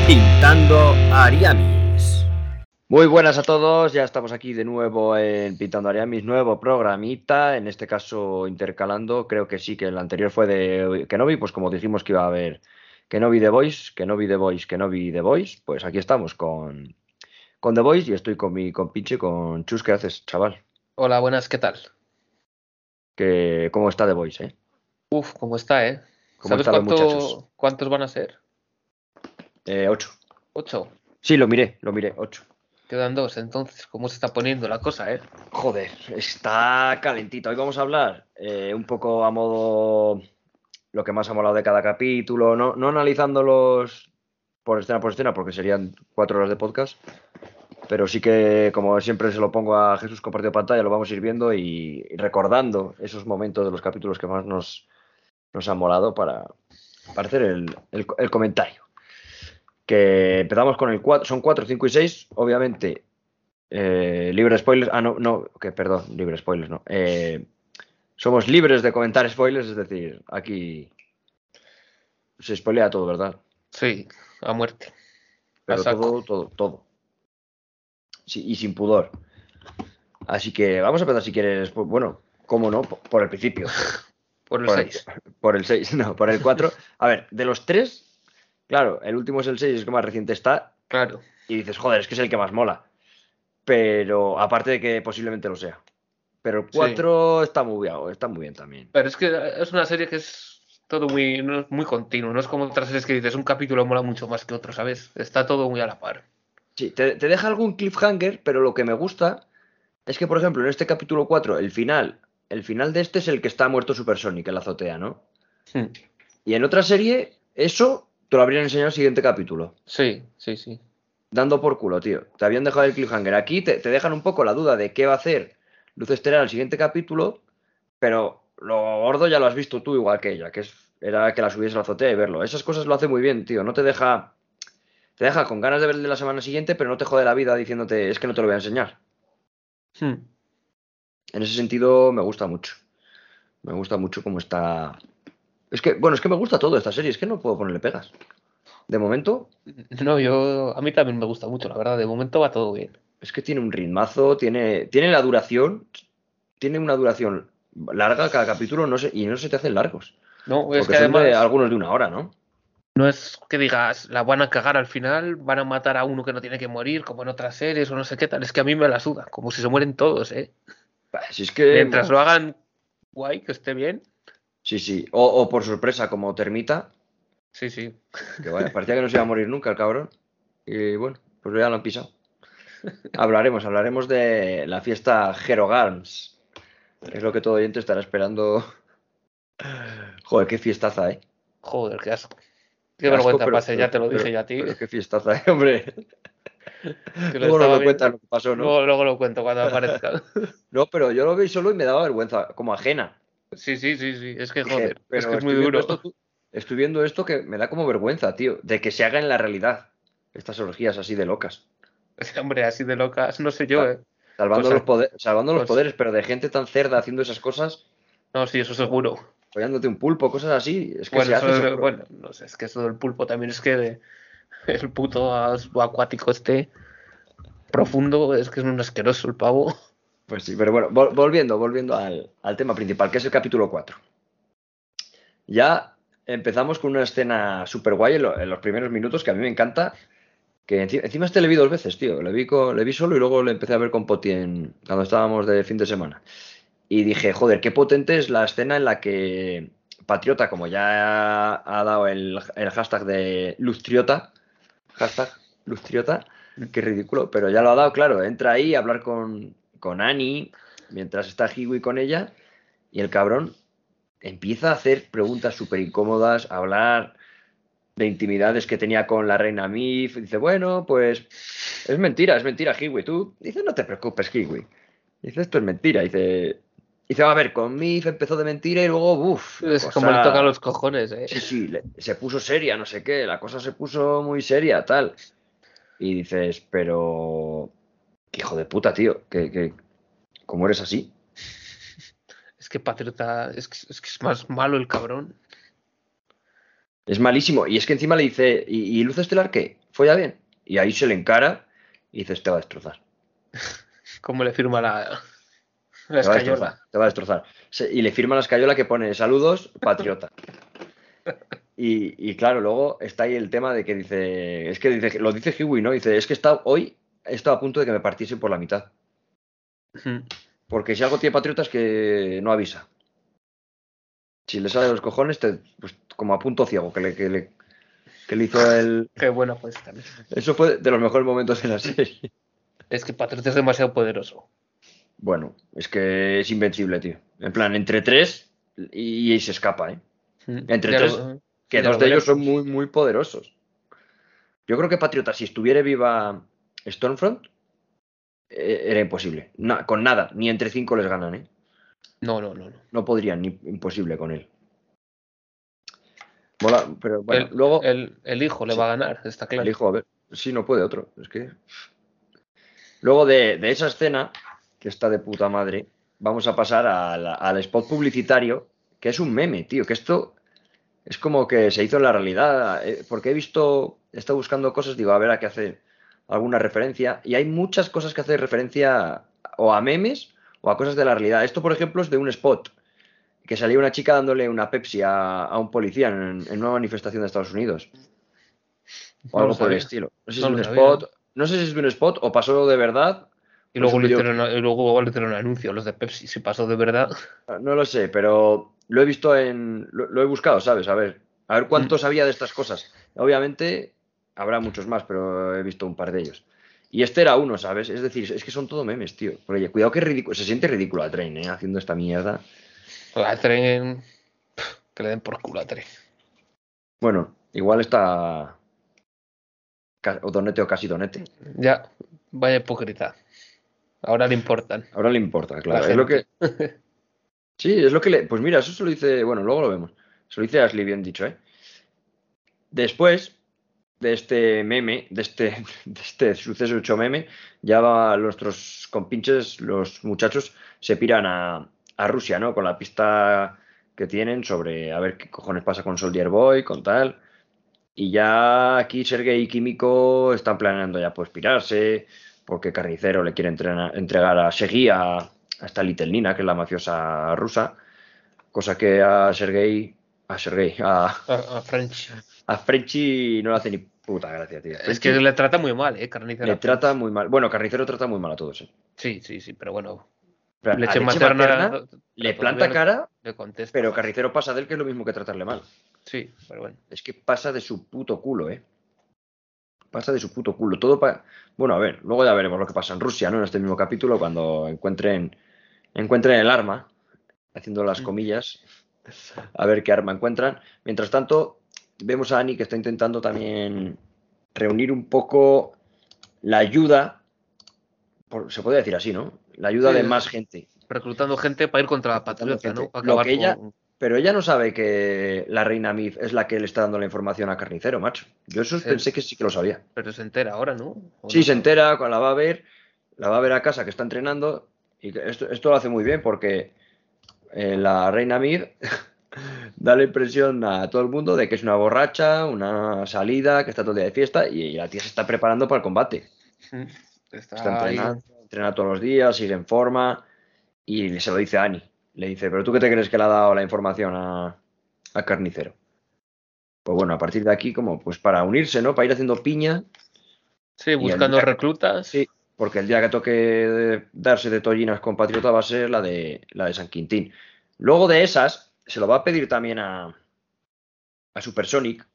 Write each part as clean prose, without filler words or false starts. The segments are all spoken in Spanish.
Pintando Ariamis. Muy buenas a todos, ya estamos aquí de nuevo en Pintando Ariamis, nuevo programita, en este caso intercalando, creo que sí, que el anterior fue de Kenobi, pues como dijimos que iba a haber Kenobi The Voice, Kenobi The Voice, Kenobi The Voice, pues aquí estamos con The Voice y estoy con mi compinche, con Chus. ¿Qué haces, chaval? Hola, buenas, ¿qué tal? ¿Cómo está The Voice, eh? Uf, ¿cómo está, eh? ¿Cómo ¿Sabes están los muchachos? cuántos van a ser? 8. 8. Sí, lo miré, 8. Quedan 2, entonces, ¿cómo se está poniendo la cosa, eh? Joder, está calentito. Hoy vamos a hablar un poco a modo lo que más ha molado de cada capítulo, no analizándolos por escena, porque serían 4 horas de podcast, pero sí que, como siempre se lo pongo a Jesús compartido pantalla, lo vamos a ir viendo y recordando esos momentos de los capítulos que más nos han molado para hacer el comentario. Que empezamos con el 4, son 4, 5 y 6, obviamente. Libre de spoilers. Perdón, libre de spoilers, no. Somos libres de comentar spoilers, es decir, aquí se spoilea todo, ¿verdad? Sí, a muerte. A Pero saco. todo. Sí, y sin pudor. Así que vamos a empezar si quieres, pues, bueno, cómo no, por el principio. Por el 6. Por el 6, no, por el 4. A ver, de los 3, claro, el último es el 6, es el que más reciente está. Claro. Y dices, joder, es que es el que más mola. Pero aparte de que posiblemente lo sea. Pero el Sí. 4 está muy bien también. Pero es que es una serie que es todo muy continuo. No es como otras series que dices, un capítulo mola mucho más que otro, ¿sabes? Está todo muy a la par. Sí, te deja algún cliffhanger, pero lo que me gusta es que, por ejemplo, en este capítulo 4, el final de este es el que está muerto Supersonic en la azotea, ¿no? Hmm. Y en otra serie, eso te lo habrían enseñado en el siguiente capítulo. Sí. Dando por culo, tío. Te habían dejado el cliffhanger. Aquí te dejan un poco la duda de qué va a hacer Luz Estelar en el siguiente capítulo, pero lo gordo ya lo has visto tú igual que ella, era que la subiese a la azotea y verlo. Esas cosas lo hace muy bien, tío. No te deja... Te deja con ganas de ver el de la semana siguiente, pero no te jode la vida diciéndote, es que no te lo voy a enseñar. Hmm. En ese sentido, me gusta mucho. Me gusta mucho cómo está. Es que me gusta todo esta serie, es que no puedo ponerle pegas. De momento, No, a mí también me gusta mucho, la verdad. De momento va todo bien. es que tiene un ritmazo, tiene tiene una duración larga cada capítulo, no sé, y no se te hacen largos. No, es Porque que son de además algunos de una hora, ¿no? no es que digas, la van a cagar al final, van a matar a uno que no tiene que morir, como en otras series o no sé qué tal. Es que a mí me la suda, como si se mueren todos, ¿eh? Si es que. Mientras lo hagan guay, que esté bien. Sí, sí. O por sorpresa, como Termita, Sí. que vaya, parecía que no se iba a morir nunca el cabrón. Y bueno, pues ya lo han pisado. Hablaremos de la fiesta Hero Garms. Es lo que todo oyente estará esperando. Joder, qué fiestaza, ¿eh? Joder, qué asco. Qué Qué asco, vergüenza pase, ya te lo dije ya a ti. pero qué fiestaza, hombre. Que lo Luego nos estaba lo viendo. cuentas lo que pasó, ¿no? Luego lo cuento cuando aparezca. No, pero yo lo vi solo y me daba vergüenza, como ajena. Sí. Es que Dije, joder, es que pero es muy duro. estoy viendo esto que me da como vergüenza, tío, de que se haga en la realidad. Estas orgías así de locas. Hombre, así de locas, no sé yo, ¿eh? Salvando los Pues, poderes, pero de gente tan cerda haciendo esas cosas, no, sí, eso seguro. follándote un pulpo, cosas así, es que Bueno, se hace seguro. bueno, no sé, es que eso del pulpo también es que el puto acuático este profundo, es que es un asqueroso el pavo. Pues sí, pero bueno, volviendo al tema principal, que es el capítulo 4. Ya empezamos con una escena súper guay en los primeros minutos, que a mí me encanta, que encima este le vi 2 veces, tío. Le vi solo y luego le empecé a ver con Poti cuando estábamos de fin de semana. Y dije, joder, qué potente es la escena en la que Patriota, como ya ha dado el hashtag de Lustriota, hashtag Lustriota, qué ridículo, pero ya lo ha dado, claro, entra ahí a hablar con Annie, mientras está Hiwi con ella, y el cabrón empieza a hacer preguntas súper incómodas, a hablar de intimidades que tenía con la reina Mif. Dice, bueno, pues es mentira, Hiwi. Tú, dice, no te preocupes, Hiwi. Dice, esto es mentira. Dice, a ver, con Mif empezó de mentira y luego, uff, la Es como le tocan cosa. los cojones, ¿eh? Sí, se puso seria, no sé qué, la cosa se puso muy seria, tal. Y dices, pero. Qué hijo de puta, tío, ¿cómo eres así? Es que Patriota, es que es más malo el cabrón. Es malísimo. Y es que encima le dice, ¿y Luz Estelar qué? folla bien. Y ahí se le encara y dices, te va a destrozar. ¿Cómo le firma la Te va a destrozar, escayola? te va a destrozar. Y le firma la escayola que pone saludos, patriota. Y claro, luego está ahí el tema de que dice, es que dice, lo dice Huey, ¿no? Dice, es que hoy he estado a punto de que me partiese por la mitad. Porque si algo tiene patriota es que no avisa. Si le sale de los cojones, pues como a punto ciego que le hizo el... Qué buena fue esta también. Eso fue de los mejores momentos de la serie. Es que Patriota es demasiado poderoso. Bueno, es que es invencible, tío. En plan, entre tres y se escapa, ¿eh? Entre Ya tres, que ya dos lo de ellos son veremos. muy, muy poderosos. Yo creo que Patriota, si estuviera viva Stormfront, era imposible. Con nada, ni entre cinco les ganan, ¿eh? No, no, no, no. No podrían, ni imposible con él. Mola, pero bueno, El, luego, el hijo le sí, va a ganar, está el claro. hijo, a ver, sí, no puede otro. Es que. Luego de esa escena, que está de puta madre, vamos a pasar al spot publicitario, que es un meme, tío, que esto es como que se hizo en la realidad, porque he estado buscando cosas, digo, a ver a qué hace alguna referencia, y hay muchas cosas que hacen referencia o a memes o a cosas de la realidad. Esto, por ejemplo, es de un spot, que salía una chica dándole una Pepsi a un policía en una manifestación de Estados Unidos, o No lo algo por el sabía. estilo. No sé si es No de lo un sabía. spot, no sé si es de un spot o pasó de verdad, Y o es luego un le vídeo. hicieron, y luego le hicieron un anuncio los de Pepsi, si pasó de verdad. No lo sé, pero lo he visto lo he buscado, ¿sabes? A ver cuántos había de estas cosas. Obviamente habrá muchos más, pero he visto un par de ellos. Y este era uno, ¿sabes? Es decir, es que son todo memes, tío. Oye, cuidado que es ridículo. Se siente ridículo a Train, ¿eh? Haciendo esta mierda. A Tren, que le den por culo a Tren. Bueno, igual está o Donete o casi Donete. Ya, vaya hipócrita. Ahora le importan Ahora le importa, la claro. Es lo gente. que. Sí, es lo que le. Pues mira, eso se lo dice. Bueno, luego lo vemos. Se lo dice Ashley, bien dicho, ¿eh? Después de este meme, de este suceso hecho meme, nuestros compinches, los muchachos, se piran a Rusia, ¿no? Con la pista que tienen sobre a ver qué cojones pasa con Soldier Boy, con tal. Y ya aquí Sergei y Químico están planeando ya pues pirarse, porque Carnicero le quiere entregar a Sergei a esta Little Nina, que es la mafiosa rusa, cosa que A French. a Frenchy no le hace ni puta gracia, tío. Es que Frenchy le trata muy mal, Carnicero le a trata French. muy mal. Bueno, Carnicero trata muy mal a todos, ¿eh? Sí, sí, sí, pero bueno. Pero a Leche leche materna, materna le pero todavía planta cara, le contesta pero más. Carnicero pasa de él, que es lo mismo que tratarle mal. Sí, pero bueno. Es que pasa de su puto culo, ¿eh? Pasa de su puto culo. Bueno, a ver, luego ya veremos lo que pasa en Rusia, ¿no? En este mismo capítulo, cuando encuentren el arma, haciendo las comillas, a ver qué arma encuentran. Mientras tanto, vemos a Annie que está intentando también reunir un poco la ayuda, se puede decir así, ¿no? La ayuda Sí, de más gente. reclutando gente para ir contra la Reclutando Patriota, ¿no? gente. Para acabar con... Pero ella no sabe que la reina Mif es la que le está dando la información a Carnicero, macho. Yo eso se- pensé que sí que lo sabía. Pero se entera ahora, ¿no? ¿O Sí, no se sabe? entera, la va a ver a casa que está entrenando, y esto lo hace muy bien porque la reina Mif da la impresión a todo el mundo de que es una borracha, una salida, que está todo el día de fiesta, y la tía se está preparando para el combate. Está Está ahí. entrenando, entrena todos los días, sigue en forma, y se lo dice a Annie. Le dice, ¿pero tú qué te crees que le ha dado la información a Carnicero? Pues bueno, a partir de aquí, como pues para unirse, ¿no? Para ir haciendo piña, Sí, y el buscando día que, reclutas. sí, porque el día que toque darse de tollinas con Patriota va a ser la de San Quintín. Luego de esas, se lo va a pedir también a Supersonic,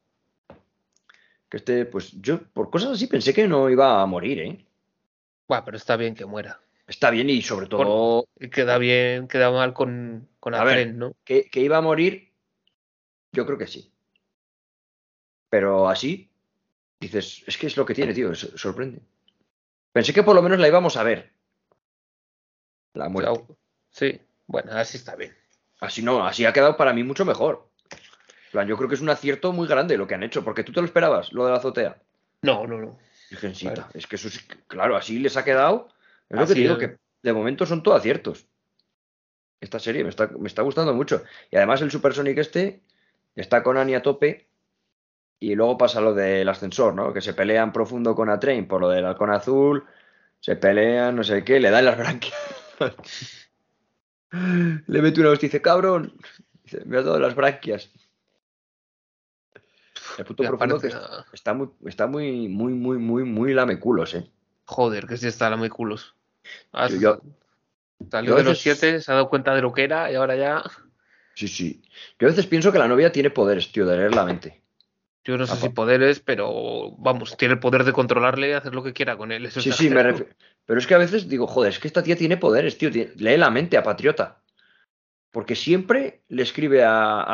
que pues yo por cosas así pensé que no iba a morir, ¿eh? Buah, pero está bien que muera. Está bien y sobre Por- todo, y queda bien, queda mal con a ver, Atren, ¿no? que iba a morir, yo creo que sí. Pero así, dices, es que es lo que tiene, tío, sorprende. Pensé que por lo menos la íbamos a ver, la O sea, muerte. sí, bueno, así está bien. Así no, así ha quedado para mí mucho mejor. En plan, yo creo que es un acierto muy grande lo que han hecho, porque tú te lo esperabas, lo de la azotea. No, no, no. Claro. Virgencita, es que eso sí, claro, así les ha quedado. Es lo que te Así digo, que de momento son todo aciertos. Esta serie me está gustando mucho. Y además el Super Sonic está con Annie a tope, Y luego pasa lo del ascensor, ¿no? Que se pelean profundo con Atrain por lo del halcón azul, se pelean, no sé qué, le dan las branquias. Le mete una hostia y dice, cabrón, dice, me has dado las branquias. El puto Y profundo que aparte, está muy lameculos, ¿eh? joder, que sí está la muy culos. Yo, yo, Salió yo a de los veces, 7, se ha dado cuenta de lo que era y ahora ya. sí, sí. Yo a veces pienso que la novia tiene poderes, tío, de leer la mente. Yo no sé si Apa- poderes, pero vamos, tiene el poder de controlarle y hacer lo que quiera con él. Eso Sí, está sí, me claro. refiero. Pero es que a veces digo, joder, es que esta tía tiene poderes, tío. Lee la mente a Patriota. Porque siempre le escribe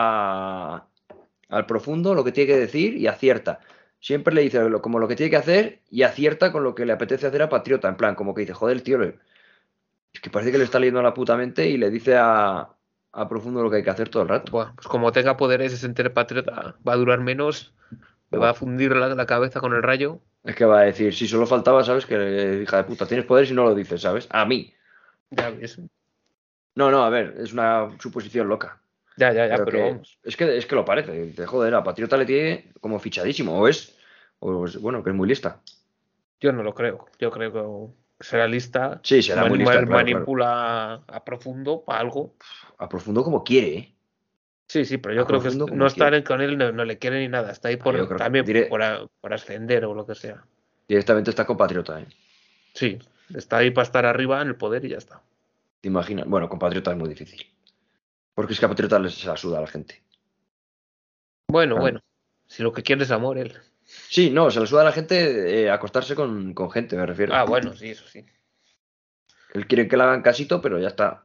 al profundo lo que tiene que decir y acierta. Siempre le dice como lo que tiene que hacer y acierta con lo que le apetece hacer a Patriota. En plan, como que dice, joder, tío, es que parece que le está leyendo a la puta mente y le dice a profundo lo que hay que hacer todo el rato. Buah, pues como tenga poderes y se entere patriota, va a durar menos, me va a Buah. fundir la cabeza con el rayo. Es que va a decir, si solo faltaba, ¿sabes? Que hija de puta, tienes poderes y no lo dices, ¿sabes? A mí. Ya ves. No, no, a ver, es una suposición loca. Ya, Pero pero que vamos. es que lo parece. Dice, joder, a Patriota le tiene como fichadísimo. Bueno, que es muy lista. Yo no lo creo. Yo creo que será lista, Sí, será muy lista, claro, claro. manipula a profundo para algo. A profundo como quiere, ¿eh? Sí, sí, pero A yo creo que profundo no como estar quiere. con él no le quiere ni nada. Está ahí Ah, yo por creo que también por ascender o lo que sea. directamente está con Patriota, ¿eh? Sí, está ahí para estar arriba en el poder y ya está. ¿Te imaginas? Bueno, con Patriota es muy difícil. Porque es que a Patriota se la suda a la gente. Bueno, si lo que quiere es amor, él. Sí, no, se la suda a la gente acostarse con gente, me refiero. Ah, bueno, sí, eso sí. Él quiere que le hagan casito, pero ya está.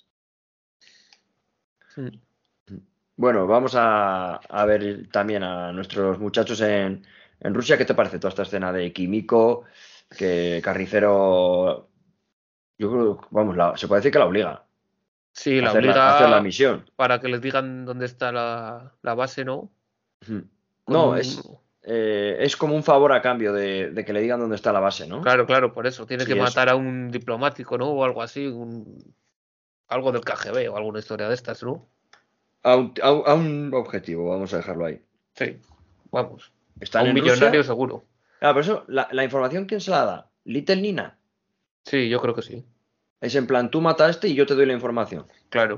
Mm. Bueno, vamos a ver también a nuestros muchachos en Rusia. ¿Qué te parece toda esta escena de Kimiko? Que Carnicero, yo creo, vamos, se puede decir que la obliga a Sí, la hacer la obliga misión. para que les digan dónde está la base, ¿no? Ujú. Con No, un... es como un favor a cambio de que le digan dónde está la base, ¿no? Claro, por eso. Tiene que Sí, eso. matar a un diplomático, ¿no? O algo así. Algo del KGB o alguna historia de estas, ¿no? A un objetivo, vamos a dejarlo ahí. Sí, vamos. A Están un en millonario Rusia. seguro. Ah, por eso, la información, ¿quién se la da? Little Nina. Sí, yo creo que sí. Es en plan, tú mata a este y yo te doy la información. Claro.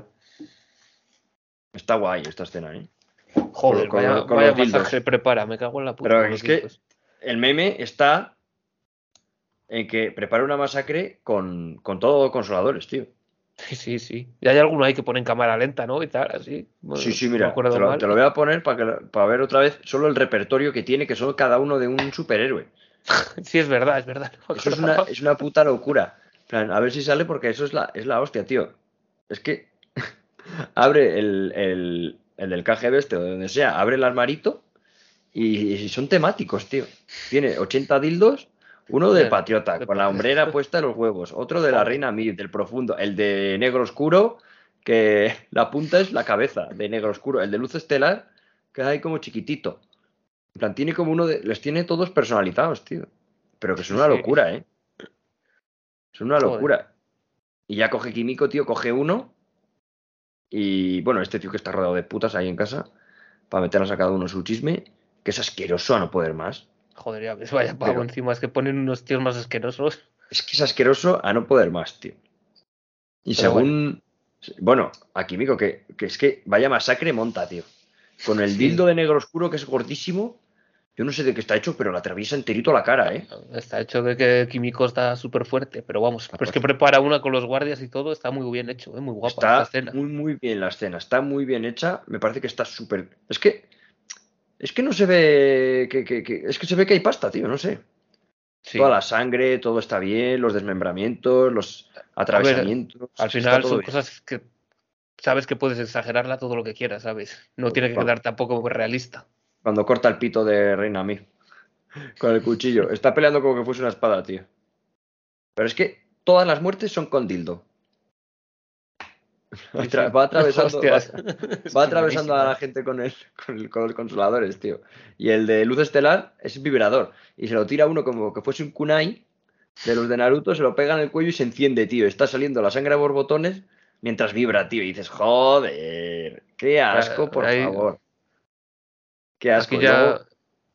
Está guay esta escena, ¿eh? Con, Joder, con los, con vaya los masaje dildos. prepara. Me cago en la puta Pero con los es que dildos. el meme está en que prepara una masacre con todo consoladores, tío. Sí. Y hay alguno ahí que pone en cámara lenta, ¿no? Y tal, así. Sí, Bueno, sí, si no me mira, te acuerdo lo, mal. te lo voy a poner para ver otra vez solo el repertorio que tiene, que son cada uno de un superhéroe. Sí, es verdad, No me Eso es una, acordaba. es una puta locura. En plan, a ver si sale porque eso es la hostia, tío. Es que abre el del KGB este o de donde sea, abre el armarito y son temáticos, tío. Tiene 80 dildos, uno de Ya, Patriota, de con la Patriota. hombrera puesta en los huevos, otro de la Joder. Reina Mir, del profundo, el de negro oscuro, que la punta es la cabeza de negro oscuro, el de luz estelar, que es ahí como chiquitito. En plan, tiene como les tiene todos personalizados, tío. Pero que son una Sí. locura, ¿eh? Son una Joder. locura. Y ya coge Químico, tío, coge uno. Y bueno, este tío que está rodeado de putas ahí en casa, para meterlas a cada uno su chisme, que es asqueroso a no poder más. Joder, ya ves, vaya pavo Pero encima. Es que ponen unos tíos más asquerosos. es que es asqueroso a no poder más, tío. Y Pero bueno, según, bueno, a Químico, que es que vaya masacre monta, tío. Con el sí. dildo de negro oscuro que es gordísimo, yo no sé de qué está hecho, pero le atraviesa enterito la cara, ¿eh? Está hecho de que Químico está súper fuerte. Pero vamos, pero es que prepara una con los guardias y todo. Está muy bien hecho, muy guapa esta Está escena. muy bien la escena, está muy bien hecha, me parece que está súper. Es que no se ve es que se ve que hay pasta, tío, no sé. Toda Sí. la sangre, todo está bien, los desmembramientos, los A ver, atravesamientos, al es que está final todo son bien. cosas que sabes que puedes exagerarla todo lo que quieras, ¿sabes? No tiene que Cuando, quedar tampoco muy realista. cuando corta el pito de Reina Mí con el cuchillo, está peleando como que fuese una espada, tío. Pero es que todas las muertes son con dildo. Sí. Va atravesando, va, Hostias. Es va que es atravesando a buenísima, la ¿eh? gente con los consoladores, tío. Y el de luz estelar es vibrador. Y se lo tira uno como que fuese un kunai de los de Naruto, se lo pega en el cuello y se enciende, tío. Está saliendo la sangre a borbotones mientras vibra, tío. Y dices, joder, qué asco, por Ahí, favor. Qué aquí asco. Y ya luego,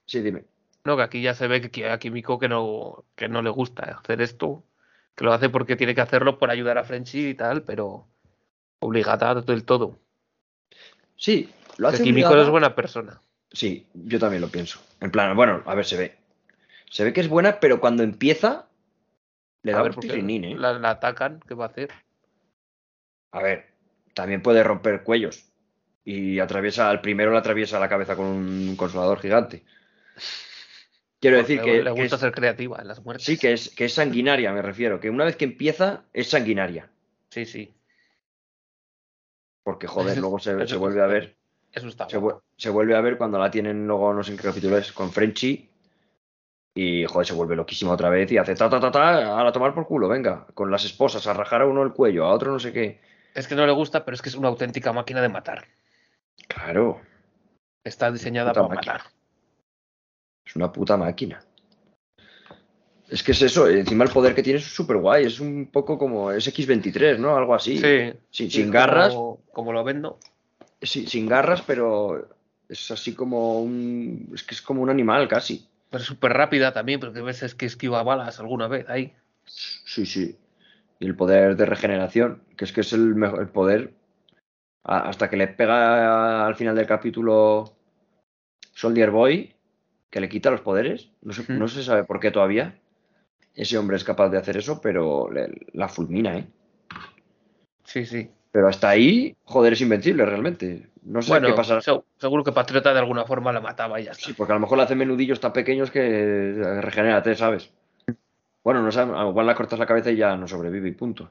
Sí, dime. No, que aquí ya se ve que a Kimiko que no le gusta hacer esto, que lo hace porque tiene que hacerlo por ayudar a Frenchy y tal, pero obligada del todo. Sí, lo Que hace Kimiko no es obligada. buena persona. Sí, yo también lo pienso. En plan, bueno, a ver, se ve. Se ve que es buena, pero cuando empieza, le A da ver, unos porque tirrinín, ¿eh? la atacan, ¿qué va a hacer? A ver, también puede romper cuellos. Y atraviesa, al primero le atraviesa la cabeza con un consolador gigante. Quiero Porque decir le que gusta es, ser creativa en las sí, muertes. que es sanguinaria, me refiero. Que una vez que empieza, es sanguinaria. Sí, sí. Porque, joder, luego se Eso, vuelve a ver. eso está guapo. Se vuelve a ver cuando la tienen luego, no sé en qué capítulo es, con Frenchy. Y, joder, se vuelve loquísima otra vez y hace ta, ta, ta, ta, a la tomar por culo, venga. Con las esposas, a rajar a uno el cuello, a otro no sé qué. Es que no le gusta, pero es que es una auténtica máquina de matar. Claro, Está diseñada puta para máquina. matar. Es una puta máquina. Es que es eso, encima el poder que tiene es súper guay, es un poco como es X-23, ¿no? Algo así. Sí, sí, es Sin garras, como lo vendo. sin garras, pero es así como un... Es que es como un animal casi. Pero es súper rápida también, porque ves es que esquiva balas alguna vez ahí. Sí, sí. Y el poder de regeneración, que es el mejor, el poder, hasta que le pega al final del capítulo Soldier Boy, que le quita los poderes. Mm. No se sabe por qué todavía ese hombre es capaz de hacer eso, pero la fulmina, ¿eh? Sí, sí. Pero hasta ahí, joder, es invencible realmente. No sé qué Bueno, pasará. seguro que Patriota de alguna forma la mataba y ya Sí, está. porque a lo mejor le hace menudillos tan pequeños que regenérate, ¿sabes? Bueno, no sabes, igual la cortas la cabeza y ya no sobrevive y punto.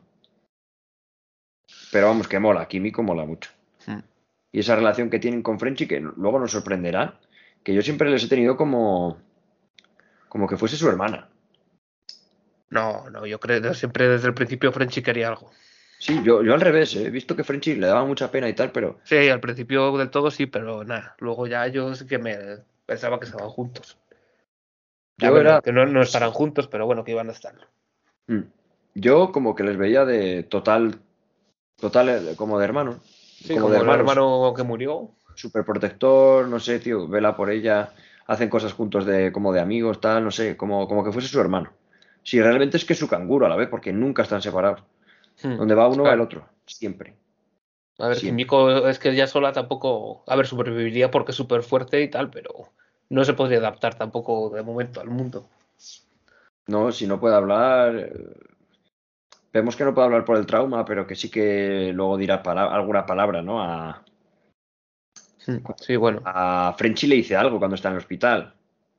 Pero vamos, que mola, Químico mola mucho. Mm. Y esa relación que tienen con Frenchy, que luego nos sorprenderá, que yo siempre les he tenido como que fuese su hermana. No, no, yo creo que siempre desde el principio Frenchy quería algo. Sí, yo al revés, he visto que Frenchy le daba mucha pena y tal, pero Sí, al principio del todo sí, pero nada. Luego ya yo sí que me pensaba que estaban juntos. A yo ver, era, que no estarán sí. juntos, pero bueno, que iban a estar. Mm. Yo como que les veía de total, como de hermanos. Sí, Como de como el hermanos. hermano que murió. Súper protector, no sé, tío, vela por ella, hacen cosas juntos de como de amigos, tal, no sé, como que fuese su hermano. Si realmente es que es su canguro a la vez, porque nunca están separados. Mm, Donde va uno va el claro. otro, siempre, A ver, siempre. Kimiko es que ella sola tampoco. A ver, sobreviviría porque es súper fuerte y tal, pero no se podría adaptar tampoco de momento al mundo. No, si no puede hablar, vemos que no puede hablar por el trauma, pero que sí que luego dirá alguna palabra, ¿no? Mm, sí, bueno. A Frenchy le dice algo cuando está en el hospital.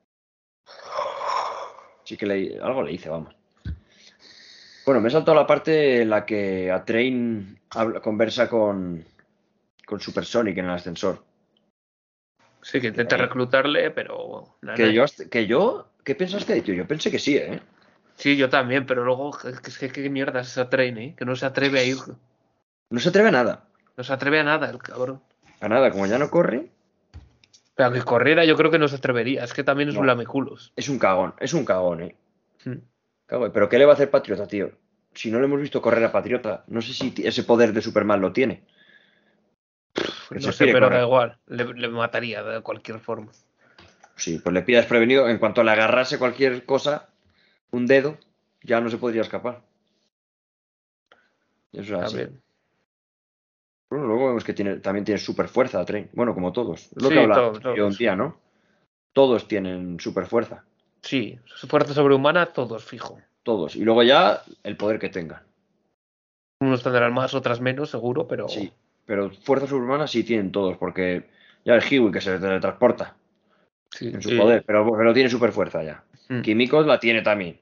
Sí que algo le dice, vamos. Bueno, me he saltado la parte en la que a Train conversa con Super Sonic en el ascensor. Sí, que intenta reclutarle, pero nada. ¿Qué pensaste, tío? Yo pensé que sí, ¿eh? Sí, yo también, pero luego, es que qué mierda es esa Train, ¿eh? Que no se atreve a ir. No se atreve a nada. No se atreve a nada, el cabrón. A nada, como ya no corre, Pero que corriera yo creo que no se atrevería. Es que también es un no. lameculos. Es un cagón, ¿eh? Mm. Pero ¿qué le va a hacer Patriota, tío? Si no le hemos visto correr a Patriota, no sé si ese poder de Superman lo tiene. Que No se sé, pire pero da correr. igual. Le mataría de cualquier forma. Sí, pues le pillas prevenido. En cuanto le agarrase cualquier cosa, un dedo, ya no se podría escapar. Eso es así. También. Bueno, luego vemos que también tiene super fuerza, Tren. Bueno, como todos. Es lo que Sí, hablamos todos, yo un todos. día, ¿no? Todos tienen super fuerza. Sí, su fuerza sobrehumana, todos, fijo. Todos. Y luego ya el poder que tengan. Unos tendrán más, otras menos, seguro, pero. Sí. Pero fuerza sobrehumana sí tienen todos, porque ya el Hiwi que se teletransporta Sí, en su poder, pero tiene super fuerza ya. mm. Químicos la tiene también.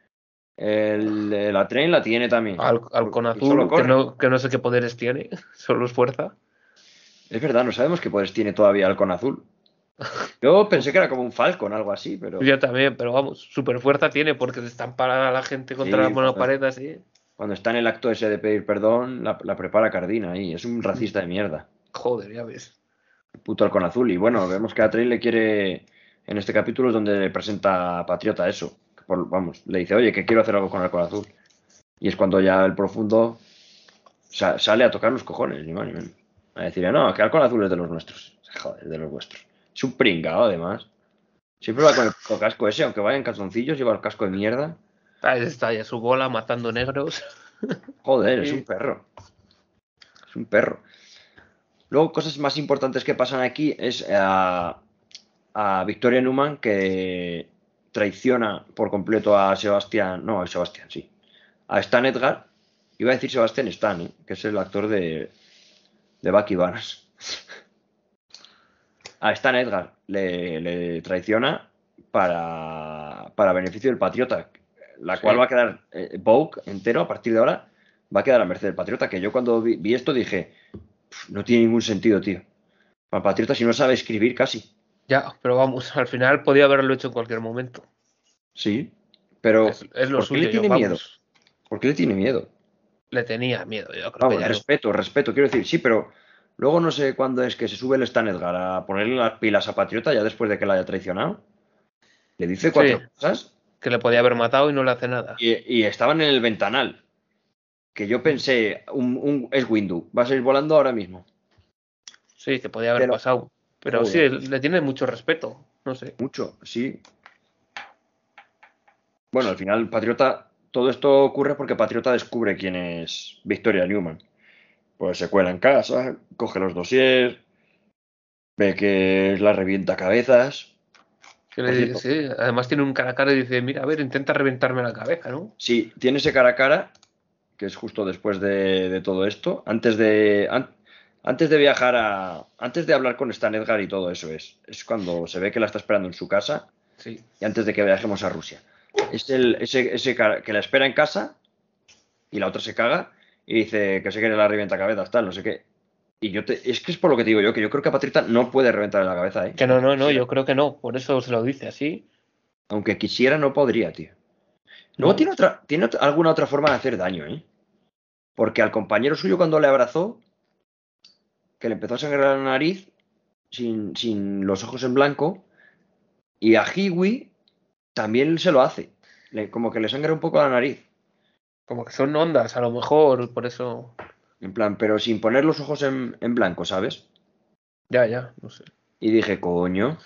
La Tren la tiene también. Halcón Y solo azul, corre. que no sé qué poderes tiene, solo es fuerza. Es verdad, no sabemos qué poderes tiene todavía Halcón Azul. Yo pensé que era como un Falcon, algo así, pero. Yo también, pero vamos, super fuerza tiene porque se estampa a la gente contra Sí, la pared así. cuando está en el acto ese de pedir perdón, la prepara Cardina ahí. Es un racista de mierda. Joder, ya ves. Puto halcón azul. Y bueno, vemos que a Trey le quiere. En este capítulo es donde le presenta a Patriota eso. Vamos, le dice, oye, que quiero hacer algo con halcón azul. Y es cuando ya el profundo sale a tocar los cojones, ni más ni menos. A decir, no, que halcón azul es de los nuestros. Joder, de los vuestros. Es un pringao, además. Siempre va con el casco ese, aunque vaya en calzoncillos, lleva el casco de mierda. Ahí está ya su bola matando negros. Joder, es un Y- perro. Es un perro. Luego, cosas más importantes que pasan aquí es a Victoria Newman que traiciona por completo a Sebastián. No, a Sebastián, sí. A Stan Edgar. Iba a decir Sebastián Stan, que es el actor de Bucky Barnes. A Stan Edgar le traiciona para beneficio del Patriota, la cual va Sí, a quedar Vogue entero a partir de ahora, va a quedar a merced del Patriota, que yo cuando vi esto dije, no tiene ningún sentido, tío. Para el Patriota si no sabe escribir casi. ya, pero vamos, al final podía haberlo hecho en cualquier momento. Sí, pero Es lo ¿por qué le suyo, yo, tiene miedo? vamos. ¿Por qué le tiene miedo? Le tenía miedo, yo creo que Vamos, ya no. respeto, quiero decir, sí, pero luego no sé cuándo es que se sube el Stan Edgar a ponerle las pilas a Patriota ya después de que la haya traicionado. Le dice Sí, cuatro cosas que le podía haber matado y no le hace nada. y estaban en el ventanal. Que yo pensé, es Windu, va a salir volando ahora mismo. Sí, que podía haber Pero, pasado. Pero sí, joder, le tiene mucho respeto. No sé. mucho, sí. Bueno, al final, Patriota, todo esto ocurre porque Patriota descubre quién es Victoria Newman. Pues se cuela en casa, coge los dossiers, ve que la revienta cabezas. Que Por le, cierto, sí, además tiene un cara a cara y dice, mira, a ver, intenta reventarme la cabeza, ¿no? sí, tiene ese cara a cara, que es justo después de todo esto, antes de viajar antes de hablar con Stan Edgar y todo eso es cuando se ve que la está esperando en su casa Sí. y antes de que viajemos a Rusia. Es ese que la espera en casa y la otra se caga y dice que se quiere la revienta cabezas, tal, no sé qué. Y es que es por lo que te digo yo, que yo creo que a Patriota no puede reventarle la cabeza, Que no, aunque no, no, quisiera. yo creo que no. Por eso se lo dice así. Aunque quisiera, no podría, tío. Luego No. alguna otra forma de hacer daño, ¿eh? Porque al compañero suyo cuando le abrazó, que le empezó a sangrar la nariz, sin los ojos en blanco, y a Hiwi también se lo hace. Como que le sangra un poco la nariz. Como que son ondas, a lo mejor, por eso. En plan, pero sin poner los ojos en blanco, ¿sabes? Ya, ya, no sé. Y dije, coño,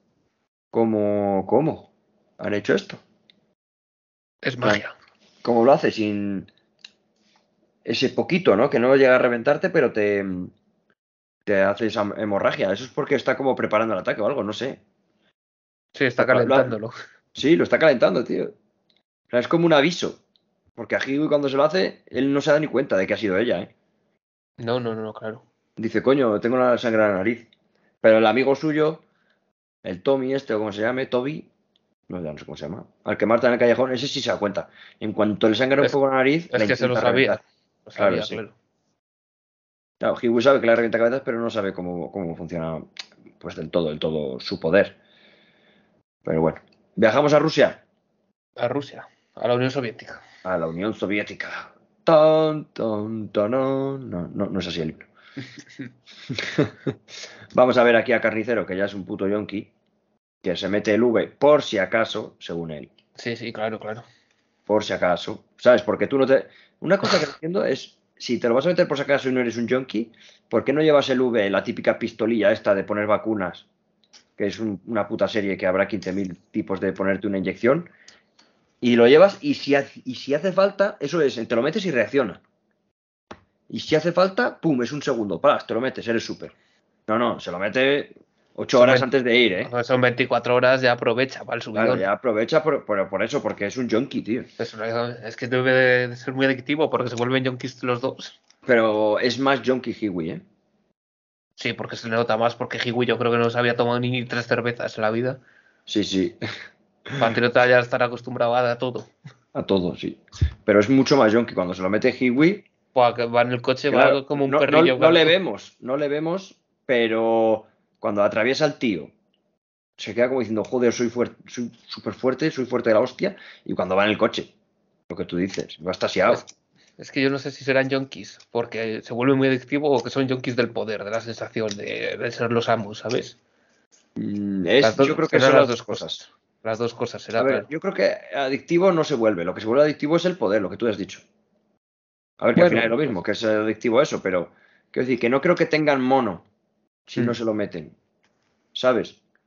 ¿cómo han hecho esto? Es En plan, magia. ¿cómo lo hace sin ese poquito, ¿no? Que no llega a reventarte, pero te hace esa hemorragia. Eso es porque está como preparando el ataque o algo, no sé. Sí, está calentándolo. Sí, lo está calentando, tío. O sea, es como un aviso. Porque a Higui cuando se lo hace, él no se da ni cuenta de que ha sido ella, ¿eh? No, no, no, claro. Dice, coño, tengo la sangre en la nariz. Pero el amigo suyo, el Tommy este, o como se llame, Toby, no, ya no sé cómo se llama, al que mata en el callejón, ese sí se da cuenta. En cuanto le sangra un Es, poco la nariz, la es que se lo intenta sabía. reventar. Lo Claro, sabía, sí. claro. Claro, Higui sabe que le revienta cabezas, pero no sabe cómo funciona, pues del todo su poder. Pero bueno. ¿Viajamos a Rusia? A Rusia, a la Unión Soviética. A la Unión Soviética. Tan, tan, tan, no, no es así el libro. Vamos a ver aquí a Carnicero, que ya es un puto yonki, que se mete el V por si acaso, según él. Sí, sí, claro, claro. Por si acaso. ¿Sabes? Porque tú no te. Una cosa que no entiendo es, si te lo vas a meter por si acaso y no eres un yonki, ¿por qué no llevas el V, la típica pistolilla esta de poner vacunas? Que es una puta serie que habrá 15.000 tipos de ponerte una inyección. Y lo llevas y si hace falta, eso es, te lo metes y reacciona. Y si hace falta, pum, es un segundo. Paras, te lo metes, eres súper. No, no, se lo mete 8 horas 20 antes de ir, ¿eh? son 24 horas, ya aprovecha para el Claro, subidón. ya aprovecha por eso, porque es un junkie, tío. Es que debe de ser muy adictivo porque se vuelven yonkis los dos. Pero es más junkie Hiwi, ¿eh? Sí, porque se le nota más, porque Hiwi yo creo que no se había tomado ni 3 cervezas en la vida. Sí, sí, Patriota ya estará acostumbrado a todo. a todo, sí. Pero es mucho más junkie. Cuando se lo mete Hiwi, Buah, que va en el coche, claro, va como un no, no, perrillo. no le vemos, pero cuando atraviesa al tío, se queda como diciendo, joder, soy fuerte, soy súper fuerte, soy fuerte de la hostia. Y cuando va en el coche, lo que tú dices, va Es, estasiado. es que yo no sé si serán yonkis, porque se vuelve muy adictivo o que son yonkis del poder, de la sensación de ser los amos, ¿sabes? Yo creo que Serán son las las dos dos cosas. cosas. Las dos cosas, A será ver, claro. yo creo que adictivo no se vuelve. Lo que se vuelve adictivo es el poder, lo que tú has dicho. A ver, que al final es Bueno, lo mismo, que es adictivo eso, pero quiero decir que no creo que tengan mono si no mm, se lo meten, ¿sabes?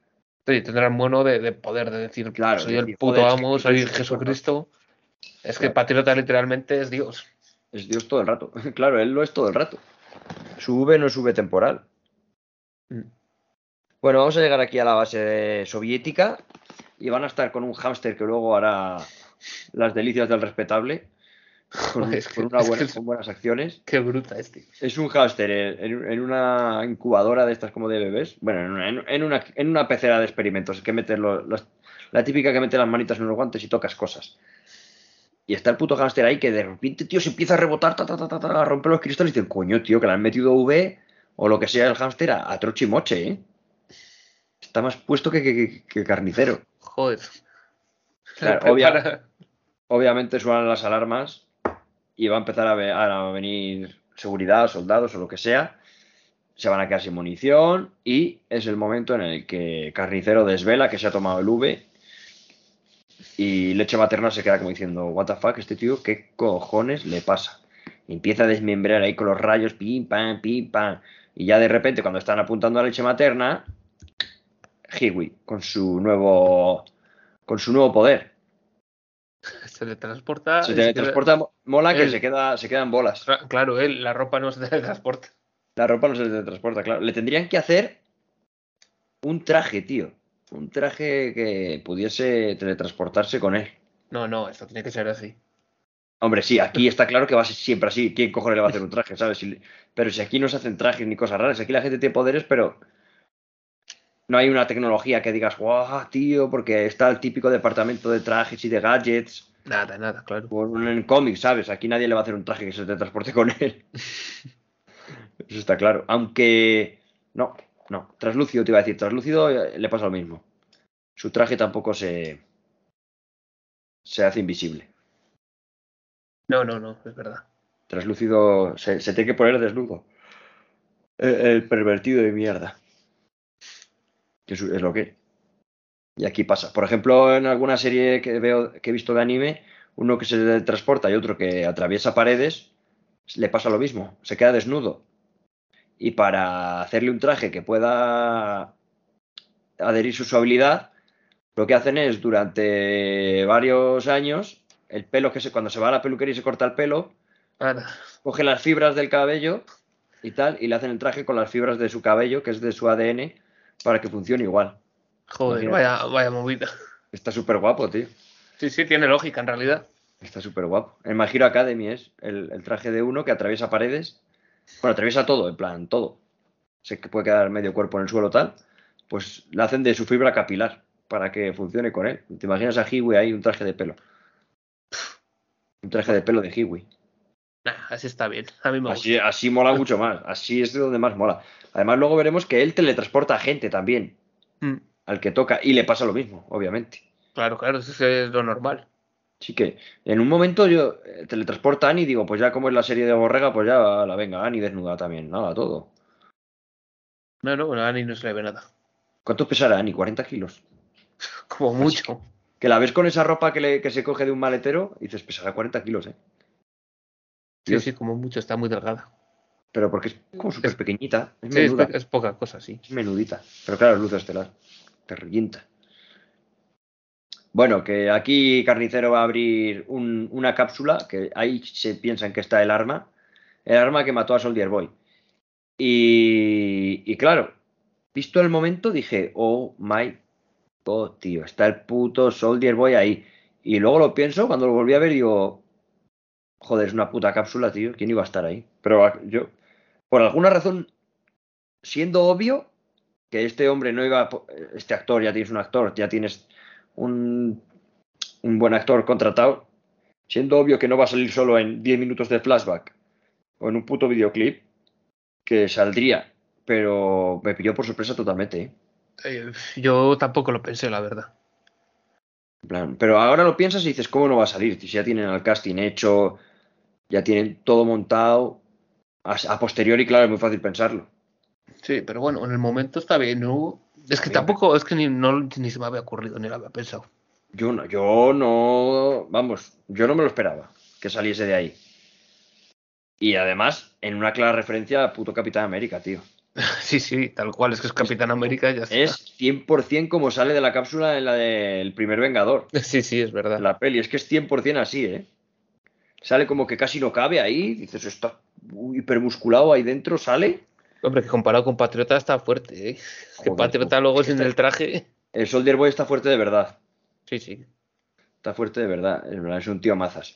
Sí, tendrá el mono de poder, de decir, Claro, soy de el decir, puto joder, es que amo, aquí soy soy súper fuerte. Jesucristo. Es que Claro, Patriota literalmente es Dios. es Dios todo el rato. Claro, él lo es todo el rato. Su V no es V temporal. Mm. Bueno, vamos a llegar aquí a la base soviética y van a estar con un hámster que luego hará las delicias del respetable Joder, con buenas acciones. qué bruta es, tío. Es un hámster en una incubadora de estas como de bebés. Bueno, en una pecera de experimentos que metes la típica que mete las manitas en los guantes y tocas cosas. Y está el puto hámster ahí que de repente, tío, se empieza a rebotar, a romper los cristales y dicen, coño, tío, que le han metido V o lo que sea el hámster a troche y moche, ¿eh? Está más puesto que carnicero. Joder, le Claro, prepara. obviamente suenan las alarmas y va a empezar a venir seguridad, soldados o lo que sea. Se van a quedar sin munición y es el momento en el que Carnicero desvela que se ha tomado el V y Leche Materna se queda como diciendo, what the fuck, este tío, ¿qué cojones le pasa? Y empieza a desmembrar ahí con los rayos, pim, pam, pim, pam. Y ya de repente, cuando están apuntando a Leche Materna, Hiwi, con su nuevo poder. Se le transporta Se y se queda. teletransporta, mola que Él, se queda en bolas. claro, él, la ropa no se teletransporta. La ropa no se teletransporta, claro. Le tendrían que hacer un traje, tío. Un traje que pudiese teletransportarse con él. No, no, esto tiene que ser así. Hombre, sí, aquí está claro que va a ser siempre así. ¿Quién cojones le va a hacer un traje, sabes? Pero si aquí no se hacen trajes ni cosas raras, aquí la gente tiene poderes, pero no hay una tecnología que digas, guau, tío, porque está el típico departamento de trajes y de gadgets. Nada, nada, claro. O en cómics, ¿sabes? Aquí nadie le va a hacer un traje que se teletransporte con él. Eso está claro. Aunque. No, no. Translúcido te iba a decir. Translúcido le pasa lo mismo. Su traje tampoco se hace invisible. No, no, no, es verdad. Translúcido se tiene que poner desnudo. El pervertido de mierda. Que es lo que. Y aquí pasa. Por ejemplo, en alguna serie que he visto de anime, uno que se transporta y otro que atraviesa paredes, le pasa lo mismo. Se queda desnudo. Y para hacerle un traje que pueda adherir su habilidad, lo que hacen es durante varios años, el pelo cuando se va a la peluquería y se corta el pelo, Ahora, coge las fibras del cabello y tal, y le hacen el traje con las fibras de su cabello, que es de su ADN, para que funcione igual. joder, Imagínate. vaya movida. Está súper guapo, tío. Sí, sí, tiene lógica en realidad. Está súper guapo. En My Hero Academy es el traje de uno que atraviesa paredes. Bueno, atraviesa todo, en plan, todo. Sé que puede quedar medio cuerpo en el suelo tal. Pues le hacen de su fibra capilar para que funcione con él. ¿Te imaginas a Hiwi ahí un traje de pelo? Un traje de Bueno, pelo de Hiwi. nah, así está bien. A mí me Así, gusta. así mola mucho más. Así es de donde más mola. Además, luego veremos que él teletransporta a gente también. Mm, Al que toca. Y le pasa lo mismo, obviamente. claro, claro, eso es lo normal. Así que en un momento yo teletransporta a Annie y digo, pues ya como es la serie de Borrega, pues ya la venga, Annie desnuda también. Nada, todo. No, no, a Ani no se le ve nada. ¿Cuánto pesará Annie? 40 kilos. Como Así que, mucho. que la ves con esa ropa que se coge de un maletero y dices, pesará 40 kilos, ¿eh? Sí, sí, Dios. como mucho, está muy delgada. Pero porque es como súper Es, pequeñita, es sí, menuda, es poca cosa, sí. es menudita. Pero claro, es luz estelar. Te revienta. Bueno, que aquí Carnicero va a abrir una cápsula, que ahí se piensan que está el arma que mató a Soldier Boy. Y claro, visto el momento dije, oh my god, tío, está el puto Soldier Boy ahí. Y luego lo pienso, cuando lo volví a ver, digo, joder, es una puta cápsula, tío, ¿quién iba a estar ahí? Pero yo, por alguna razón, siendo obvio que este hombre no iba, este actor, ya tienes un actor, ya tienes un, un buen actor contratado, siendo obvio que no va a salir solo en 10 minutos de flashback o en un puto videoclip, que saldría, pero me pilló por sorpresa totalmente, ¿eh? Yo tampoco lo pensé, la verdad. En plan, pero ahora lo piensas y dices, ¿cómo no va a salir? Si ya tienen el casting hecho, ya tienen todo montado, a posteriori, claro, es muy fácil pensarlo. Sí, pero bueno, en el momento está bien, ¿no? Es que Bien, tampoco, es que ni se me había ocurrido, ni lo había pensado. yo no, vamos, yo no me lo esperaba que saliese de ahí. Y además, en una clara referencia a puto Capitán América, tío. Sí, tal cual, es que es Capitán América y ya está. Es 100% como sale de la cápsula en la del primer Vengador. Sí, es En verdad. la peli, es que es 100% así, ¿eh? Sale como que casi no cabe ahí. Dices, está hipermusculado ahí dentro, sale. Hombre, que comparado con Patriota está fuerte, ¿eh? Que Joder, tú. Patriota Es luego que sin el traje. el Soldier Boy está fuerte de verdad. Sí. Está fuerte de verdad. Es verdad, es un tío mazas.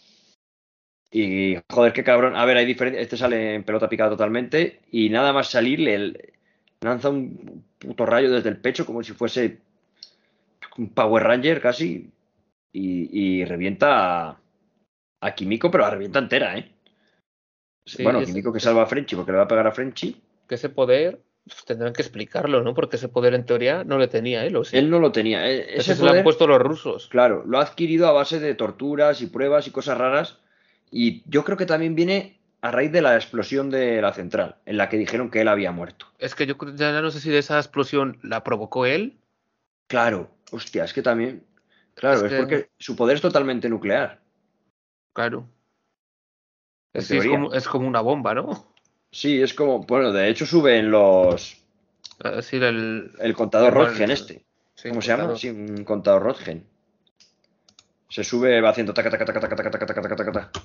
Y joder, qué cabrón. A ver, hay diferencia. Este sale en pelota picada totalmente. Y nada más salir, le lanza un puto rayo desde el pecho, como si fuese un Power Ranger casi. Y revienta a Kimiko, pero la revienta entera, ¿eh? Sí, Bueno, Kimiko que salva a Frenchy porque le va a pegar a Frenchy. que ese poder pues, tendrán que explicarlo, ¿no? Porque ese poder en teoría no le tenía él, ¿o Él sí? no lo tenía. Ese Ese se lo han poder, puesto los rusos. claro, lo ha adquirido a base de torturas y pruebas y cosas raras. Y yo creo que también viene a raíz de la explosión de la central, en la que dijeron que él había muerto. Es que ya no sé si de esa explosión la provocó él. Claro, hostia, es que también. Es Claro, es que, porque su poder es totalmente nuclear, claro. en Sí, teoría. es como una bomba, ¿no? Sí, es como. Bueno, de hecho sube en los. Así El contador Röntgen igual, este. sí, el ¿Cómo se llama? contador. Sí, un contador Röntgen. Se sube, va haciendo taca, taca, taca, taca, taca, taca, taca, taca, taca, taca.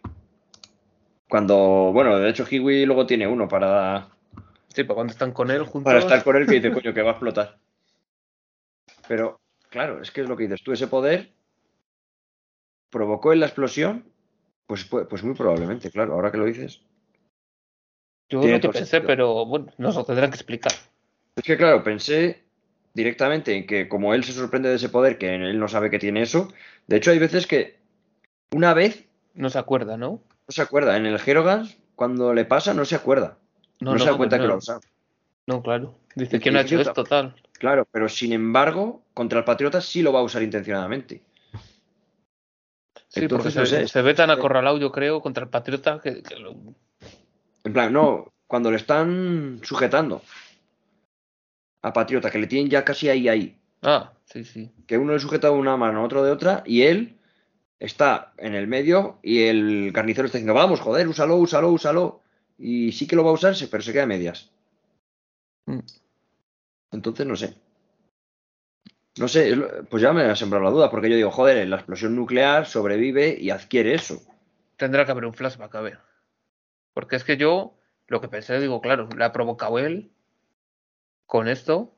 Cuando, bueno, de hecho, Hiwi luego tiene uno Sí, pero cuando están con él para estar juntos. con él que dice, coño, que va a explotar. Pero, claro, es que es lo que dices tú, ese poder provocó en la explosión, pues muy probablemente, claro, ahora que lo dices, Yo es tiene lo que todo pensé, sentido. pero bueno, nos lo tendrán que explicar. Es que, claro, pensé directamente en que como él se sorprende de ese poder, que él no sabe que tiene eso, de hecho hay veces que una vez No se acuerda, ¿no? no se acuerda, en el Herogans, cuando le pasa, no se acuerda, No, no se da pues cuenta que lo ha no. usado. No, claro. Y Dice, el ¿quién ha hecho edificio esto, tal? claro, pero sin embargo, contra el Patriota sí lo va a usar intencionadamente. Sí, porque Entonces, no sé, se ve tan acorralado, yo creo, contra el Patriota en plan, no, cuando le están sujetando a Patriota, que le tienen ya casi ahí, Ah, sí. que uno le sujeta de una mano, otro de otra, y él está en el medio y el carnicero está diciendo, vamos, joder, úsalo. Y sí que lo va a usar, pero se queda a medias. Mm. Entonces, no sé. No sé, pues ya me ha sembrado la duda, porque yo digo, joder, la explosión nuclear sobrevive y adquiere eso. Tendrá que haber un flashback, a ver. Porque es que yo, lo que pensé, digo, claro, le ha provocado él con esto,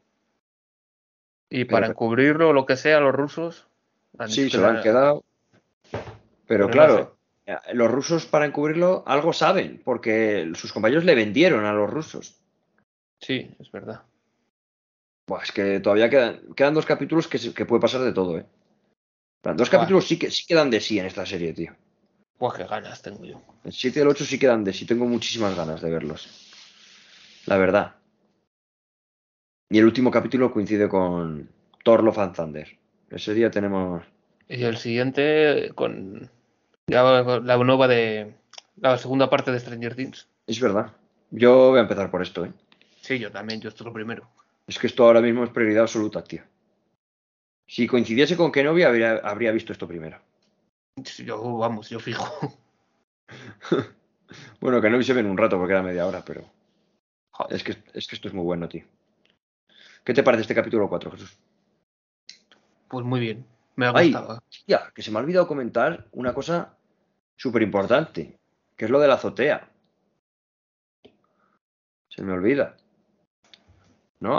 y Pero, para encubrirlo o lo que sea, los rusos han dicho sí, que se lo han quedado. Pero pero no sé. claro, los rusos para encubrirlo algo saben, porque sus compañeros le vendieron a los rusos. Sí, es verdad. Buah, es que todavía quedan dos capítulos que puede pasar de todo, ¿eh? En plan, dos Buah, capítulos sí que dan de sí en esta serie, tío. buah, qué ganas tengo yo. El 7 y el 8 sí que dan de sí, tengo muchísimas ganas de verlos. La verdad. Y el último capítulo coincide con Thor Love and Thunder. Ese día tenemos. Y el siguiente con la nueva de la segunda parte de Stranger Things. Es verdad. Yo voy a empezar por esto, ¿eh? Sí, yo también, yo esto es lo primero. Es que esto ahora mismo es prioridad absoluta, tío. Si coincidiese con Kenobi, habría visto esto primero. Yo, vamos, yo fijo. Bueno, Kenobi se ve en un rato porque era media hora, pero. Joder, Es que esto es muy bueno, tío. ¿Qué te parece este capítulo 4, Jesús? pues muy bien, me ha Ay, gustado. hostia, que se me ha olvidado comentar una cosa súper importante, que es lo de la azotea. Se me olvida, ¿no?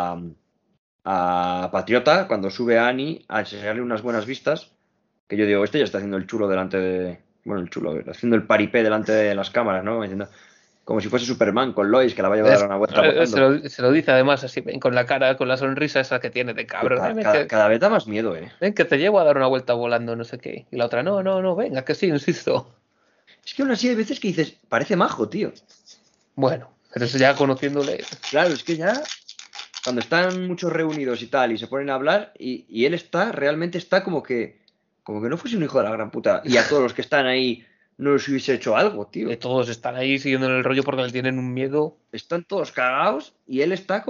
A Patriota, cuando sube a Annie a enseñarle unas buenas vistas, que yo digo, este ya está haciendo el chulo delante de. Bueno, el chulo, haciendo el paripé delante de las cámaras, ¿no? Diciendo, como si fuese Superman con Lois, que la va a llevar a dar una vuelta volando. Se lo dice además así, ven, con la cara, con la sonrisa esa que tiene de Tío, cabrón. cada vez da más miedo, ¿eh? Ven que te llevo a dar una vuelta volando, no sé qué. Y la otra, no, venga, que sí, insisto. Es que aún así hay veces que dices, parece majo, tío. Bueno, pero eso ya conociéndole. Claro, es que ya cuando están muchos reunidos y tal y se ponen a hablar y él realmente está como que no fuese un hijo de la gran puta y a todos los que están ahí no les hubiese hecho algo, tío. Todos están ahí siguiendo el rollo porque le tienen un miedo. Están todos cagados y él está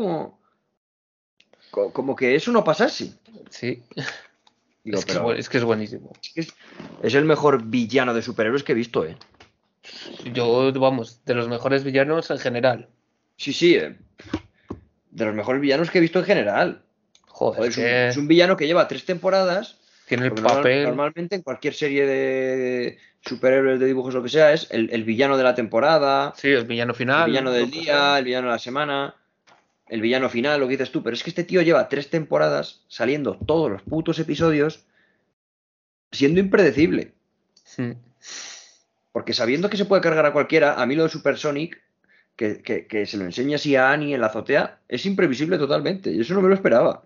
como que eso no pasase. Sí, Digo, es pero que es buenísimo. es el mejor villano de superhéroes que he visto, ¿eh? Yo, vamos, de los mejores villanos en general. Sí, sí, de los mejores villanos que he visto en general. Joder, Joder, es es que un villano que lleva 3 temporadas, tiene el porque papel. normalmente en cualquier serie de superhéroes de dibujos o lo que sea es el villano de la temporada, Sí, el villano el final, villano del lo que sea. día, el villano de la semana, el villano final, lo que dices tú. Pero es que este tío lleva 3 temporadas saliendo todos los putos episodios siendo impredecible. Mm. Porque sabiendo que se puede cargar a cualquiera, a mí lo de Super Sonic, que se lo enseña así a Annie en la azotea, es imprevisible totalmente. Y eso no me lo esperaba.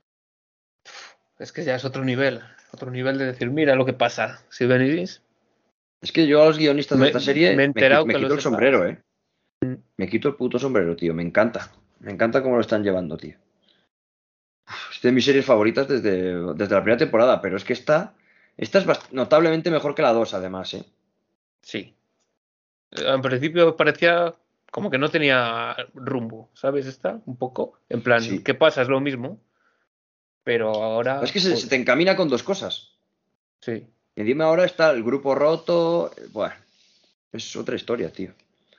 Es que ya es otro nivel de decir, mira lo que pasa. Si venís, Es que yo a los guionistas de esta me he serie enterado me que lo quito el sepas. sombrero, ¿eh? Me quito el puto sombrero, tío. Me encanta. Me encanta cómo lo están llevando, tío. Es de mis series favoritas desde la primera temporada, pero es que esta es notablemente mejor que la 2 además, ¿eh? Sí. Al principio parecía como que no tenía rumbo, ¿sabes? Está un poco. En plan, Sí. ¿qué pasa? Es lo mismo. Pero ahora, Es que se joder, te encamina con dos cosas. sí. Y encima ahora está el grupo roto. Bueno, es otra historia, tío.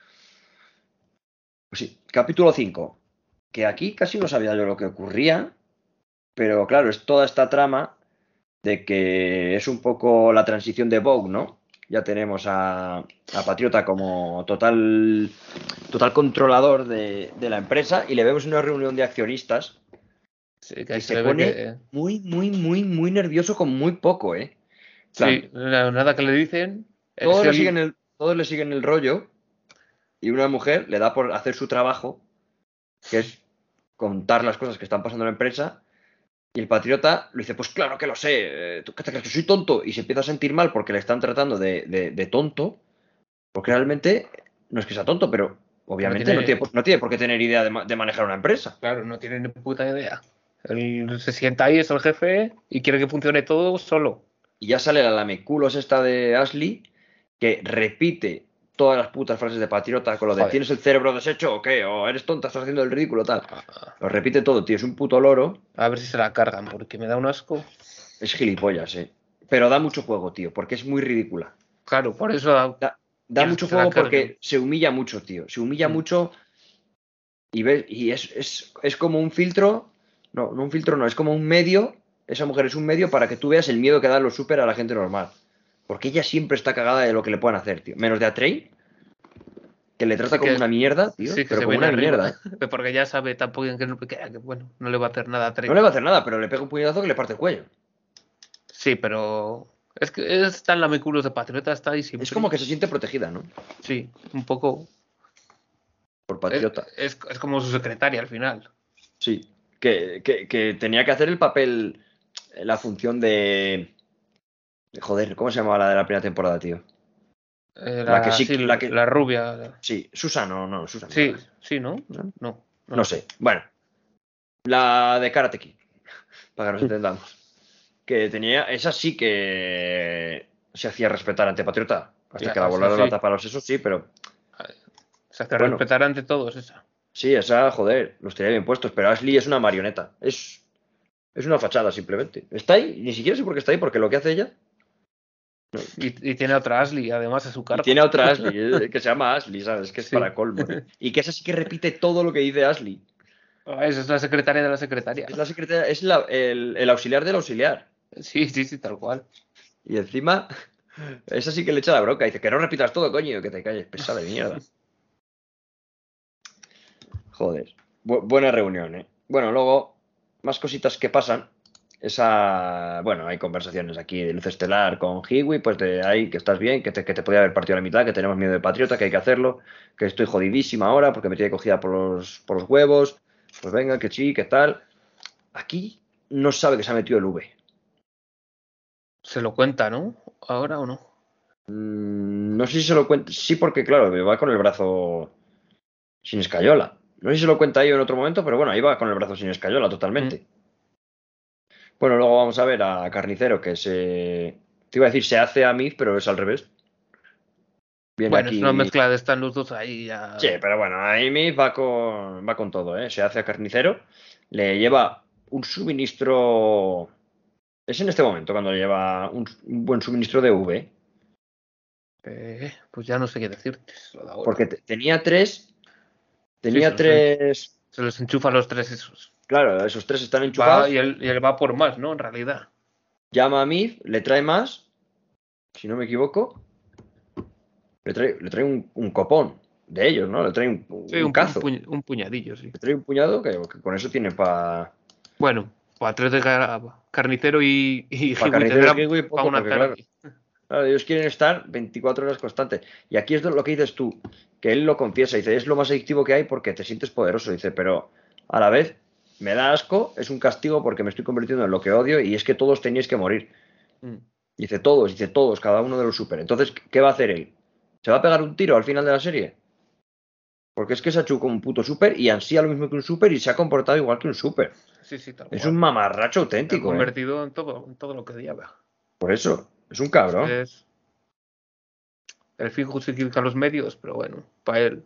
Pues sí, capítulo 5. Que aquí casi no sabía yo lo que ocurría, pero claro, es toda esta trama de que es un poco la transición de Vogue, ¿no? Ya tenemos a Patriota como total controlador de la empresa y le vemos en una reunión de accionistas Sí, que ahí que se se le ve pone que. muy, muy, muy, muy nervioso con muy poco, ¿eh? En plan, Sí, nada que le dicen. Es el. todos le siguen el rollo y una mujer le da por hacer su trabajo, que es contar las cosas que están pasando en la empresa. Y el patriota lo dice, pues claro que lo sé, ¿tú qué te crees que soy tonto? Y se empieza a sentir mal porque le están tratando de tonto, porque realmente no es que sea tonto, pero Que no obviamente tiene. no tiene por qué tener idea de manejar una empresa. Claro, no tiene ni puta idea. Él se sienta ahí, es el jefe y quiere que funcione todo solo. Y ya sale la lameculos esta de Ashley, que repite todas las putas frases de patriota con lo de Joder. ¿tienes el cerebro deshecho o qué? ¿O eres tonta, estás haciendo el ridículo, tal? A Lo repite todo, tío, es un puto loro. a ver si se la cargan, porque me da un asco. Es gilipollas, eh. Pero da mucho juego, tío, porque es muy ridícula. Claro, por eso Da quieres mucho que se la juego carguen. porque se humilla mucho, tío. Se humilla Mm. mucho y es como un filtro. No, no un filtro, no, es como un medio. Esa mujer es un medio para que tú veas el miedo que dan los super a la gente normal. Porque ella siempre está cagada de lo que le puedan hacer, tío. Menos de Atreyu, que le trata Sí como una mierda, tío. sí que Pero se como viene una arriba. mierda, ¿eh? Porque ya sabe tampoco que, bueno, no le va a hacer nada a No Trey. le va a hacer nada, pero le pega un puñetazo que le parte el cuello. Sí, pero es que es tan lameculos de Patriota, está ahí Es como siempre. que se siente protegida, ¿no? Sí, un poco. Por Es, patriota. es como su secretaria al final. Sí. Que tenía que hacer el papel, la función de. Joder, ¿cómo se llamaba la de la primera temporada, tío? La que sí, Sí, la que. la rubia. Sí, Susan, no, Susan, no Sí, era. sí, ¿no? ¿Susan? No, no No lo sé. sé. Bueno, la de Karate Kid, para que nos entendamos. Que tenía. Esa sí que se hacía respetar ante Patriota. Hasta que la O sea, volaron la sí. tapa a los sesos, sí, pero. Se hace Bueno, respetar ante todos esa. sí, esa, joder, los tenía bien puestos, pero Ashley es una marioneta. Es una fachada, simplemente. Está ahí, ni siquiera sé por qué está ahí, porque lo que hace ella. Y tiene otra Ashley, además, a su Y tiene cargo. a otra Ashley, que se llama Ashley, ¿sabes? Que es Sí. para colmo, tío. Y que esa sí que repite todo lo que dice Ashley. Esa es la secretaria de la secretaria. Es la secretaria, es el auxiliar del auxiliar. Sí, sí, sí, tal cual. Y encima, esa sí que le echa la bronca. Dice que no repitas todo, coño, que te calles, pesada de mierda. Joder. Buena reunión, ¿eh? Bueno, luego, más cositas que pasan. Bueno, hay conversaciones aquí de Luz Estelar con Hiwi, pues de ahí que estás bien, que te podía haber partido a la mitad, que tenemos miedo de Patriota, que hay que hacerlo, que estoy jodidísima ahora porque me tiene cogida por los huevos. Pues venga, que sí, que tal. Aquí no sabe que se ha metido el V. Se lo cuenta, ¿no? ¿Ahora o no? No sé si se lo cuenta. Sí, porque claro, me va con el brazo sin escayola. No sé si se lo cuenta ahí en otro momento, pero bueno, ahí va con el brazo sin escayola Mm. totalmente. Bueno, luego vamos a ver a Carnicero que se. Te iba a decir se hace a Miz, pero es al revés. Viene Bueno, es una aquí. mezcla de están los dos ahí Sí, ya. pero bueno, ahí Miz va con todo, ¿eh? Se hace a Carnicero. Le lleva un suministro. Es en este momento cuando le lleva un buen suministro de V. Pues ya no sé qué decirte. Lo de ahora. Porque tenía tres. Sí, Tenía tres. se les enchufa a los tres esos. Claro, esos tres están Va, enchufados. y él va por más, ¿no? En realidad. Llama a Mif, le trae más. Si no me equivoco. Le trae un copón de ellos, ¿no? Le trae Sí, un cazo. un puñadillo, sí. Le trae un puñado que con eso tiene para Bueno, para tres de carnicero y Hiwi carnicero tendrán y para poco, una porque claro, tarde. claro, ellos quieren estar 24 horas constantes. Y aquí es lo que dices tú, que él lo confiesa, dice, es lo más adictivo que hay porque te sientes poderoso, dice, pero a la vez me da asco, es un castigo porque me estoy convirtiendo en lo que odio y es que todos teníais que morir. Mm. Dice todos, cada uno de los super. Entonces, ¿qué va a hacer él? ¿Se va a pegar un tiro al final de la serie? Porque es que se ha hecho como un puto super y ansía lo mismo que un super y se ha comportado igual que un super. Sí, sí, tal Es un cual. mamarracho Se ha auténtico, ¿eh? convertido en todo lo que odiaba. Por eso, es un Es cabrón. que es el fin justifica los medios, pero bueno, para él.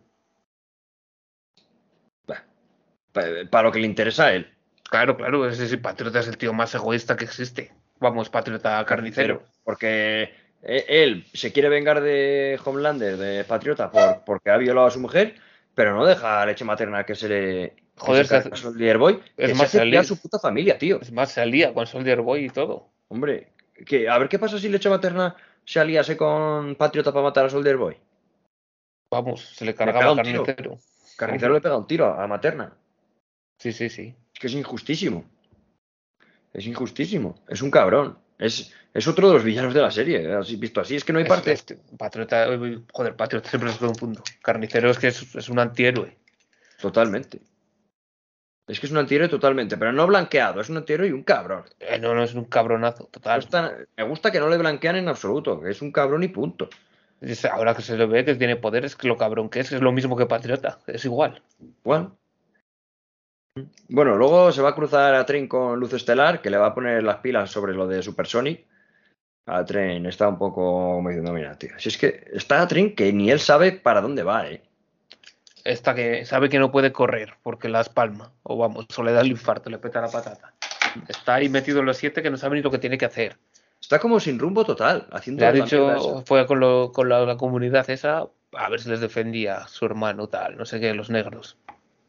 Para lo que le interesa a él. Claro, claro, ese Patriota es el tío más egoísta que existe. Vamos, Patriota carnicero. Porque él se quiere vengar de Homelander, de Patriota, porque ha violado a su mujer, pero no deja leche materna que se Joder, cargue a Soldier Boy, es que se más, hace pillar su puta familia, tío. se alía con Soldier Boy y todo. Hombre, a ver qué pasa si leche materna se aliase con Patriota para matar a Soldier Boy. Vamos, se le Le cargaba pega a un tiro. carnicero. Carnicero le Hombre, pega un tiro a Materna. sí, sí, sí. Es que es injustísimo. Es injustísimo. Es un cabrón. Es otro de los villanos de la serie. Visto así, es que no hay parte. Patriota, joder, Patriota siempre es todo un punto. Carnicero es que es un antihéroe. Totalmente. Es que es un antihéroe totalmente, pero no blanqueado. Es un antihéroe y un cabrón. No, no, es un cabronazo, No total. me gusta que no le blanquean en absoluto. Que es un cabrón y punto. Ahora que se le ve que tiene poderes, que lo cabrón que es lo mismo que Patriota, es igual. Bueno. Bueno, luego se va a cruzar a Tren con Luz Estelar, que le va a poner las pilas sobre lo de Supersonic. A Tren está un poco como diciendo, mira, tío. Si es que está a Tren que ni él sabe para dónde va, eh. Esta que sabe que no puede correr porque la espalma, o vamos, o le da el infarto, le peta la patata. Está ahí metido en los 7 que no sabe ni lo que tiene que hacer. Está como sin rumbo total, Le ha haciendo la mierda esa. dicho, fue con la comunidad esa, a ver si les defendía su hermano, tal, no sé qué, los negros.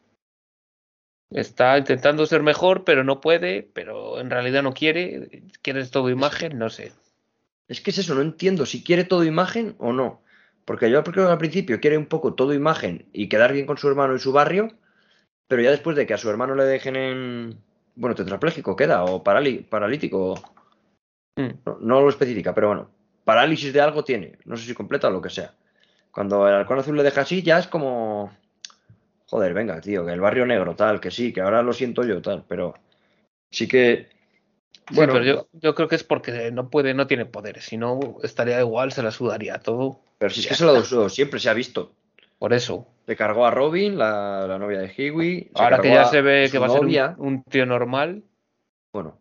Está intentando ser mejor, pero no puede, pero en realidad no quiere. Quiere todo Es, imagen, no sé. es que es eso, no entiendo si quiere todo imagen o no. Porque yo creo que al principio quiere un poco todo imagen y quedar bien con su hermano y su barrio, pero ya después de que a su hermano le dejen bueno, tetrapléjico queda, o paralítico, Mm. no lo especifica, pero bueno, parálisis de algo tiene, no sé si completa o lo que sea. Cuando el halcón azul le deja así, ya es como, joder, venga, tío, que el barrio negro, tal, que sí, que ahora lo siento yo, tal, pero sí que, Sí, pero bueno, yo creo que es porque no puede, no tiene poderes. Si no, estaría igual, se la sudaría todo. pero si es Ya que se lo está. usó, siempre se ha visto. Por eso. Se cargó a Robin, la novia de Hiwi, se Ahora que cargó ya a se ve que su va a ser novia, un tío normal, bueno,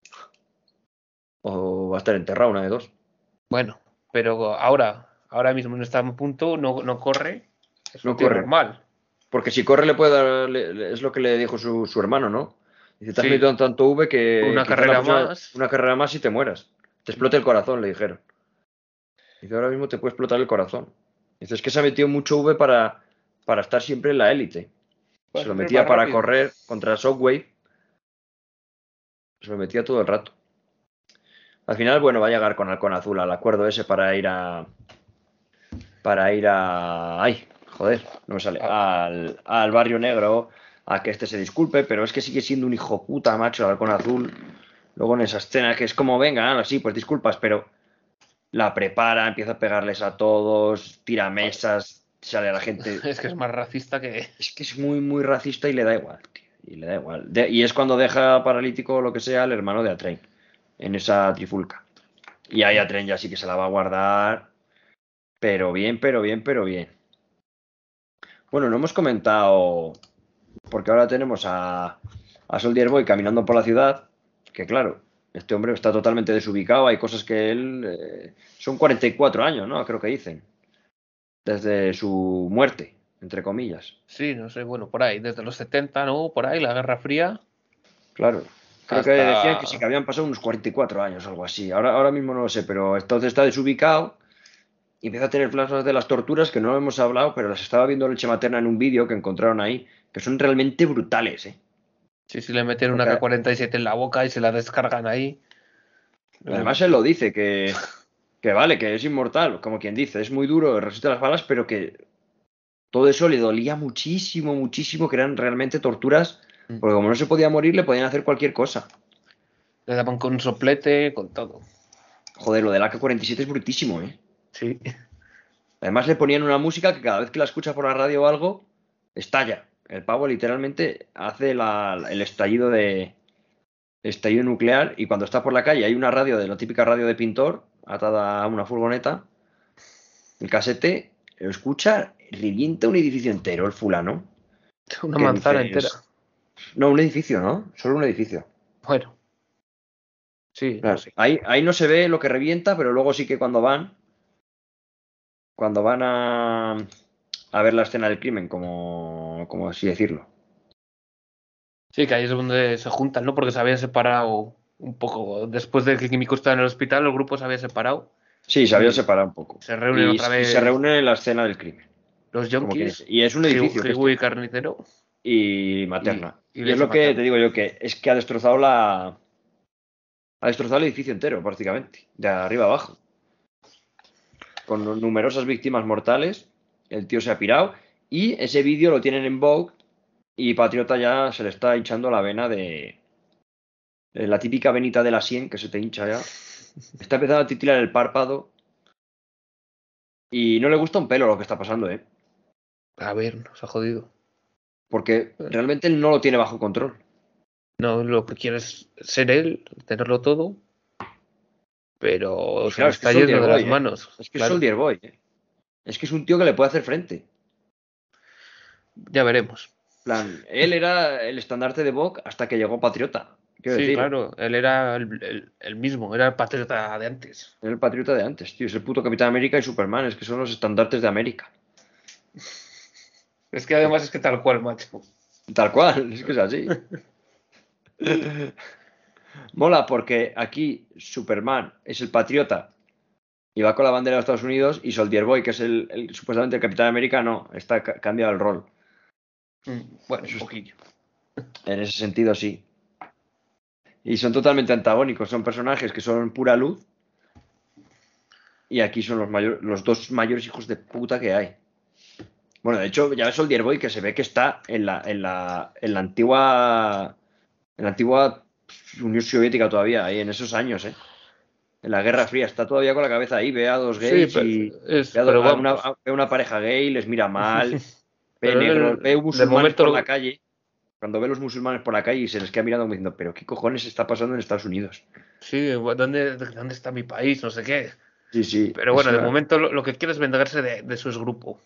o va a estar enterrado una de dos. bueno, pero ahora mismo no está en punto, no corre, es un No tío corre. normal. Porque si corre le puede dar, es lo que le dijo su hermano, ¿no? Dice, te has metido Sí, en tanto V que una quizás la carrera próxima, más. una carrera más y te mueras. Te explote el corazón, le dijeron. Dice, ahora mismo te puede explotar el corazón. Dice, es que se ha metido mucho V para estar siempre en la élite. Se Vas lo a ser metía más para rápido. correr contra Shockwave. Se lo metía todo el rato. Al final, bueno, va a llegar con Halcón Azul al acuerdo ese ay, joder, no me sale, Ah, al barrio negro, a que este se disculpe, pero es que sigue siendo un hijo puta, macho, el halcón azul. Luego en esa escena que es como, venga, sí, pues disculpas, pero la prepara, empieza a pegarles a todos, tira joder. mesas, sale a la gente. Es que es más racista que. Es que es muy, muy racista y le da igual, tío. Y le da igual. Y es cuando deja paralítico o lo que sea al hermano de Atrein, en esa trifulca. Y ahí Atrein ya sí que se la va a guardar, pero bien, pero bien, pero bien. Bueno, no hemos comentado, porque ahora tenemos a Soldier Boy caminando por la ciudad, que claro, este hombre está totalmente desubicado, hay cosas que él... son 44 años, ¿no? Creo que dicen, desde su muerte, entre comillas. Sí, no sé, bueno, por ahí, desde los 70, ¿no? Por ahí, la Guerra Fría, Claro, creo que decían que sí, que hasta. habían pasado unos 44 años, algo así. Ahora mismo no lo sé, pero entonces está desubicado y empieza a tener flashbacks de las torturas que no hemos hablado, pero las estaba viendo leche materna en un vídeo que encontraron ahí, que son realmente brutales, ¿eh? Sí, sí, le meten una Porque K-47 en la boca y se la descargan ahí. además él lo dice, que vale, que es inmortal, como quien dice, es muy duro, resiste las balas, pero que todo eso le dolía muchísimo, muchísimo, que eran realmente torturas, porque como no se podía morir, le podían hacer cualquier cosa. Le daban con un soplete, con todo. Joder, lo del AK-47 es brutísimo, ¿eh? Sí. Además le ponían una música que cada vez que la escuchas por la radio o algo, estalla. El pavo literalmente hace el estallido nuclear y cuando está por la calle hay una radio de la típica radio de pintor atada a una furgoneta, el casete lo escucha, revienta un edificio entero el fulano, Una que manzana entera. dices, no, un edificio, ¿no? Solo un edificio. Bueno, sí, no Claro, sé. ahí no se ve lo que revienta, pero luego sí que cuando van a ver la escena del crimen, como así decirlo. Sí, que ahí es donde se juntan, ¿no? Porque se habían separado un poco. Después de que Kimiko estaba en el hospital, los grupos se habían separado Sí, se había y separado un poco. se reúnen Y otra se vez reúnen en la escena del crimen, los como quien dice. yonkis, Y es un edificio que Hiwi y Carnicero y materna. y Y es leche lo que te materna. digo yo, que es que ha destrozado el edificio entero, prácticamente, de arriba abajo. Con numerosas víctimas mortales. El tío se ha pirado. Y ese vídeo lo tienen en Vogue. Y Patriota ya se le está hinchando la vena de la típica venita de la sien que se te hincha ya. Está empezando a titilar el párpado. Y no le gusta un pelo lo que está pasando, ¿eh? A ver, nos ha jodido. Porque realmente él no lo tiene bajo control. No, lo que quiere es ser él, tenerlo todo, pero Y se le claro, es que está es yendo Soldier de las Boy, ¿eh? manos. Es que es Claro, Soldier Boy, ¿eh? Es que es un tío que le puede hacer frente. ya veremos. Plan, él era el estandarte de Vogue hasta que llegó Patriota. Quiero Sí, decir, claro, él era el mismo, era el patriota de antes. era el patriota de antes, tío. Es el puto Capitán América y Superman. Es que son los estandartes de América. Es que además es que tal cual, macho. Tal cual, es que es así. Mola porque aquí Superman es el patriota y va con la bandera de Estados Unidos y Soldier Boy, que es supuestamente el Capitán América, no, está cambiado el rol. Bueno, un Eso poquillo. en ese sentido sí. Y son totalmente antagónicos, son personajes que son pura luz y aquí son los dos mayores hijos de puta que hay. Bueno, de hecho, ya ves Soldier Boy que se ve que está en la antigua Unión Soviética todavía, ahí en esos años, ¿eh? En la Guerra Fría, está todavía con la cabeza ahí, ve a dos Sí, gays y ve pero a una, vamos. ve a una pareja gay, les mira mal, ve Pero negros, ve de musulmanes momento, por la calle, cuando ve a los musulmanes por la calle y se les queda mirando como diciendo, pero ¿qué cojones está pasando en Estados Unidos? sí, ¿dónde está mi país? No sé qué. Sí, sí, Pero bueno, de momento lo que quiere es vengarse de su grupo,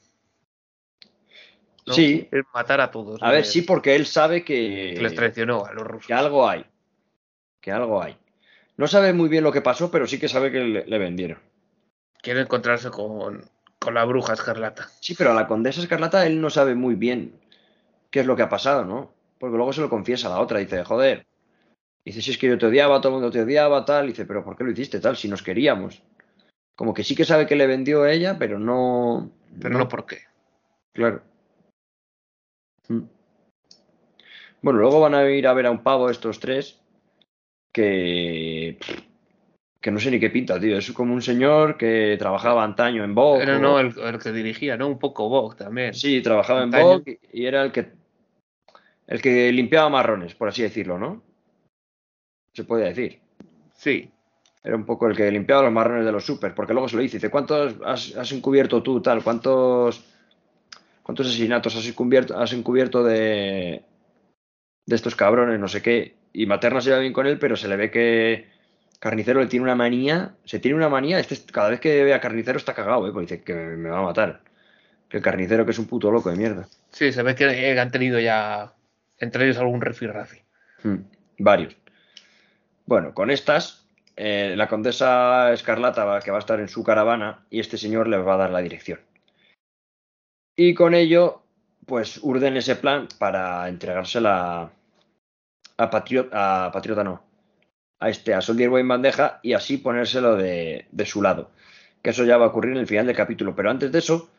¿no? sí, Es matar a todos a ver, sí, porque él sabe que les traicionó a los que rusos. algo hay, que algo hay. No sabe muy bien lo que pasó, pero sí que sabe que le vendieron. Quiere encontrarse con la bruja escarlata. Sí, pero a la Condesa Escarlata él no sabe muy bien qué es lo que ha pasado, ¿no? Porque luego se lo confiesa a la otra, dice, joder, dice, si es que yo te odiaba, todo el mundo te odiaba, tal, dice, pero ¿por qué lo hiciste tal? Si nos queríamos. Como que sí que sabe que le vendió a ella, pero no, Pero no no, por qué. claro. Mm. Bueno, luego van a ir a ver a un pavo estos tres que no sé ni qué pinta, tío. Es como un señor que trabajaba antaño en Vogue Era no o... el que dirigía, ¿no? Un poco Vogue también. Sí, trabajaba en Antaño. Vogue y era el que limpiaba marrones, por así decirlo, ¿no? Se puede decir. Sí. Era un poco el que limpiaba los marrones de los supers, porque luego se lo dice, ¿cuántos has encubierto tú, tal? ¿Cuántos asesinatos has encubierto de estos cabrones, no sé qué? Y Materna se lleva bien con él, pero se le ve que Carnicero le tiene una manía, cada vez que ve a Carnicero está cagado, porque dice que me va a matar. Que el Carnicero que es un puto loco de mierda. Sí, se ve que han tenido ya entre ellos algún rifirrafe. Varios. Bueno, con estas, la Condesa Escarlata que va a estar en su caravana y este señor le va a dar la dirección. Y con ello, pues urden ese plan para entregársela a Patriota no, a Soldier Boy en bandeja y así ponérselo de su lado. que eso ya va a ocurrir en el final del capítulo. Pero antes de eso,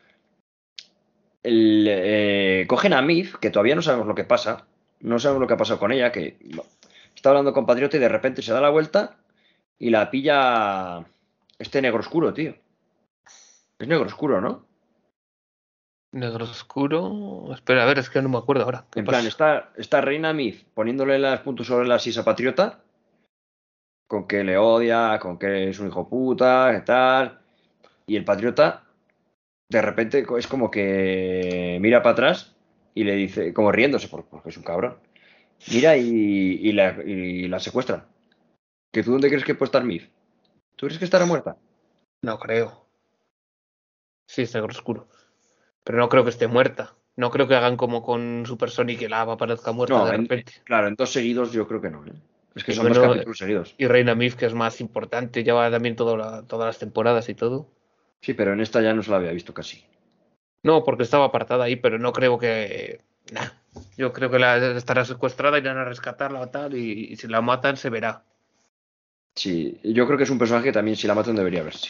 cogen a Mif, que todavía no sabemos lo que pasa, no sabemos lo que ha pasado con ella, que está hablando con Patriota y de repente se da la vuelta y la pilla este negro oscuro, tío. Es negro oscuro, ¿no? Negro oscuro. Espera, a ver, es que no me acuerdo ahora. ¿Qué En plan, pasa? está Reina Mif poniéndole los puntos sobre las is a Patriota, con que le odia, con que es un hijo puta, y tal. Y el Patriota, de repente, es como que mira para atrás y le dice, como riéndose, porque es un cabrón. Mira y la secuestran. ¿Que tú dónde crees que puede estar Mif? ¿Tú crees que estará muerta? No creo. Sí, es negro oscuro. Pero no creo que esté muerta. No creo que hagan como con Super Sonic que la aparezca muerta No, de repente. claro, en 2 seguidos yo creo que no, ¿eh? Es que Y son 2 capítulos seguidos. y Reina Mif, que es más importante, lleva también todas las temporadas y todo. Sí, pero en esta ya no se la había visto casi. No, porque estaba apartada ahí, pero no creo que. Nah. Yo creo que estará secuestrada, irán a rescatarla o tal, y si la matan se verá. Sí, yo creo que es un personaje que también si la matan debería verse.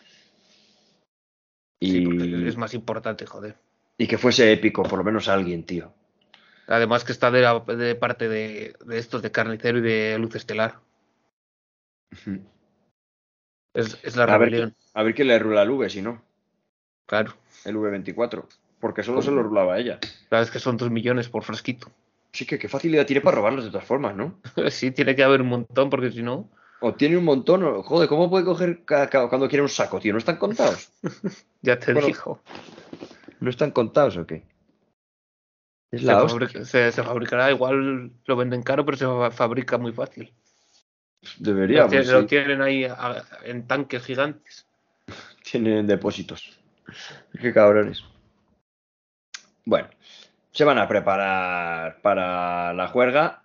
Sí, porque es Y, más importante, joder. y que fuese épico, por lo menos a alguien, tío. Además que está de parte de estos de Carnicero y de Luz Estelar. Ujú. Es la A ver, rebelión, a ver quién le rula el V, si no. claro. El V24. Porque solo se lo Como, rulaba ella. sabes que son 2 millones por frasquito. Sí que qué facilidad tiene para robarlos de todas formas, ¿no? Sí, tiene que haber un montón, porque si no, O tiene un montón, o, joder, ¿cómo puede coger cuando quiere un saco, tío? ¿No están contados? ya te Bueno, digo. ¿no están contados o qué? Es Se, la hostia. se fabricará, igual lo venden caro, pero se fabrica muy fácil. Debería, pues Lo sí. tienen ahí en tanques gigantes. Tienen depósitos. Qué cabrones. Bueno, se van a preparar para la juerga.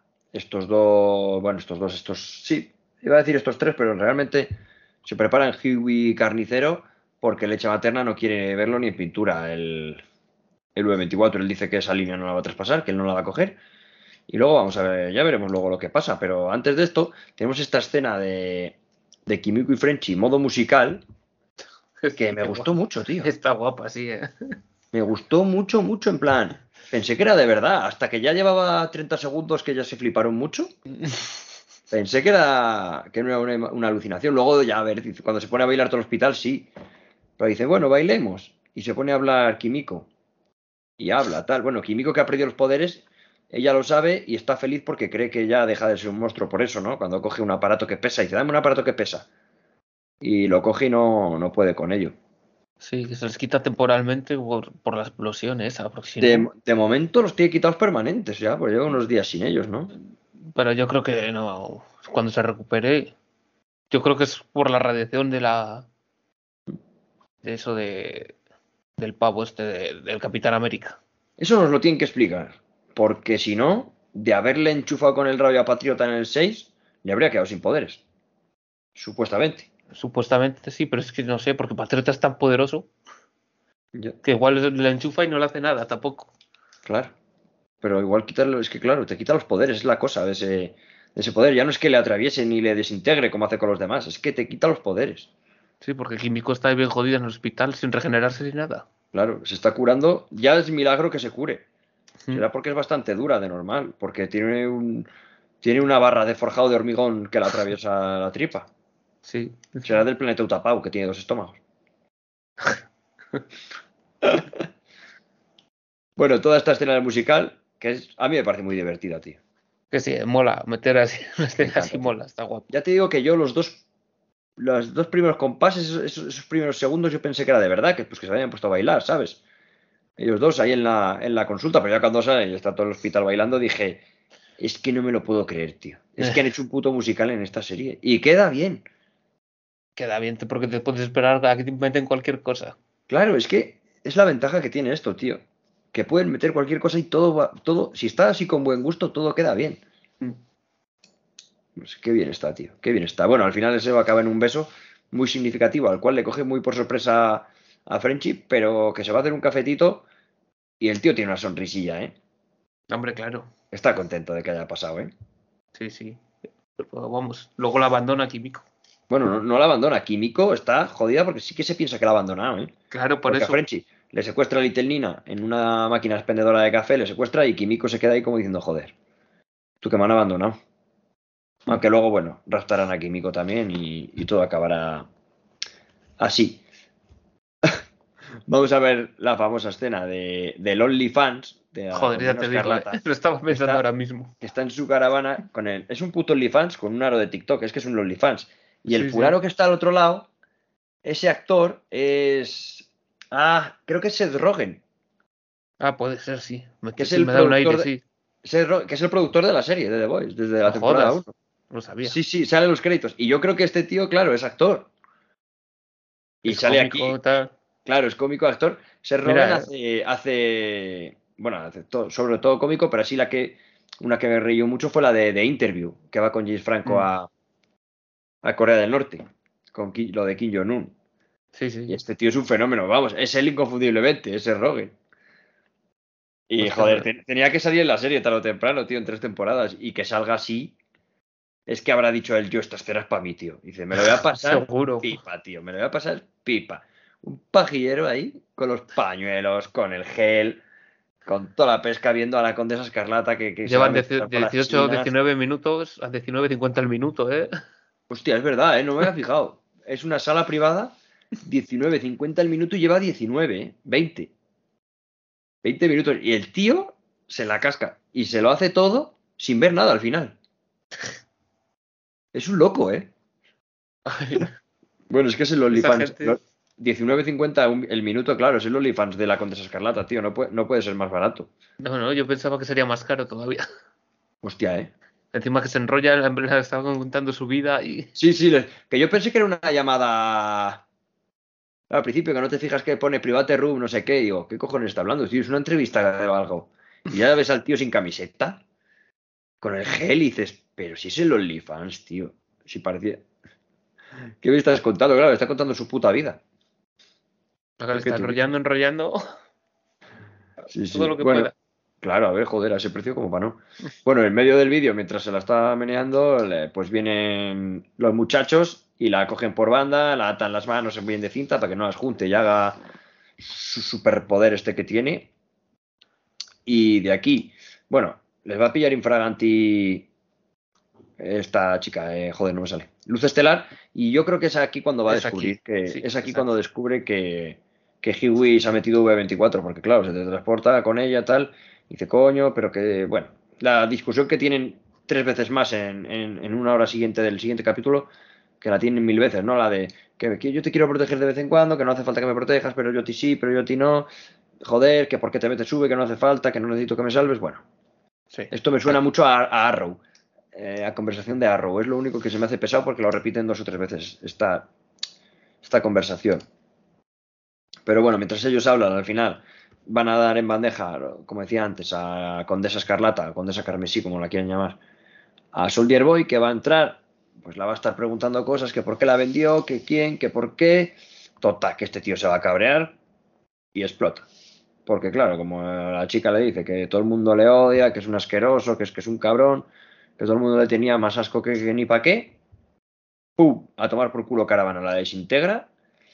Sí, iba a decir estos tres, pero realmente se preparan Huey Carnicero porque Leche Materna no quiere verlo ni en pintura. El V24, él dice que esa línea no la va a traspasar, que él no la va a coger. Y luego vamos a ver, ya veremos luego lo que pasa. Pero antes de esto, tenemos esta escena de Kimiko y Frenchy modo musical que me gustó mucho, tío. Está guapa, sí, ¿eh? Me gustó mucho, mucho, en plan. Pensé que era de verdad, hasta que ya llevaba 30 segundos que ya se fliparon mucho. Pensé que no era una alucinación. Luego ya, a ver, cuando se pone a bailar todo el hospital, sí. Pero dice, bueno, bailemos. Y se pone a hablar Kimiko. Y habla, tal. Bueno, Kimiko que ha perdido los poderes, ella lo sabe y está feliz porque cree que ya deja de ser un monstruo por eso, ¿no? Cuando coge un aparato que pesa y dice, dame un aparato que pesa. Y lo coge y no puede con ello. Sí, que se les quita temporalmente por la explosión esa, porque si no. De momento los tiene quitados permanentes ya, pues lleva unos días sin ellos, ¿no? Pero yo creo que no. Cuando se recupere, yo creo que es por la radiación de eso del pavo este del Capitán América. Eso nos lo tienen que explicar. Porque si no, de haberle enchufado con el radio a Patriota en el 6, le habría quedado sin poderes. Supuestamente. Supuestamente sí, pero es que no sé, porque Patriota es tan poderoso Ya, que igual le enchufa y no le hace nada tampoco. claro. Pero igual quitarlo, es que claro, te quita los poderes, es la cosa de ese poder. Ya no es que le atraviese ni le desintegre como hace con los demás, es que te quita los poderes. Sí, porque Kimiko está bien jodida en el hospital sin regenerarse ni nada. Claro, se está curando. Ya es milagro que se cure. Mm. Será porque es bastante dura de normal, porque tiene una barra de forjado de hormigón que la atraviesa la tripa. Sí. Será del planeta Utapau, que tiene 2 estómagos. Bueno, toda esta escena del musical, a mí me parece muy divertida, tío. Que sí, mola, meter así, una Me escena así encanta, tío. mola, está guapo. Ya te digo que yo los dos primeros compases, esos primeros segundos, yo pensé que era de verdad, que se habían puesto a bailar, ¿sabes? Ellos dos ahí en la consulta, pero ya cuando salen y está todo el hospital bailando, dije, es que no me lo puedo creer, tío. Es que han hecho un puto musical en esta serie. Y queda bien. Queda bien, porque te puedes esperar a que te inventen cualquier cosa. Claro, es que es la ventaja que tiene esto, tío. Que pueden meter cualquier cosa y todo, si está así con buen gusto, todo queda bien. Mm. No sé, qué bien está, tío. Qué bien está. Bueno, al final ese acaba en un beso muy significativo, al cual le coge muy por sorpresa a Frenchy, pero que se va a hacer un cafetito y el tío tiene una sonrisilla, ¿eh? Hombre, claro. Está contento de que haya pasado, ¿eh? Sí, sí. Pero vamos, luego la abandona Kimiko. Bueno, no la abandona. Kimiko está jodida porque sí que se piensa que la ha abandonado, ¿eh? Claro, por Porque a eso. Frenchy le secuestra a Little Nina en una máquina expendedora de café, le secuestra y Kimiko se queda ahí como diciendo, joder, tú que me han abandonado. Aunque luego, bueno, raptarán a Kimiko también y todo acabará así. Vamos a ver la famosa escena del OnlyFans, de la Joder, ya condena te digo, escarlata, lo estaba que pensando está, ahora mismo. que está en su caravana con él. Es un puto OnlyFans con un aro de TikTok, es que es un OnlyFans. Y el Sí, sí. fulano que está al otro lado, ese actor es... Ah, creo que es Seth Rogen, Ah, puede ser, sí. que es Sí, el me da un aire, productor sí. que es el productor de la serie de The Voice, desde la No temporada jodas. 1. No lo sabía. Sí, sí, salen los créditos. Y yo creo que este tío, claro, es actor. Y Es sale cómico, aquí, tal. claro, es cómico actor. Seth Rogen Mira, hace sobre todo cómico, pero así una que me reí mucho fue la de Interview, que va con James Franco mm, a Corea del Norte, con lo de Kim Jong-un. sí, Y sí. este tío es un fenómeno, vamos, es él inconfundiblemente, es Seth Rogen. Y Hostia, joder, pero tenía que salir en la serie tarde o temprano, tío, en 3 temporadas. Y que salga así, es que habrá dicho él, yo, esta escena es para mí, tío. Dice, me lo voy a pasar seguro. pipa, tío, me lo voy a pasar pipa. Un pajillero ahí, con los pañuelos, con el gel, con toda la pesca, viendo a la Condesa Escarlata que se va a Llevan meter por las 18 chinas. 19 minutos a 19:50 el minuto, ¿eh? Hostia, es verdad, ¿eh? No me había fijado. Es una sala privada, 19:50 el minuto y lleva 19, ¿eh? 20 minutos. Y el tío se la casca y se lo hace todo sin ver nada al final. Es un loco, ¿eh? Bueno, es que es el Esa OnlyFans. gente. 19.50 el minuto, claro, es el OnlyFans de la Condesa Escarlata, tío. No puede ser más barato. No, no, yo pensaba que sería más caro todavía. Hostia, ¿eh? Encima que se enrolla, estaba contando su vida y. Sí, sí, que yo pensé que era una llamada. Al principio, que no te fijas que pone private room, no sé qué. Digo, ¿qué cojones está hablando, tío? Es una entrevista de algo. Y ya ves al tío sin camiseta, con el gel, y dices, pero si es el OnlyFans, tío. Si parecía. ¿Qué me estás contando? Claro, está contando su puta vida. Acá le Es que está tú dices. enrollando, enrollando Sí, todo sí. lo que Bueno, pueda. claro, a ver, joder, a ese precio como para no. Bueno, en medio del vídeo, mientras se la está meneando, pues vienen los muchachos y la cogen por banda, la atan las manos en bien de cinta para que no las junte y haga su superpoder este que tiene. Y de aquí, bueno, les va a pillar infraganti esta chica, joder, no me sale. Luz Estelar, y yo creo que es aquí cuando va a Es descubrir aquí. que Sí, es aquí es cuando aquí. descubre que Huey se ha metido V24, porque claro, se transporta con ella tal, y dice, coño, pero que, bueno, la discusión que tienen 3 veces más en una hora siguiente del siguiente capítulo, que la tienen 1000 veces, ¿no? La de que yo te quiero proteger de vez en cuando, que no hace falta que me protejas, pero yo a ti sí, pero yo a ti no, joder, que por qué te metes sube, que no hace falta, que no necesito que me salves, bueno. Sí. Esto me suena mucho a Arrow, a conversación de Arrow. Es lo único que se me hace pesado porque lo repiten 2 o 3 veces esta conversación. Pero bueno, mientras ellos hablan, al final van a dar en bandeja, como decía antes, a Condesa Escarlata, a Condesa Carmesí, como la quieren llamar, a Soldier Boy, que va a entrar, pues la va a estar preguntando cosas, que por qué la vendió, que quién, que por qué. Total, que este tío se va a cabrear y explota. Porque claro, como la chica le dice que todo el mundo le odia, que es un asqueroso, que es un cabrón, que todo el mundo le tenía más asco que ni pa' qué, ¡pum! A tomar por culo Caravana, la desintegra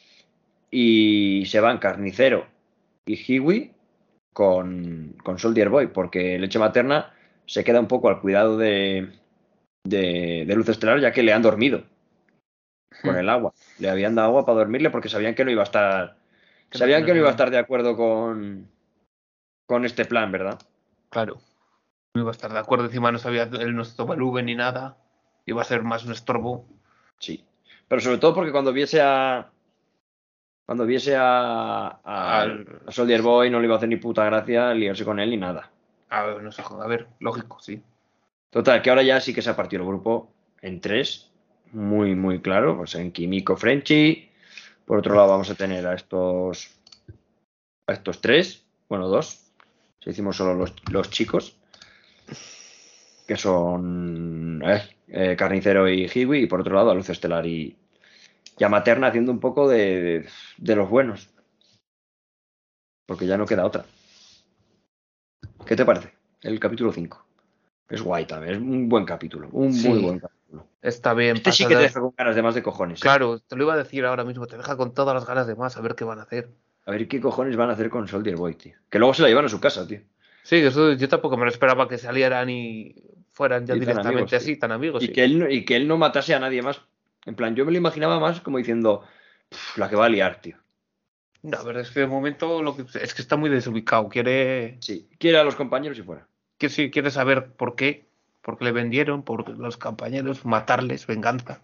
y se van Carnicero y Hiwi con Soldier Boy, porque Leche Materna se queda un poco al cuidado de Luz Estelar, ya que le han dormido con el agua. Le habían dado agua para dormirle porque sabían que no iba a estar. Que no, Sabían no, que no iba a no. estar de acuerdo con este plan, ¿verdad? Claro. No iba a estar de acuerdo. Encima no sabía el nuestro volumen ni nada. Iba a ser más un estorbo. Sí. Pero sobre todo porque Al. a Soldier Boy no le iba a hacer ni puta gracia liarse con él ni nada. A ver, no sé, a ver, lógico, sí. Total, que ahora ya sí que se ha partido el grupo en tres, muy, muy claro, pues en Kimiko Frenchy, por otro lado vamos a tener a estos tres, bueno, dos, si hicimos solo los chicos, que son Carnicero y Hiwi, y por otro lado a Luz Estelar y a Materna haciendo un poco de los buenos, porque ya no queda otra. ¿Qué te parece? El capítulo 5. Es guay también, es un buen capítulo, un muy Sí, buen capítulo. está bien. Este sí que te deja con ganas de más de cojones. Claro, te lo iba a decir ahora mismo, te deja con todas las ganas de más, a ver qué van a hacer. A ver qué cojones van a hacer con Soldier Boy, tío. Que luego se la llevan a su casa, tío. Sí, eso yo tampoco me lo esperaba que salieran y fueran ya Y tan amigos, directamente tío. así, tan amigos, Y sí. que él no matase a nadie más. En plan, yo me lo imaginaba más como diciendo, la que va a liar, tío. No, pero es que de momento es que está muy desubicado. Sí, quiere a los compañeros y fuera. Sí, quiere saber por qué le vendieron, por los compañeros, matarles, venganza.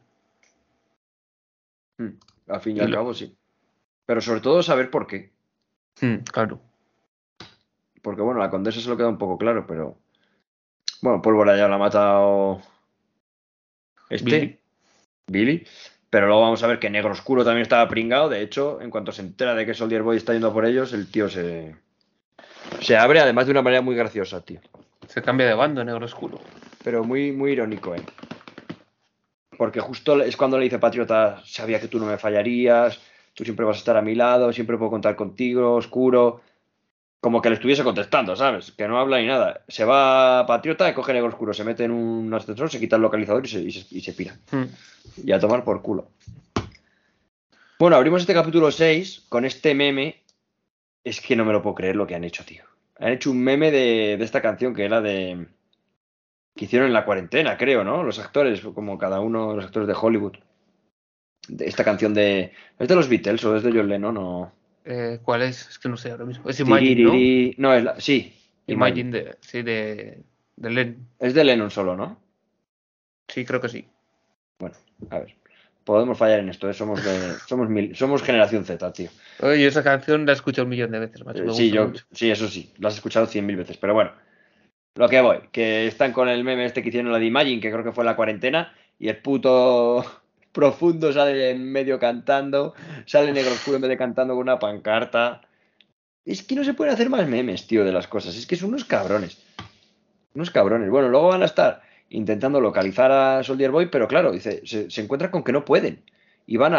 Al fin y Y al lo- cabo, sí. Pero sobre todo saber por qué. claro. Porque bueno, la condesa se lo queda un poco claro, pero. Bueno, Pólvora ya la ha matado Billy. Billy. Pero luego vamos a ver que Negro Oscuro también estaba pringado. De hecho, en cuanto se entera de que Soldier Boy está yendo a por ellos, el tío se abre, además de una manera muy graciosa, tío. Se cambia de bando, negro oscuro. Pero muy, muy irónico, ¿eh? Porque justo es cuando le dice Patriota, sabía que tú no me fallarías, tú siempre vas a estar a mi lado, siempre puedo contar contigo, Oscuro. Como que le estuviese contestando, ¿sabes? Que no habla ni nada. Se va Patriota, coge Negro Oscuro, se mete en un ascensor, se quita el localizador y se pira. Y a tomar por culo. Bueno, abrimos este capítulo 6 con este meme. Es que no me lo puedo creer lo que han hecho, tío. Han hecho un meme de esta canción que era de. Que hicieron en la cuarentena, creo, ¿no? Los actores, como cada uno de los actores de Hollywood. De esta canción de. ¿Es de los Beatles o es de John Lennon o.? ¿Cuál es? Es que no sé ahora mismo. Es Imagine, ¿no? Tiririri. No, es la. Sí, Imagine. Imagine de Len. Es de Lennon solo, ¿no? Sí, creo que sí. Bueno, a ver. Podemos fallar en esto, ¿eh? Somos generación Z, tío. Oye, esa canción la he escuchado 1 millón de veces, macho. Me Sí, gusta mucho. sí, eso sí. Lo has escuchado 100.000 veces. Pero bueno, lo que voy. Que están con el meme este que hicieron la de Imagine, que creo que fue en la cuarentena. Y el puto profundo sale en medio cantando. Sale Negro Oscuro en vez de cantando con una pancarta. Es que no se pueden hacer más memes, tío, de las cosas. Es que son unos cabrones. Unos cabrones. Bueno, luego van a estar intentando localizar a Soldier Boy, pero claro, dice, se encuentran con que no pueden. Y van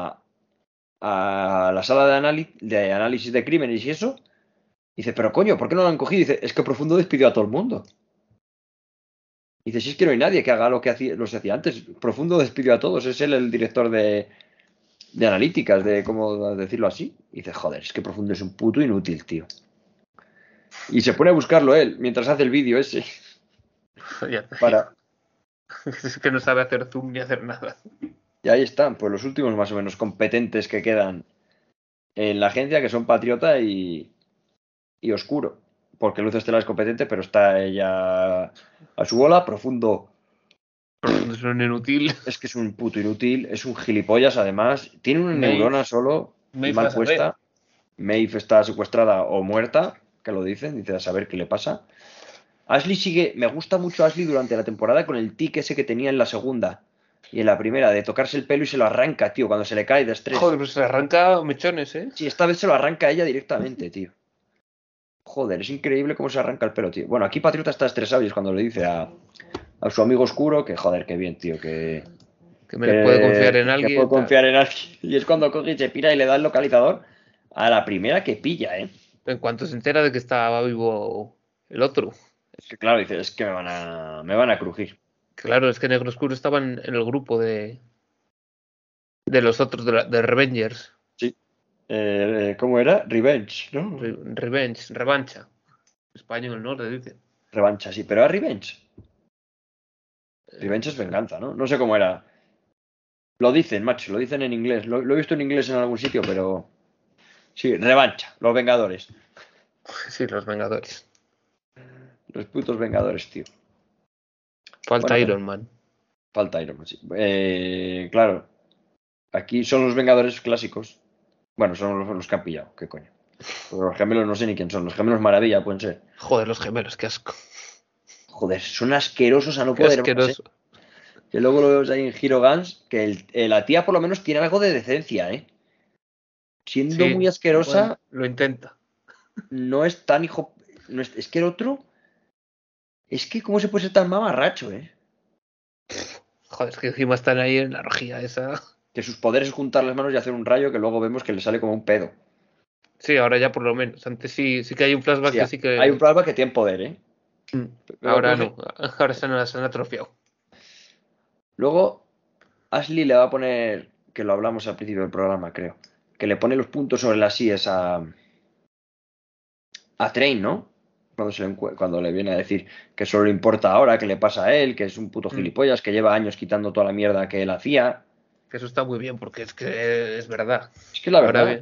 a la sala de análisis de crímenes y eso. Dice, pero coño, ¿por qué no lo han cogido? Dice, es que Profundo despidió a todo el mundo. Dice, si es que no hay nadie que haga lo que hacía antes. Profundo despidió a todos. Es él el director de analíticas, de cómo decirlo así. Dice, joder, es que Profundo es un puto inútil, tío. Y se pone a buscarlo él mientras hace el vídeo ese. Para. Es que no sabe hacer zoom ni hacer nada. Y ahí están, pues los últimos más o menos competentes que quedan en la agencia, que son Patriota y Oscuro. Porque Luz Estelar es competente, pero está ella a su bola. Profundo Profundo es un inútil. es que es un puto inútil, es un gilipollas además. Tiene una Maeve, neurona solo y Maeve mal a saber. puesta. Maeve está secuestrada o muerta, que lo dicen, dice a saber qué le pasa. Ashley sigue, me gusta mucho Ashley durante la temporada con el tic ese que tenía en la segunda y en la primera, de tocarse el pelo y se lo arranca, tío, cuando se le cae de estrés. Joder, pues se arranca mechones, ¿eh? Sí, esta vez se lo arranca ella directamente, tío. Joder, es increíble cómo se arranca el pelo, tío. Bueno, aquí Patriota está estresado y es cuando le dice a su amigo Oscuro que, joder, qué bien, tío, Que me puede confiar en que alguien. puedo confiar en alguien. Y es cuando coge y se pira y le da el localizador a la primera que pilla, ¿eh? En cuanto se entera de que estaba vivo el otro. Es que claro, dice, es que me van a crujir. Claro, es que Negro Oscuro estaba en el grupo de los otros, de Revengers. Sí. ¿Cómo era? Revenge, ¿no? Revenge, revancha. Español, ¿no? Le dicen. Revancha, sí, pero era Revenge. Revenge No es sé. venganza, ¿no? No sé cómo era. Lo dicen, macho, lo dicen en inglés. Lo he visto en inglés en algún sitio, pero. Sí, revancha, los Vengadores. Sí, los Vengadores. Los putos Vengadores, tío. Falta Bueno, Iron Man. falta Iron Man, sí. Claro, aquí son los Vengadores clásicos. Bueno, son los que han pillado, qué coño. Pero los gemelos no sé ni quién son. Los gemelos Maravilla pueden ser. Joder, los gemelos, qué asco. Joder, son asquerosos a no Qué poder más, ¿eh? asqueroso. Que luego lo vemos ahí en Hero Guns, que la tía por lo menos tiene algo de decencia, ¿eh? Siendo Sí, muy asquerosa, bueno, lo intenta. no es tan hijo. No es que el otro. Es que, ¿cómo se puede ser tan mamarracho, eh? Joder, es que encima están ahí en la orgía esa. Que sus poderes es juntar las manos y hacer un rayo que luego vemos que le sale como un pedo. Sí, ahora ya por lo menos. Antes sí que hay un flashback Sí, que sí hay un que. plasma que tiene poder, ¿eh? Pero Ahora coge. no. Ahora se han atrofiado. Luego, Ashley le va a poner, que lo hablamos al principio del programa, creo, que le pone los puntos sobre las IES a Train, ¿no? Cuando le viene a decir que solo le importa ahora, que le pasa a él, que es un puto Mm. gilipollas, que lleva años quitando toda la mierda que él hacía. Que eso está muy bien, porque es que es verdad. Es que la Ahora verdad, bien.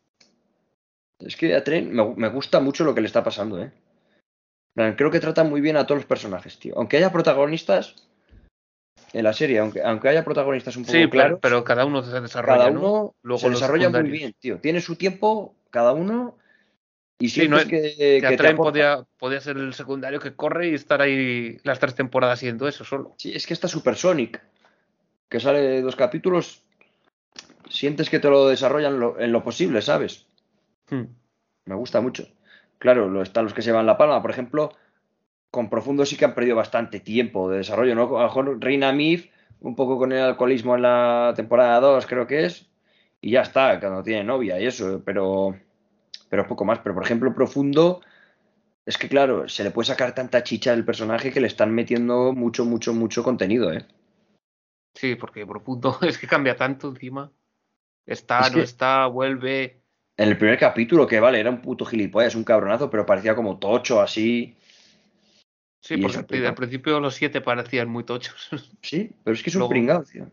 es que a Train me gusta mucho lo que le está pasando, ¿eh? En plan, creo que trata muy bien a todos los personajes, tío. Aunque haya protagonistas en la serie, aunque haya protagonistas un Sí, poco claros, pero cada uno se cada desarrolla, ¿no? uno se Luego los desarrolla muy secundarios. bien, tío. Tiene su tiempo, cada uno, y Sí, no sientes es que que te Atren aporta. podía ser el secundario que corre y estar ahí las 3 temporadas haciendo eso solo. Sí, es que está Super Sonic, que sale de 2 capítulos, sientes que te lo desarrollan en lo posible, ¿sabes? Mm. Me gusta mucho. Claro, están los que se llevan la palma, por ejemplo, con Profundo sí que han perdido bastante tiempo de desarrollo, ¿no? A lo mejor Reina Mif, un poco con el alcoholismo en la temporada 2 creo que es, y ya está, cuando tiene novia y eso, pero poco más. Pero por ejemplo, Profundo, es que claro, se le puede sacar tanta chicha del personaje que le están metiendo mucho, mucho, mucho contenido, ¿eh? Sí, porque por punto es que cambia tanto encima. Está, Es no que está, vuelve. en el primer capítulo, que vale, era un puto gilipollas, un cabronazo, pero parecía como tocho así, Sí, y porque es un al pringao. principio los 7 parecían muy tochos. Sí, pero es que es un Luego, pringao, tío.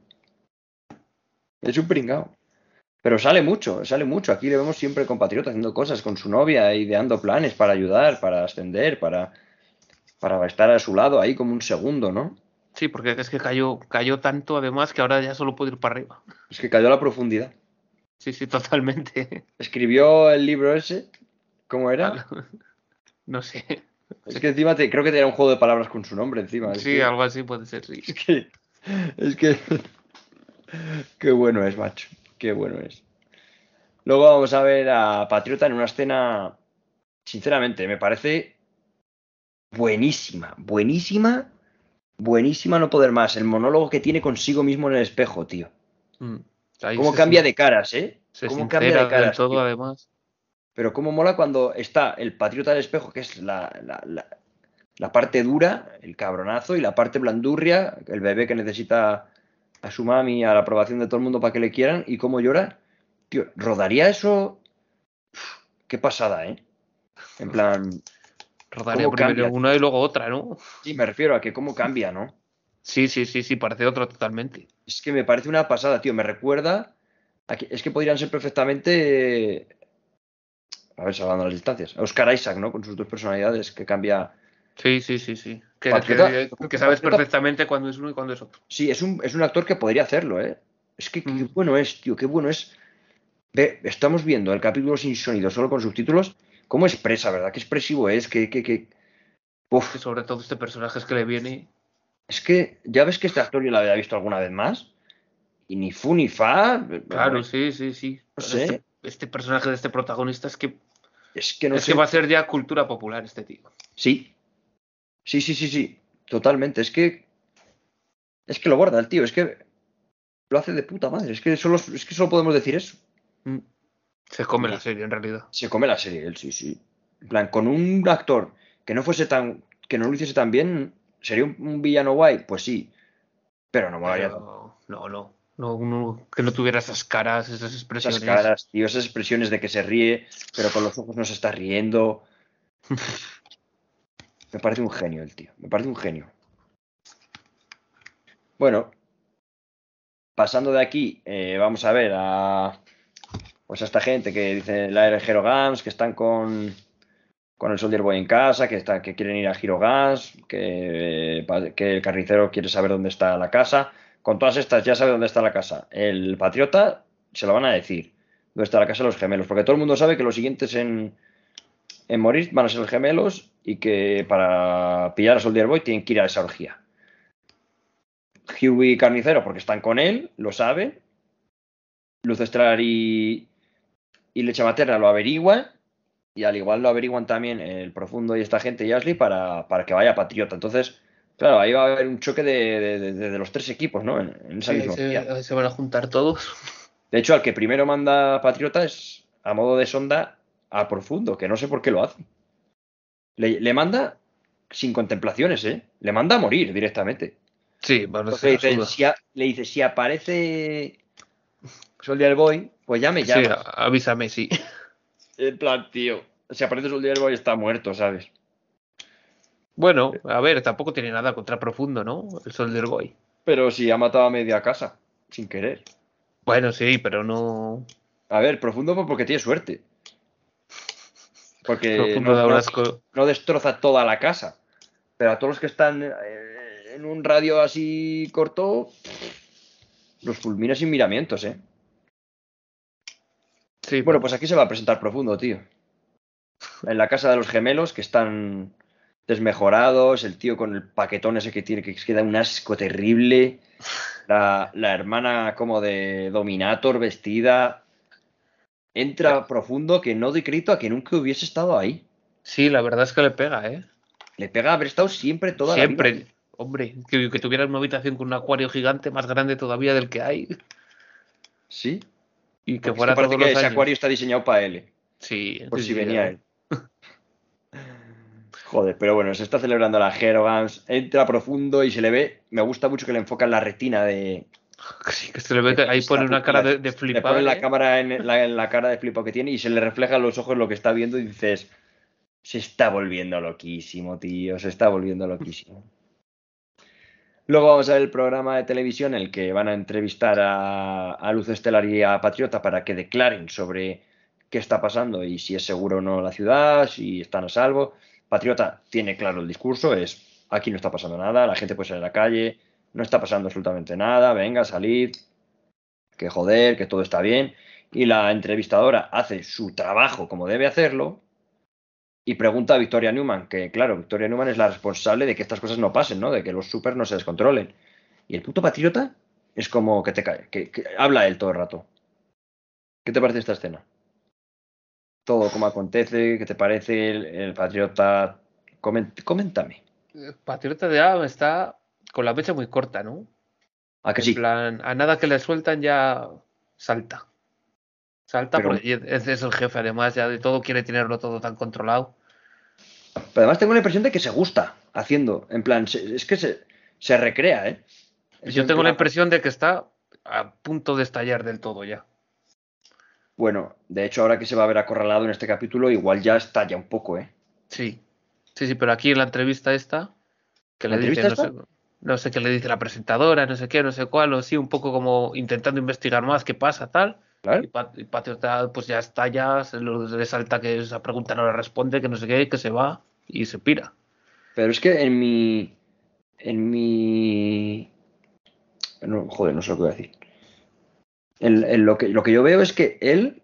Es un pringao. Pero sale mucho, sale mucho. Aquí le vemos siempre compatriota haciendo cosas con su novia, ideando planes para ayudar, para ascender, para estar a su lado ahí como un segundo, ¿no? sí, porque es que cayó tanto además que ahora ya solo puede ir para arriba. Es que cayó a la profundidad. Sí, sí, totalmente. Escribió el libro ese, ¿cómo era? No sé. Es que encima creo que tenía un juego de palabras con su nombre encima. Sí, algo así puede ser, sí. Es que, es que, qué bueno es, macho. Qué bueno es. Luego vamos a ver a Patriota en una escena, sinceramente, me parece buenísima, buenísima, buenísima no poder más. El monólogo que tiene consigo mismo en el espejo, tío. Mm. Ahí Cómo cambia de caras, ¿eh? se Cómo cambia de sincera del caras, todo, tío. además. Pero cómo mola cuando está el patriota del espejo, que es la parte dura, el cabronazo, y la parte blandurria, el bebé que necesita a su mami, a la aprobación de todo el mundo para que le quieran, y cómo llora. Tío, ¿rodaría eso? Qué pasada, ¿eh? En plan, Rodaría cómo primero cambia, tío. una y luego otra, ¿no? Sí, me refiero a que cómo cambia, ¿no? Sí, sí, sí, sí, parece otra totalmente. Es que me parece una pasada, tío. Me recuerda es que podrían ser perfectamente, a ver, salvando las distancias, a Oscar Isaac, ¿no? Con sus dos personalidades que cambia. Sí, sí, sí, sí. Patriota, Que sabes Patriota, perfectamente cuándo es uno y cuándo es otro. sí, es un actor que podría hacerlo, ¿eh? Es que qué Mm. bueno es, tío, qué bueno es. Ve, estamos viendo el capítulo sin sonido, solo con subtítulos. ¿Cómo expresa, verdad? Qué expresivo es, Sí, Uf, sobre todo este personaje es que le viene. es que ya ves que este actor yo lo había visto alguna vez más. Y ni fu ni fa, Claro, bueno, sí, sí, sí. no Pero sé. este personaje de este protagonista Es que no es que sé. va a ser ya cultura popular este tío. Sí, sí, sí, sí, sí. Totalmente. Es que lo guarda el tío, es que lo hace de puta madre. Es que solo podemos decir eso. Mm. Se come la Y serie en realidad. se come la serie él, sí, sí. En plan, con un actor que no lo hiciese tan bien, ¿sería un villano guay? Pues sí, pero no molaría tanto. Pero no, no. No, que no tuviera esas caras, esas Esas expresiones. caras, tío, esas expresiones de que se ríe, pero con los ojos no se está riendo. Me parece un genio el tío, me parece un genio. Bueno, pasando de aquí, vamos a ver pues a esta gente que dice la era Hero Guns, que están con el Soldier Boy en casa, que quieren ir a Hero Guns, que el carnicero quiere saber dónde está la casa. Con todas estas ya sabe dónde está la casa. El patriota se lo van a decir, dónde está la casa de los gemelos, porque todo el mundo sabe que los siguientes en morir van a ser los gemelos y que para pillar a Soldier Boy tienen que ir a esa orgía. Hughie y Carnicero, porque están con él, lo saben. Luz Estelar y Leche Materna lo averiguan. Y al igual lo averiguan también el Profundo y esta gente y Ashley para que vaya Patriota. Entonces, claro, ahí va a haber un choque de los tres equipos, ¿no? En esa Sí, misma orgía. ahí se van a juntar todos. De hecho, al que primero manda Patriota es a modo de sonda a Profundo, que no sé por qué lo hace. Le manda sin contemplaciones, ¿eh? Le manda a morir directamente. Sí, bueno, Entonces se la suda. le dice, si aparece Soldier Boy, pues ya me Sí, llamas. avísame, sí. En plan, tío, si aparece Soldier Boy está muerto, ¿sabes? Bueno, a ver, tampoco tiene nada contra Profundo, ¿no? El Soldier Boy. Pero si ha matado a media casa, sin querer. Bueno, sí, pero no. A ver, profundo porque tiene suerte. Porque Profundo da un asco. no destroza toda la casa. Pero a todos los que están en un radio así corto, los fulmina sin miramientos, ¿eh? Sí, Bueno, bueno. pues aquí se va a presentar profundo, tío. En la casa de los gemelos, que están desmejorados, el tío con el paquetón ese que tiene, que queda un asco terrible. La hermana como de Dominator vestida. Entra profundo que no doy crédito a que nunca hubiese estado ahí. Sí, la verdad es que le pega, ¿eh? Le pega haber estado siempre toda la vida ahí. Siempre. Hombre, que tuviera una habitación con un acuario gigante más grande todavía del que hay Sí, y que porque es que fuera parece todos que los ese acuario años. está diseñado para él, Sí, por sí, si sí. venía él. Joder, pero bueno, se está celebrando la Herogans, entra profundo y se le ve, me gusta mucho que le enfocan la retina Sí, que se le ve que ahí esa pone una cara pupila. de Le ponen flipar, la ¿eh? cámara en la cara de flipo que tiene y se le refleja en los ojos lo que está viendo y dices, se está volviendo loquísimo, tío, se está volviendo loquísimo. Luego vamos a ver el programa de televisión en el que van a entrevistar a Luz Estelar y a Patriota para que declaren sobre qué está pasando y si es seguro o no la ciudad, si están a salvo. Patriota tiene claro el discurso, es aquí no está pasando nada, la gente puede salir a la calle, no está pasando absolutamente nada, venga, salid, que joder, que todo está bien. Y la entrevistadora hace su trabajo como debe hacerlo y pregunta a Victoria Newman, que claro, Victoria Newman es la responsable de que estas cosas no pasen, ¿no? De que los supers no se descontrolen. Y el puto patriota es como que te cae, que habla él todo el rato. ¿Qué te parece esta escena? Todo como acontece, ¿qué te parece el patriota? Coméntame. Patriota de A está con la mecha muy corta, ¿no? ¿A que En sí? plan, a nada que le sueltan ya salta. Salta Pero, porque es el jefe, además, ya de todo quiere tenerlo todo tan controlado. pero además tengo la impresión de que se gusta haciendo. En plan, es que se recrea, ¿eh? Es Yo en tengo la plan, impresión de que está a punto de estallar del todo ya. bueno, de hecho ahora que se va a ver acorralado en este capítulo, igual ya estalla un poco, ¿eh? Sí, sí, sí, pero aquí en la entrevista esta, que ¿La le dice, entrevista esta? no sé qué le dice la presentadora, no sé qué, no sé cuál, o sí, un poco como intentando investigar más qué pasa, tal. Claro. Y Patriota, pues ya está, ya le salta que esa pregunta no le responde, que no sé qué, que se va y se pira. Pero es que en mi, no, joder, no sé lo que voy a decir. Lo que yo veo es que él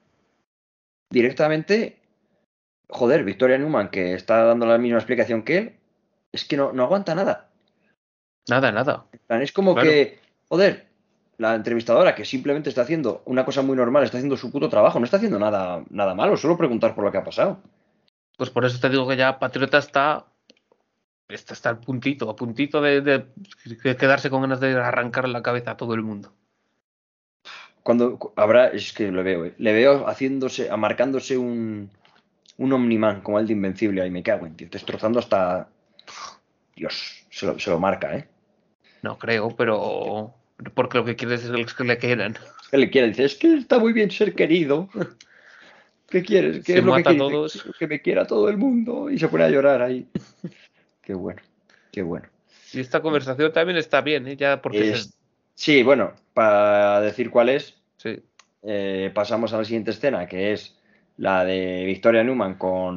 directamente, joder, Victoria Newman, que está dando la misma explicación que él, es que no aguanta nada. Nada, nada. En plan, es como Claro. que, joder, la entrevistadora que simplemente está haciendo una cosa muy normal, está haciendo su puto trabajo, no está haciendo nada malo, solo preguntar por lo que ha pasado. Pues por eso te digo que ya Patriota está a puntito de quedarse con ganas de arrancar la cabeza a todo el mundo. Cuando habrá, es que lo veo, le veo haciéndose, amarcándose un Omniman como el de Invencible ahí, me cago en tío, destrozando hasta, Dios, se lo marca, ¿eh? No creo, pero porque lo que quiere es que le quieran. Él le quiere, dice, es que está muy bien ser querido. ¿Qué quieres? ¿Qué Si es lo que mata a quiere? Dice, todos. quiero que me quiera todo el mundo. Y se pone a llorar ahí. Qué bueno, qué bueno. Y esta conversación también está bien, ¿eh? Ya porque Sí, bueno, para decir cuál es, sí, pasamos a la siguiente escena, que es la de Victoria Newman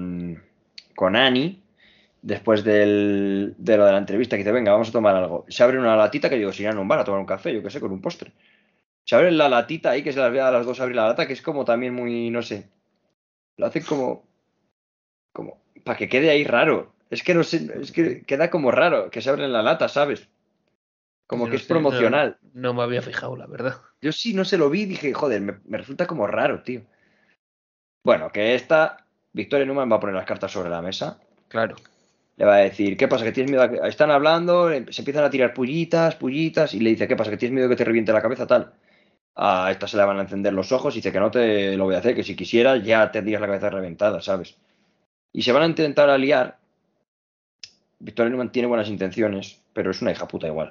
con Annie, después de lo de la entrevista, que dice, venga, vamos a tomar algo. Se abre una latita que digo, si irán a un bar a tomar un café, yo qué sé, con un postre. Se abre la latita ahí, que se las ve a las dos abrir la lata, que es como también muy, no sé, lo hacen como, para que quede ahí raro. Es que no sé, es que queda como raro que se abre la lata, ¿sabes? Como yo que no es sé, no, promocional. no me había fijado, la verdad. Yo sí no se lo vi y dije, joder, me resulta como raro, tío. Bueno, que esta Victoria Newman va a poner las cartas sobre la mesa. Claro. Le va a decir, ¿qué pasa? ¿Que tienes miedo a que... Están hablando, se empiezan a tirar pullitas, y le dice, ¿qué pasa? ¿Que tienes miedo que te reviente la cabeza, tal? A esta se le van a encender los ojos y dice que no te lo voy a hacer, que si quisiera ya tendrías la cabeza reventada, ¿sabes? Y se van a intentar aliar. Victoria Newman tiene buenas intenciones, pero es una hija puta igual.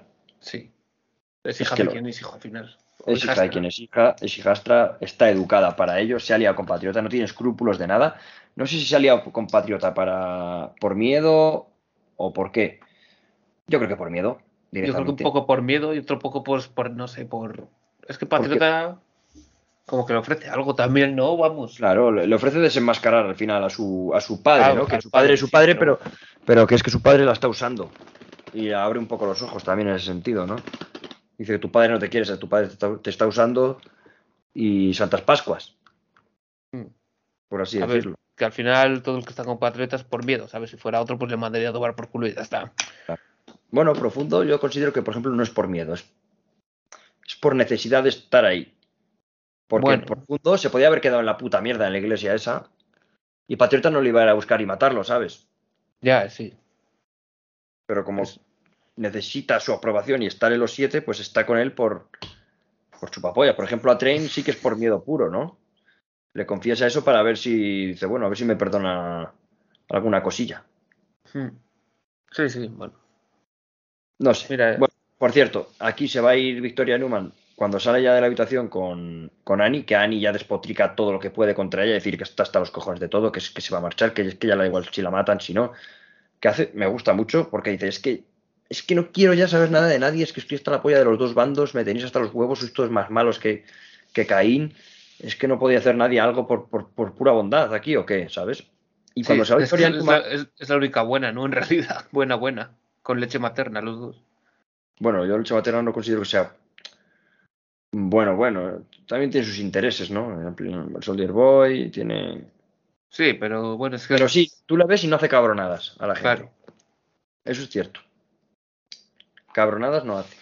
Sí. Es hija que de quien es hijo al final. Es hija de quien es hijastra, está educada para ello, se ha liado con Patriota, no tiene escrúpulos de nada. No sé si se ha liado con Patriota por miedo o por qué. Yo creo que por miedo, Yo creo que un directamente. poco por miedo y otro poco por no sé, por... Es que Porque, Patriota como que le ofrece algo también, ¿no? Vamos. claro, le ofrece desenmascarar al final a su padre, ¿no? Que Al su padre es padre, su sí, padre, pero bueno. pero que es que su padre la está usando. Y abre un poco los ojos también en ese sentido, ¿no? Dice que tu padre no te quiere, tu padre te está usando y Santas Pascuas, Mm. por así A ver, decirlo. que al final todo el que está con Patriota es por miedo, ¿sabes? Si fuera otro, pues le mandaría a tomar por culo y ya está. Bueno, profundo, yo considero que, por ejemplo, no es por miedo, es por necesidad de estar ahí. Porque Bueno, profundo se podía haber quedado en la puta mierda en la iglesia esa y Patriota no le iba a ir a buscar y matarlo, ¿sabes? ya, sí. Pero como Es, necesita su aprobación y estar en los 7, pues está con él por chupapolla. Por ejemplo, a Train sí que es por miedo puro, ¿no? Le confiesa eso para ver si dice, bueno, a ver si me perdona alguna cosilla. mm. Sí, sí, bueno. No sé. Mira, Bueno, por cierto, aquí se va a ir Victoria Newman cuando sale ya de la habitación con Annie, que Annie ya despotrica todo lo que puede contra ella, decir que está hasta los cojones de todo, que se va a marchar, que ya le da igual si la matan, si no. Que hace, me gusta mucho, porque dice, es que no quiero ya saber nada de nadie, es que estoy hasta la polla de los dos bandos, me tenéis hasta los huevos, sois todos más malos que Caín, es que no podía hacer nadie algo por pura bondad aquí o qué, ¿sabes? Y sí, cuando se va es que Victoria Newman, es la única buena, ¿no? En realidad, buena, buena. Con leche materna, los dos. bueno, yo el Chavatera no considero que sea bueno, también tiene sus intereses, ¿no? El Soldier Boy tiene... Sí, pero bueno, es que Pero sí, es... tú la ves y no hace cabronadas a la gente. Claro. Eso es cierto. Cabronadas no hace.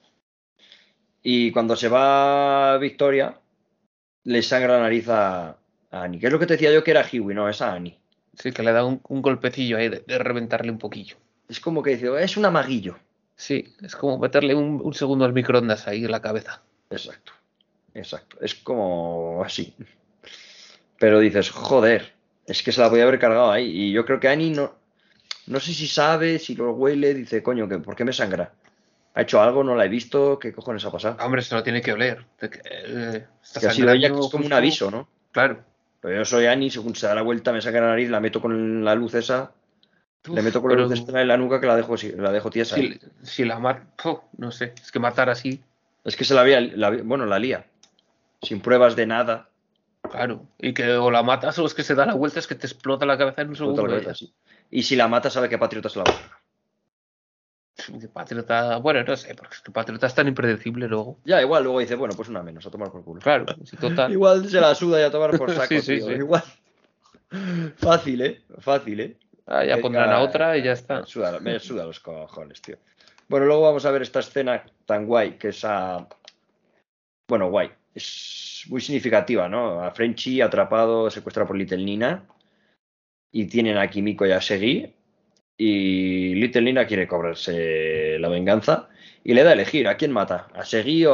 Y cuando se va Victoria, le sangra la nariz a Annie. Que es lo que te decía yo que era Huey, no, es a Annie. Sí, que le da un golpecillo ahí de reventarle un poquillo. Es como que dice, es un amaguillo. Sí, es como meterle un segundo al microondas ahí en la cabeza. Exacto, exacto. Es como así. Pero dices, joder, es que se la podía haber cargado ahí. Y yo creo que Annie no sé si sabe, si lo huele, dice, coño, ¿por qué me sangra? ¿Ha hecho algo? ¿No la he visto? ¿Qué cojones ha pasado? Ah, hombre, se lo tiene que oler. Está Que ha sido ella, que sangrando es como un justo. aviso, ¿no? Claro. Pero yo soy Annie, según se da la vuelta, me saca la nariz, la meto con la luz esa, le Uf, meto con la pero luz esta en la nuca que la dejo tiesa, ¿eh? si la mata, no sé, es que matar así, Es que se bueno, la lía, sin pruebas de nada, claro. Y que o la matas o es que se da la vuelta, es que te explota la cabeza en un explota la segundo cabeza ella. así. Y si la mata, sabe que Patriota se la va a cargar. Que Patriota, bueno, no sé, porque es que Patriota es tan impredecible luego. Ya, igual, luego dice, bueno, pues una menos, a tomar por culo. Claro, sí, total. Igual se la suda y a tomar por Sí, saco, sí, tío. sí. Igual. Fácil, ¿eh? Fácil, ¿eh? Ah, ya Que pondrán a diga, otra y ya está. me suda los cojones, tío. Bueno, luego vamos a ver esta escena tan guay, que es bueno, guay. Es muy significativa, ¿no? A Frenchy atrapado, secuestrado por Little Nina. Y tienen a Kimiko y a Segi. Y Little Nina quiere cobrarse la venganza. Y le da a elegir a quién mata, a Segi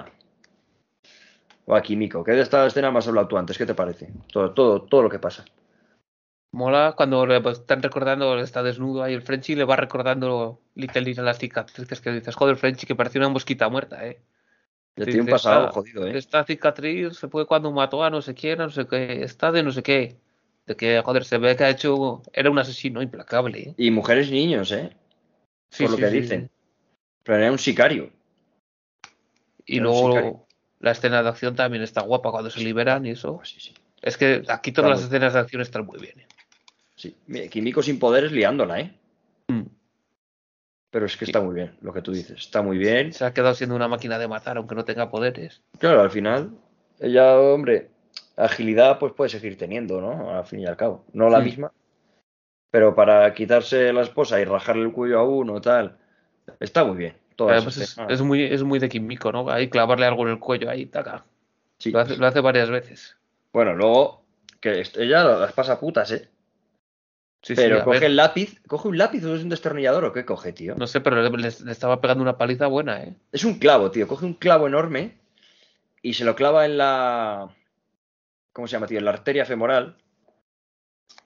o a Kimiko. Que de esta escena me has hablado tú antes, ¿qué te parece? Todo lo que pasa. Mola cuando le están recordando, está desnudo ahí el Frenchy y le va recordando Little Lina las cicatrices que dices, joder, Frenchy, que parece una mosquita muerta, ¿eh? Ya Te tiene un dice, pasado jodido, ¿eh? esta cicatriz se fue cuando mató a no sé quién, a no sé qué, está de no sé qué. De que, joder, se ve que ha hecho, era un asesino implacable, ¿eh? Y mujeres y niños, ¿eh? Sí, Por lo sí, que sí, dicen. sí. Pero era un sicario. Y Era un sicario. luego la escena de acción también está guapa cuando se liberan y eso. Pues sí, sí. Es que aquí Está todas las muy... escenas de acción están muy bien, ¿eh? Sí. Kimiko sin poderes liándola, ¿eh? Mm. Pero es que Y está muy bien, lo que tú dices. Está muy bien. se ha quedado siendo una máquina de matar, aunque no tenga poderes. Claro, al final, ella, hombre, agilidad pues puede seguir teniendo, ¿no? Al fin y al cabo. No la Mm. misma, pero para quitarse la esposa y rajarle el cuello a uno, tal, está muy bien. Toda esa Además escena. es muy de Kimiko, ¿no? Ahí clavarle algo en el cuello, ahí, taca. Sí. Lo hace varias veces. Bueno, luego, que ella las pasa putas, ¿eh? Sí, sí, Pero a ver. coge un lápiz o es un destornillador o qué coge, tío. No sé, pero le estaba pegando una paliza buena, ¿eh? Es un clavo, tío. Coge un clavo enorme y se lo clava en la... ¿Cómo se llama, tío? En la arteria femoral.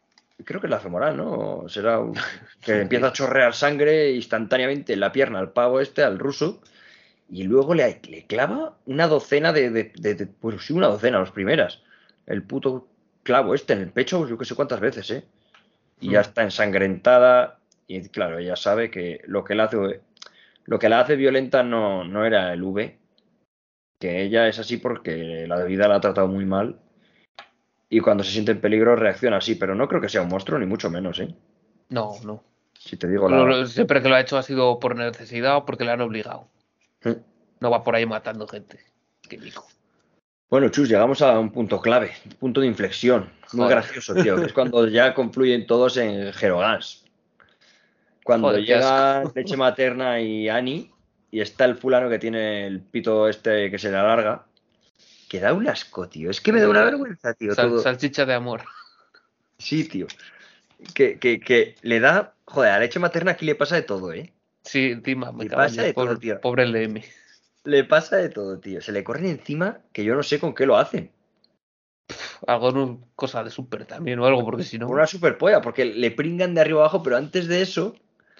Creo que es la femoral, ¿no? Será que empieza a chorrear sangre instantáneamente en la pierna al pavo al ruso, y luego le clava una docena pues sí, una docena, las primeras. El puto clavo en el pecho, yo que sé cuántas veces, ¿eh? Y ya está ensangrentada, y claro, ella sabe que lo que la hace violenta no era el V, que ella es así porque la vida la ha tratado muy mal. Y cuando se siente en peligro reacciona así, pero no creo que sea un monstruo, ni mucho menos, ¿eh? No, no. Si te digo la... Siempre que lo ha hecho ha sido por necesidad o porque le han obligado. No va por ahí matando gente. Químico. Bueno, Chus, llegamos a un punto clave, un punto de inflexión. Muy Joder. gracioso, tío, que es cuando ya confluyen todos en Gerogans. Cuando Joder, qué asco. llega Leche Materna y Annie, y está el fulano que tiene el pito que se le alarga, que da un asco, tío. Es que me da una vergüenza, tío, todo. Salchicha de amor. Sí, tío. Que le da... Joder, a Leche Materna aquí le pasa de todo, ¿eh? Sí, encima me Le cago en pasa 10. de todo, tío. Pobre LM. Le pasa de todo, tío. Se le corren encima que yo no sé con qué lo hacen. Algo cosa de súper también o algo, porque si Con no. una super polla, porque le pringan de arriba abajo, pero antes de eso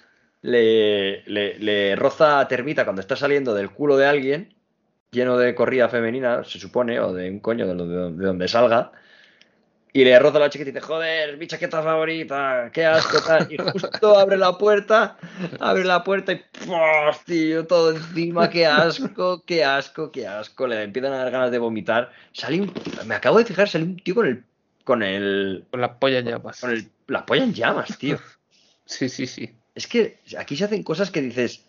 le roza a Termita cuando está saliendo del culo de alguien, lleno de corrida femenina, se supone, o de un coño de donde salga, y le roza a la chiquita y dice, joder, mi chaqueta favorita, qué asco, tal. Y justo abre la puerta y ¡puf! Tío, todo encima, qué asco, qué asco, qué asco. Le empiezan a dar ganas de vomitar. Me acabo de fijar, sale un tío Con la polla en llamas. la polla en llamas, tío. Sí, sí, sí. Es que aquí se hacen cosas que dices,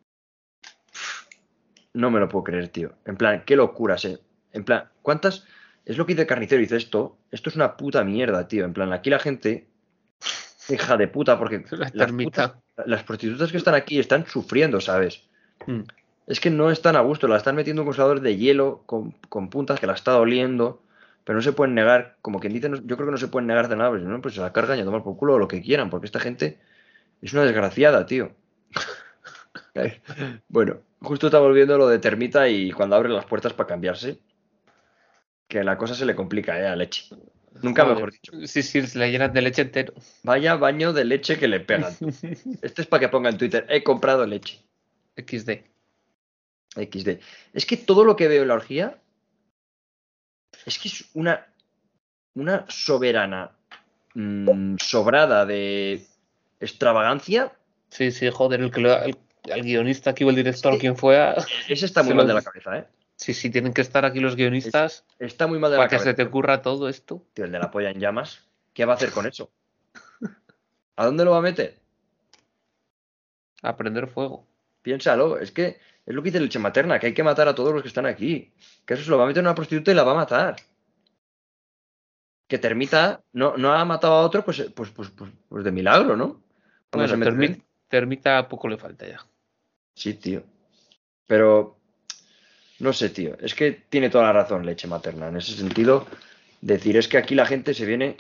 no me lo puedo creer, tío. En plan, qué locuras, eh. En plan, ¿cuántas? Es lo que dice Carnicero, dice esto es una puta mierda, tío. En plan, aquí la gente, hija de puta, porque La termita. las prostitutas que están aquí están sufriendo, ¿sabes? Mm. Es que no están a gusto, la están metiendo en un congelador de hielo con puntas que la está doliendo, pero no se pueden negar, como quien dice, yo creo que no se pueden negar de nada, pues, ¿no? Pues se la cargan y a tomar por culo o lo que quieran, porque esta gente es una desgraciada, tío. Bueno, justo está volviendo lo de Termita y cuando abre las puertas para cambiarse, que la cosa se le complica, a Leche. Nunca Joder. mejor dicho. Sí, sí, se le llenan de leche entero. Vaya baño de leche que le pegan. Este es para que ponga en Twitter, he comprado leche. XD. XD. Es que todo lo que veo en la orgía es que es una soberana sobrada de extravagancia. Sí, sí, joder, el guionista aquí o el Es director, que quien fue, ese está muy mal de la cabeza, ¿eh? Sí, sí, tienen que estar aquí los guionistas Está muy mal de para la que se cabeza. te ocurra todo esto. Tío, el de la polla en llamas, ¿qué va a hacer con eso? ¿A dónde lo va a meter? A prender fuego. Piénsalo, es que es lo que dice leche materna, que hay que matar a todos los que están aquí. Que eso se lo va a meter una prostituta y la va a matar. Que Termita no ha matado a otro, pues de milagro, ¿no? Cuando se Bueno, mete. termita poco le falta ya. Sí, tío. Pero no sé, tío. Es que tiene toda la razón leche materna. En ese sentido, decir es que aquí la gente se viene.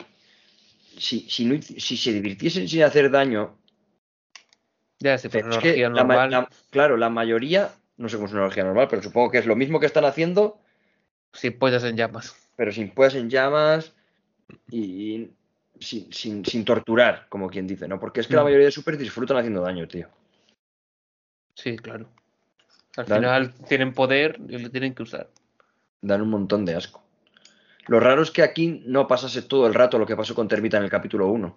Si se divirtiesen sin hacer daño. Ya, si fuera Pero una es que orgía normal, claro, la mayoría, no sé cómo es una orgía normal, pero supongo que es lo mismo que están haciendo, sin pollas en llamas. pero sin pollas en llamas y sin torturar, como quien dice, ¿no? Porque es que la mayoría de supers disfrutan haciendo daño, tío. Sí, claro. Al Dan, final tienen poder y lo tienen que usar. dan un montón de asco. Lo raro es que aquí no pasase todo el rato lo que pasó con Termita en el capítulo 1.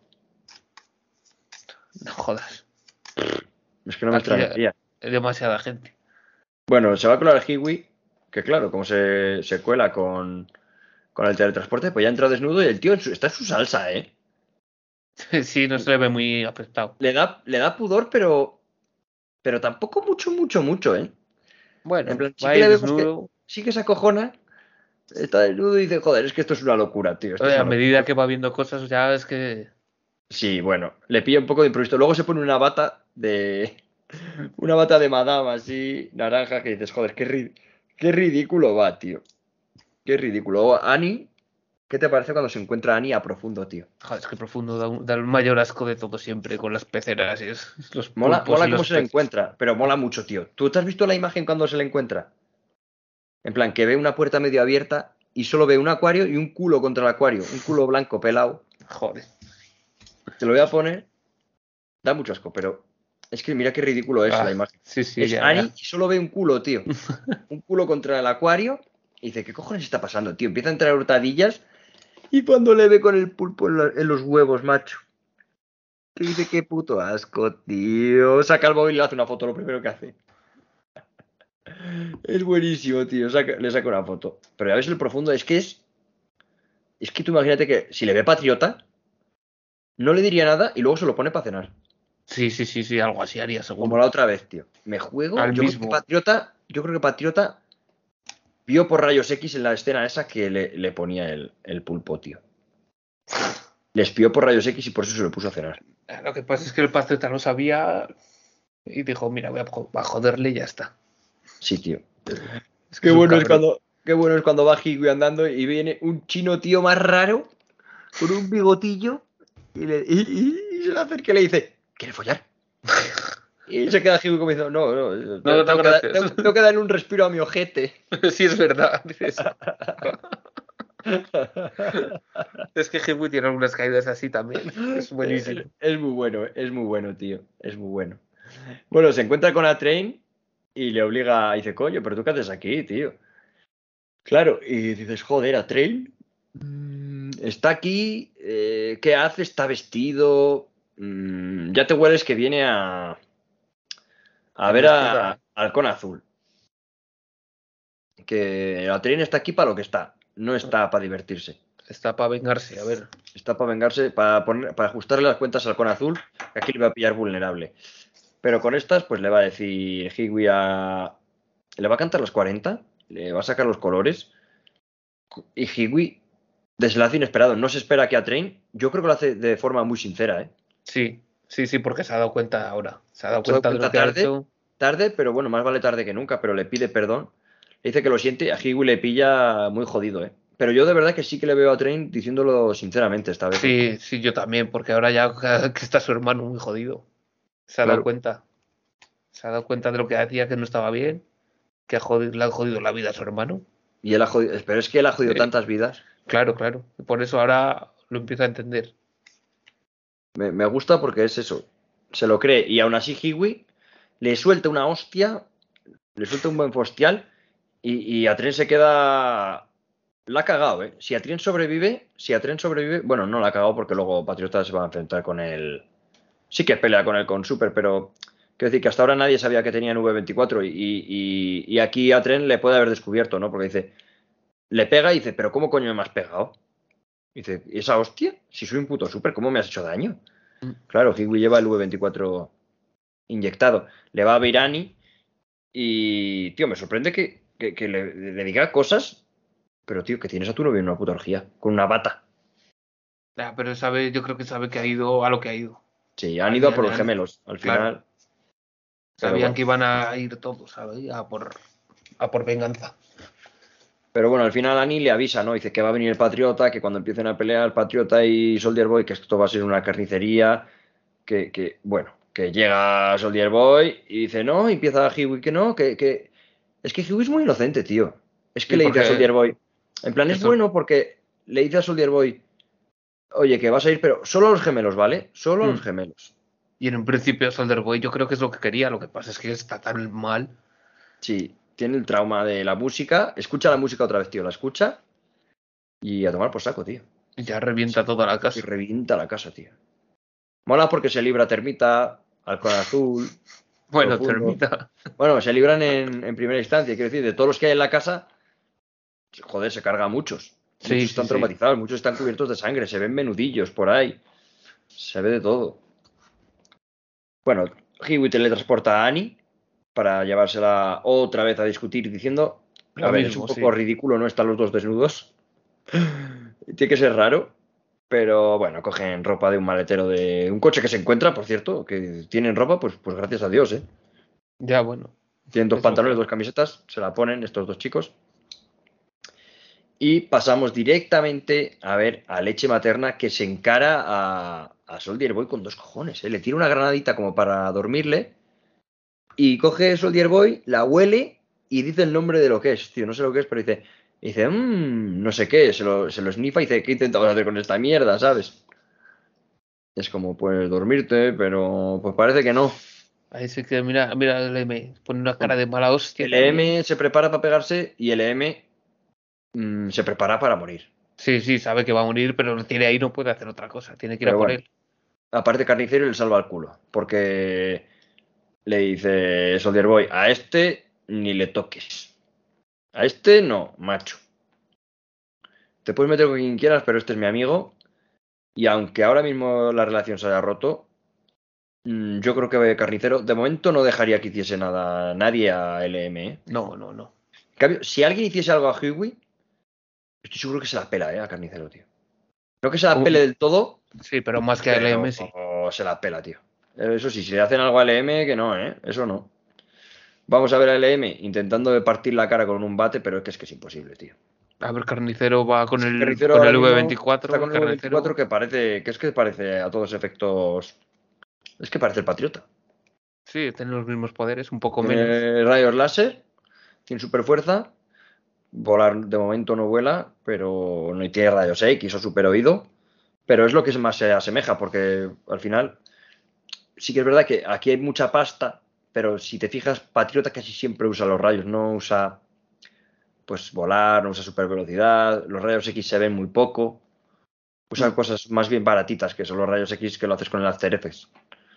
No jodas. Es que no me Aquí ya extrañaría. hay demasiada gente. Bueno, se va a colar el Hiwi, que claro, como se cuela con el teletransporte, pues ya entra desnudo y el tío está en su salsa, ¿eh? Sí, no se le ve muy afectado. Le da pudor, pero tampoco mucho, ¿eh? En Bueno, plan, sí va que ahí le vemos que desnudo. sí que se acojona, está desnudo y dice, joder, es que esto es una locura, tío, esto es A una medida locura. que va viendo cosas, ya es que. Sí, bueno, le pilla un poco de improviso. Luego se pone una bata de madame así, naranja, que dices, joder, qué ridículo va, tío. Qué ridículo. O Annie, ¿qué te parece cuando se encuentra Annie a profundo, tío? Joder, es que profundo da el mayor asco de todo siempre con las peceras y los pulpos Mola y cómo los se le peces. encuentra, pero mola mucho, tío. ¿Tú te has visto la imagen cuando se le encuentra? En plan, que ve una puerta medio abierta y solo ve un acuario y un culo contra el acuario. Un culo blanco pelado. Joder. Te lo voy a poner. Da mucho asco, pero es que mira qué ridículo es la imagen. Sí, sí, Es ya, Annie ya. y solo ve un culo, tío. Un culo contra el acuario. Y dice, ¿qué cojones está pasando, tío? Empieza a entrar hurtadillas. Y cuando le ve con el pulpo en los huevos, macho. Que dice, qué puto asco, tío. Saca el móvil y le hace una foto, lo primero que hace. Es buenísimo, tío. Le saca una foto. Pero ya ves el profundo, es que es. Es que tú imagínate que si le ve patriota, no le diría nada y luego se lo pone para cenar. Sí, sí, sí, sí, algo así haría Como seguro. la otra vez, tío. Me juego. Al mismo. Yo creo que Patriota vio por rayos X en la escena esa que le ponía el pulpo, tío. Les vio por rayos X y por eso se lo puso a cenar. Lo que pasa es que el patriota no sabía y dijo, mira, voy a joderle y ya está. Sí, tío. Es que es un cabrón. Qué bueno es cuando va Higui andando y viene un chino tío más raro con un bigotillo y se le acerca y le dice, ¿quiere follar? Y se queda Higui como diciendo, no, no, No, no, gracias. tengo que darle un respiro a mi ojete. Sí, es verdad. Dices. Es que Hibui tiene algunas caídas así también. Es buenísimo. Es muy bueno, tío. Es muy bueno. Bueno, se encuentra con A-Train y le obliga, dice, coño, pero tú qué haces aquí, tío. Claro, y dices, joder, A-Train está aquí, ¿qué hace? Está vestido. Ya te hueles que viene a A ver investigar. a Halcón Azul. Que A-Train está aquí para lo que está, no está para divertirse. Está para vengarse, a ver. Está para vengarse, para ajustarle las cuentas al Halcón Azul, que aquí le va a pillar vulnerable. Pero con estas, pues le va a decir Higui le va a cantar los 40, le va a sacar los colores. Y Higui, desenlace inesperado, no se espera que A-Train, yo creo que lo hace de forma muy sincera, ¿eh? Sí, sí, sí, porque se ha dado cuenta ahora. Se ha dado Se ha dado cuenta de lo cuenta que ha tarde, hecho. tarde, pero bueno, más vale tarde que nunca, pero le pide perdón. Le dice que lo siente, a Higui le pilla muy jodido, ¿eh? Pero yo de verdad que sí que le veo a Train diciéndolo sinceramente esta vez, ¿eh? Sí, sí, yo también, porque ahora ya que está su hermano muy jodido. Se ha dado Claro. cuenta. Se ha dado cuenta de lo que hacía que no estaba bien, que le ha jodido la vida a su hermano. Y él ha jodido, pero es que él ha jodido Sí, tantas vidas. claro, claro. Por eso ahora lo empieza a entender. Me gusta porque es eso. Se lo cree. Y aún así Higui le suelta una hostia, le suelta un buen fostial y Atren se queda. La ha cagado, ¿eh? Si Atren sobrevive, bueno, no la ha cagado porque luego Patriota se va a enfrentar con él. Sí que pelea con él con Super, pero quiero decir que hasta ahora nadie sabía que tenía en V24 y aquí Atren le puede haber descubierto, ¿no? Porque dice, le pega y dice, pero ¿cómo coño me has pegado? Y dice, ¿y esa hostia? Si soy un puto Super, ¿cómo me has hecho daño? Claro, Higui lleva el V24 inyectado. Le va a Virani y, tío, me sorprende que le diga cosas, pero, tío, que tienes a tu novio en una puta orgía, con una bata. Ya, pero sabe, yo creo que sabe que ha ido a lo que ha ido. Sí, han ido a por los gemelos, al Claro, final. Pero sabían bueno. que iban a ir todos, ¿sabes? A por venganza. Pero bueno, al final Annie le avisa, ¿no? Dice que va a venir el Patriota, que cuando empiecen a pelear Patriota y Soldier Boy, que esto va a ser una carnicería, bueno, que llega Soldier Boy y dice, no, y empieza Huey que no, que. Es que Huey es muy inocente, tío. Es que Sí, le dice a porque Soldier Boy, en plan, es eso. bueno porque le dice a Soldier Boy, oye, que vas a ir, pero solo a los gemelos, ¿vale? Solo a los gemelos. Y en un principio Soldier Boy yo creo que es lo que quería, lo que pasa es que está tan mal. Sí, tiene el trauma de la música, escucha la música otra vez, tío, la escucha y a tomar por saco, tío. Y ya revienta toda la Y casa. revienta la casa, tío. Mola porque se libra Termita, Halcón Azul, Bueno, Profundo. termina. Bueno, se libran en primera instancia, quiero decir, de todos los que hay en la casa, joder, se carga a muchos. Sí, Muchos sí, están sí. traumatizados, muchos están cubiertos de sangre, se ven menudillos por ahí. Se ve de todo. Bueno, Hiwi teletransporta a Annie para llevársela otra vez a discutir diciendo, a Lo ver, es un mismo, poco sí. ridículo, ¿no? Están los dos desnudos. Tiene que ser raro, pero bueno, cogen ropa de un maletero de un coche que se encuentra, por cierto, que tienen ropa, pues gracias a Dios, ¿eh? Ya, bueno. Tienen dos Es lo que pantalones, hay. dos camisetas, se la ponen estos dos chicos. Y pasamos directamente a ver a Leche Materna que se encara a Soldier Boy con dos cojones, ¿eh? Le tira una granadita como para dormirle y coge Soldier Boy, la huele y dice el nombre de lo que es, tío, no sé lo que es, pero dice, no sé qué, se lo snifa y dice, ¿qué intentamos hacer con esta mierda, sabes? Es como, pues, dormirte, pero pues parece que no. Ahí sí que mira el M. Pone una cara de mala hostia El también. EM se prepara para pegarse y el EM se prepara para morir. Sí, sí, sabe que va a morir, pero lo tiene ahí, no puede hacer otra cosa. Tiene que ir a Pero por bueno, él. aparte Carnicero le salva el culo. Porque le dice Soldier Boy, a este ni le toques. A este no, macho. Te puedes meter con quien quieras, pero este es mi amigo. Y aunque ahora mismo la relación se haya roto, yo creo que Carnicero de momento no dejaría que hiciese nada nadie a LM. ¿Eh? No, no, no. En cambio, si alguien hiciese algo a Huey, estoy seguro que se la pela, a Carnicero, tío. No que se la pele del todo, Sí, pero más que a pero LM, sí. se la pela, tío. Eso sí, si le hacen algo a LM, que no, ¿eh? Eso no. Vamos a ver a LM intentando de partir la cara con un bate, pero es que es imposible, tío. A ver, Carnicero va Es que Carnicero con ahora el mismo está V24. con el V24 Carnicero, que parece a todos efectos. Es que parece el Patriota. sí, tiene los mismos poderes, un poco menos. Tiene rayos láser, tiene super fuerza. Volar de momento no vuela, pero no tiene rayos X o super oído. Pero es lo que más se asemeja, porque al final sí que es verdad que aquí hay mucha pasta, pero si te fijas, Patriota casi siempre usa los rayos, no usa pues volar, no usa super velocidad, los rayos X se ven muy poco, usa Mm, cosas más bien baratitas, que son los rayos X que lo haces con el After Effects.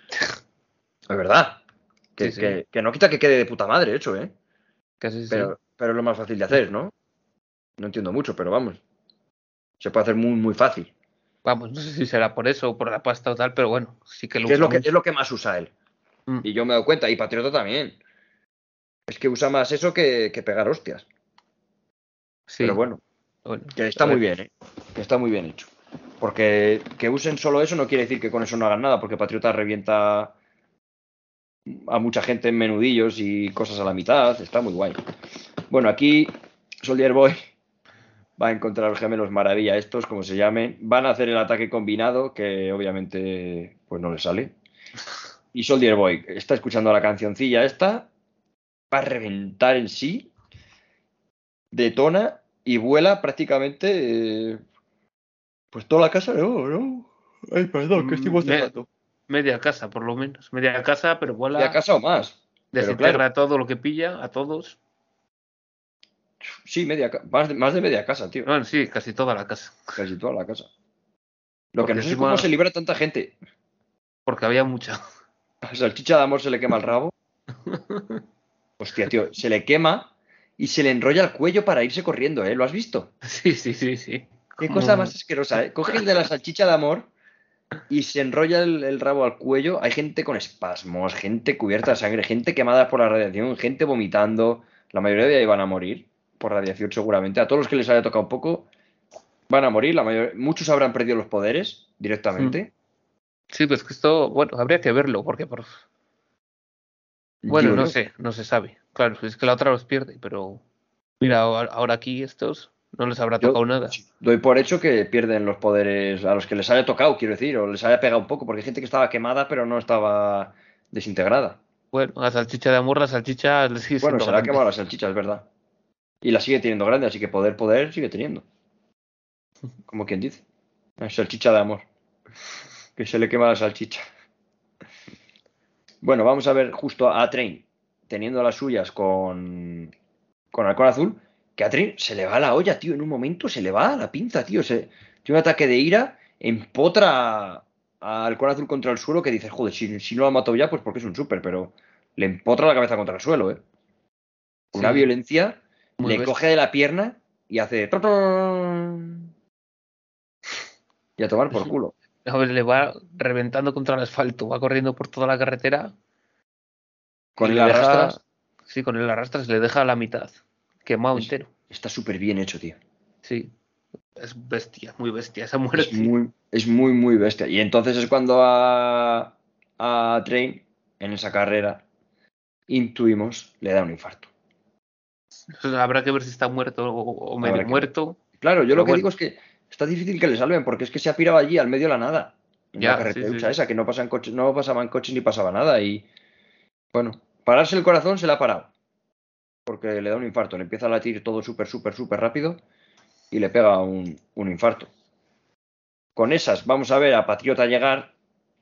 Es verdad, sí, sí, que no quita que quede de puta madre hecho, ¿eh? casi sí. Pero es lo más fácil de hacer, ¿no? No entiendo mucho, pero vamos, se puede hacer muy, muy fácil. Vamos, no sé si será por eso o por la pasta o tal, pero bueno, sí que lo ¿Qué usa es mucho. lo que más usa él? Mm, Y yo me he dado cuenta, y Patriota también. Es que usa más eso que pegar hostias. Pero sí, bueno, bueno, que a está muy ver. bien, ¿eh? Que está muy bien hecho. Porque que usen solo eso no quiere decir que con eso no hagan nada, porque Patriota revienta a mucha gente en menudillos y cosas a la mitad. Está muy guay. Bueno, aquí Soldier Boy va a encontrar a los gemelos maravilla estos, como se llamen. Van a hacer el ataque combinado, que obviamente pues no le sale. Y Soldier Boy está escuchando la cancioncilla esta, va a reventar en sí, detona y vuela prácticamente pues toda la casa. No, no. Ay, perdón, que estoy Me- bostezando. Media casa, por lo menos. Media casa, pero Media vuela, casa o más. Pero claro, desintegra todo lo que pilla, a todos. sí, más de media casa, tío. Bueno, sí, casi toda la casa. Casi toda la casa. Lo que Porque no sé es cómo encima, se libra tanta gente. porque había mucha. A Salchicha de Amor se le quema el rabo. Hostia, tío, se le quema y se le enrolla el cuello para irse corriendo, ¿eh? ¿Lo has visto? Sí, sí, sí, sí. Qué cosa Como... más asquerosa, ¿eh? Coge el de la salchicha de amor y se enrolla el rabo al cuello. Hay gente con espasmos, gente cubierta de sangre, gente quemada por la radiación, gente vomitando. La mayoría de ahí van a morir por radiación seguramente. A todos los que les haya tocado un poco van a morir. Muchos habrán perdido los poderes Mm. directamente. Sí, pues que esto, bueno, habría que verlo, porque bueno, Digo no yo. sé, no se sabe. Claro, es que la otra los pierde, pero mira, ahora aquí estos no les habrá Yo tocado nada. sí, doy por hecho que pierden los poderes a los que les haya tocado, quiero decir, o les haya pegado un poco, porque hay gente que estaba quemada pero no estaba desintegrada. Bueno, la salchicha de amor, la salchicha le sigue Bueno, siendo se le ha grande. quemado la salchicha, es verdad. Y la sigue teniendo grande, así que poder sigue teniendo. Como quien dice. Salchicha de amor. Que se le quema la salchicha. Bueno, vamos a ver justo a Train teniendo las suyas con Halcón Azul. Que a Train se le va la olla, tío. En un momento se le va la pinza, tío. Tiene un ataque de ira, empotra a Halcón Azul contra el suelo. Que dices, joder, si no lo ha matado ya, pues porque es un súper. Pero le empotra la cabeza contra el suelo, ¿eh? Con una Sí, sí, violencia, muy le coge bestia. de la pierna y hace. ¡Totón! Y a tomar por culo. A ver, le va reventando contra el asfalto, va corriendo por toda la carretera y Con el le deja, arrastras. sí, con el arrastre se le deja a la mitad, quemado es- entero. Está súper bien hecho, tío. Sí, es bestia, muy bestia esa muerte. Es muy, muy bestia. Y entonces es cuando a Train, en esa carrera, intuimos, le da un infarto. Habrá que ver si está muerto o medio Habrá que ver. muerto, Claro, yo lo pero que digo bueno, es que está difícil que le salven, porque es que se ha pirado allí al medio de la nada, en la ya, sí, carreterucha sí. esa, que no pasan coches, no pasaban coches ni pasaba nada. Y bueno, pararse el corazón se le ha parado, porque le da un infarto, le empieza a latir todo súper, súper, súper rápido y le pega un infarto. Con esas vamos a ver a Patriota llegar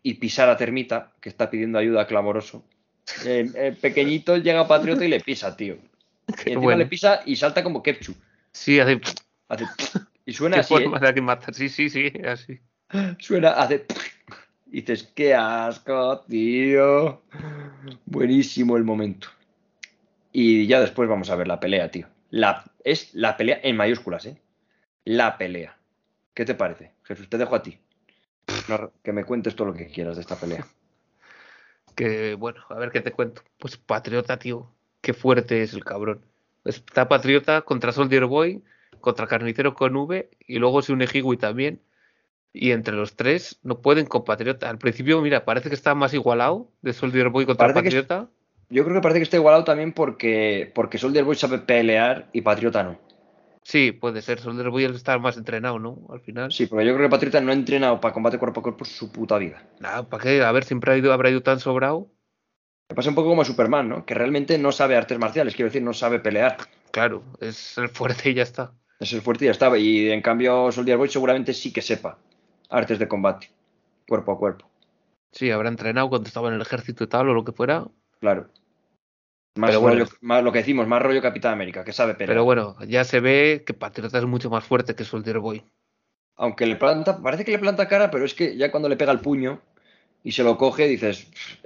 y pisar a Termita, que está pidiendo ayuda clamoroso. El pequeñito llega a Patriota y le pisa, tío. Y encima bueno. le pisa y salta como Kepchu. Sí, hace... Y suena Qué así, forma de matar. Sí, así. Suena, hace... Y dices, qué asco, tío. Buenísimo el momento. Y ya después vamos a ver la pelea, tío. Es la pelea en mayúsculas, ¿eh? La pelea. ¿Qué te parece? Jesús, te dejo a ti. Que me cuentes todo lo que quieras de esta pelea. Que bueno, a ver qué te cuento. Pues Patriota, tío. Qué fuerte es el cabrón. Está Patriota contra Soldier Boy, contra Carnicero con V y luego se une Hiwi también. Y entre los tres no pueden con Patriota. Al principio, mira, parece que está más igualado de Soldier Boy contra Parece que Patriota. yo creo que parece que está igualado también porque Soldier Boy sabe pelear y Patriota no. Sí, puede ser. Soldier Boy está más entrenado, ¿no? Al final. Sí, porque yo creo que Patriota no ha entrenado para combate cuerpo a cuerpo su puta vida. Nada, ¿para qué? A ver, siempre habrá ido tan sobrado. Me pasa un poco como a Superman, ¿no? Que realmente no sabe artes marciales, quiero decir, no sabe pelear. Claro, es el fuerte y ya está. Es el fuerte y ya estaba. Y en cambio, Soldier Boy seguramente sí que sepa artes de combate, cuerpo a cuerpo. Sí, habrá entrenado cuando estaba en el ejército y tal o lo que fuera. Claro. Más Pero bueno, rollo, más lo que decimos, más rollo Capitán América, que sabe pero pelear. bueno, ya se ve que Patriota es mucho más fuerte que Soldier Boy. Aunque parece que le planta cara, pero es que ya cuando le pega el puño y se lo coge, dices,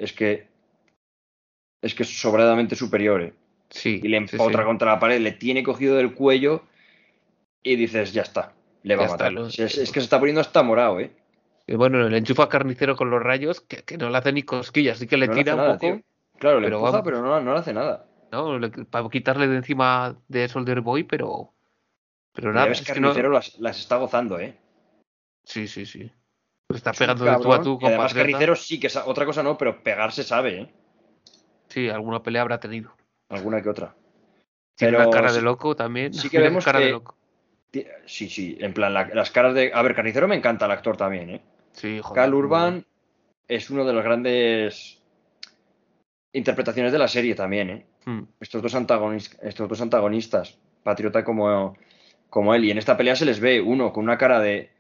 es que es sobradamente superior, ¿eh? Y Sí, le sí, sí. empotra contra la pared, le tiene cogido del cuello y dices, ya está, le va Ya a está. matar. Es que se está poniendo hasta morado, ¿eh? Y bueno, le enchufa a Carnicero con los rayos, que no le hace ni cosquillas, sí que le No le tira hace un nada, tío. poco, Claro, le pero empuja, pero vamos, no le hace nada. ¿no? Para quitarle de encima de Soldier Boy, pero Pero ya nada, ves, es que no. Carnicero las está gozando, ¿eh? Sí, sí, sí. Pues está Es un pegando de tú a cabrón. tú Y con además Patriota. Carnicero sí que otra cosa no, pero pegarse sabe, ¿eh? Sí, alguna pelea habrá tenido. Alguna que otra. Tiene una Pero cara de sí, loco también. sí que Mira qué vemos cara de que... loco. Sí, sí, en plan, las caras de... A ver, Carnicero me encanta el actor también, ¿eh? Sí, Cal joder, muy bueno. Urban es uno de los grandes interpretaciones de la serie también, ¿eh? Hmm. Estos dos antagonistas, Patriota como él. Y en esta pelea se les ve uno con una cara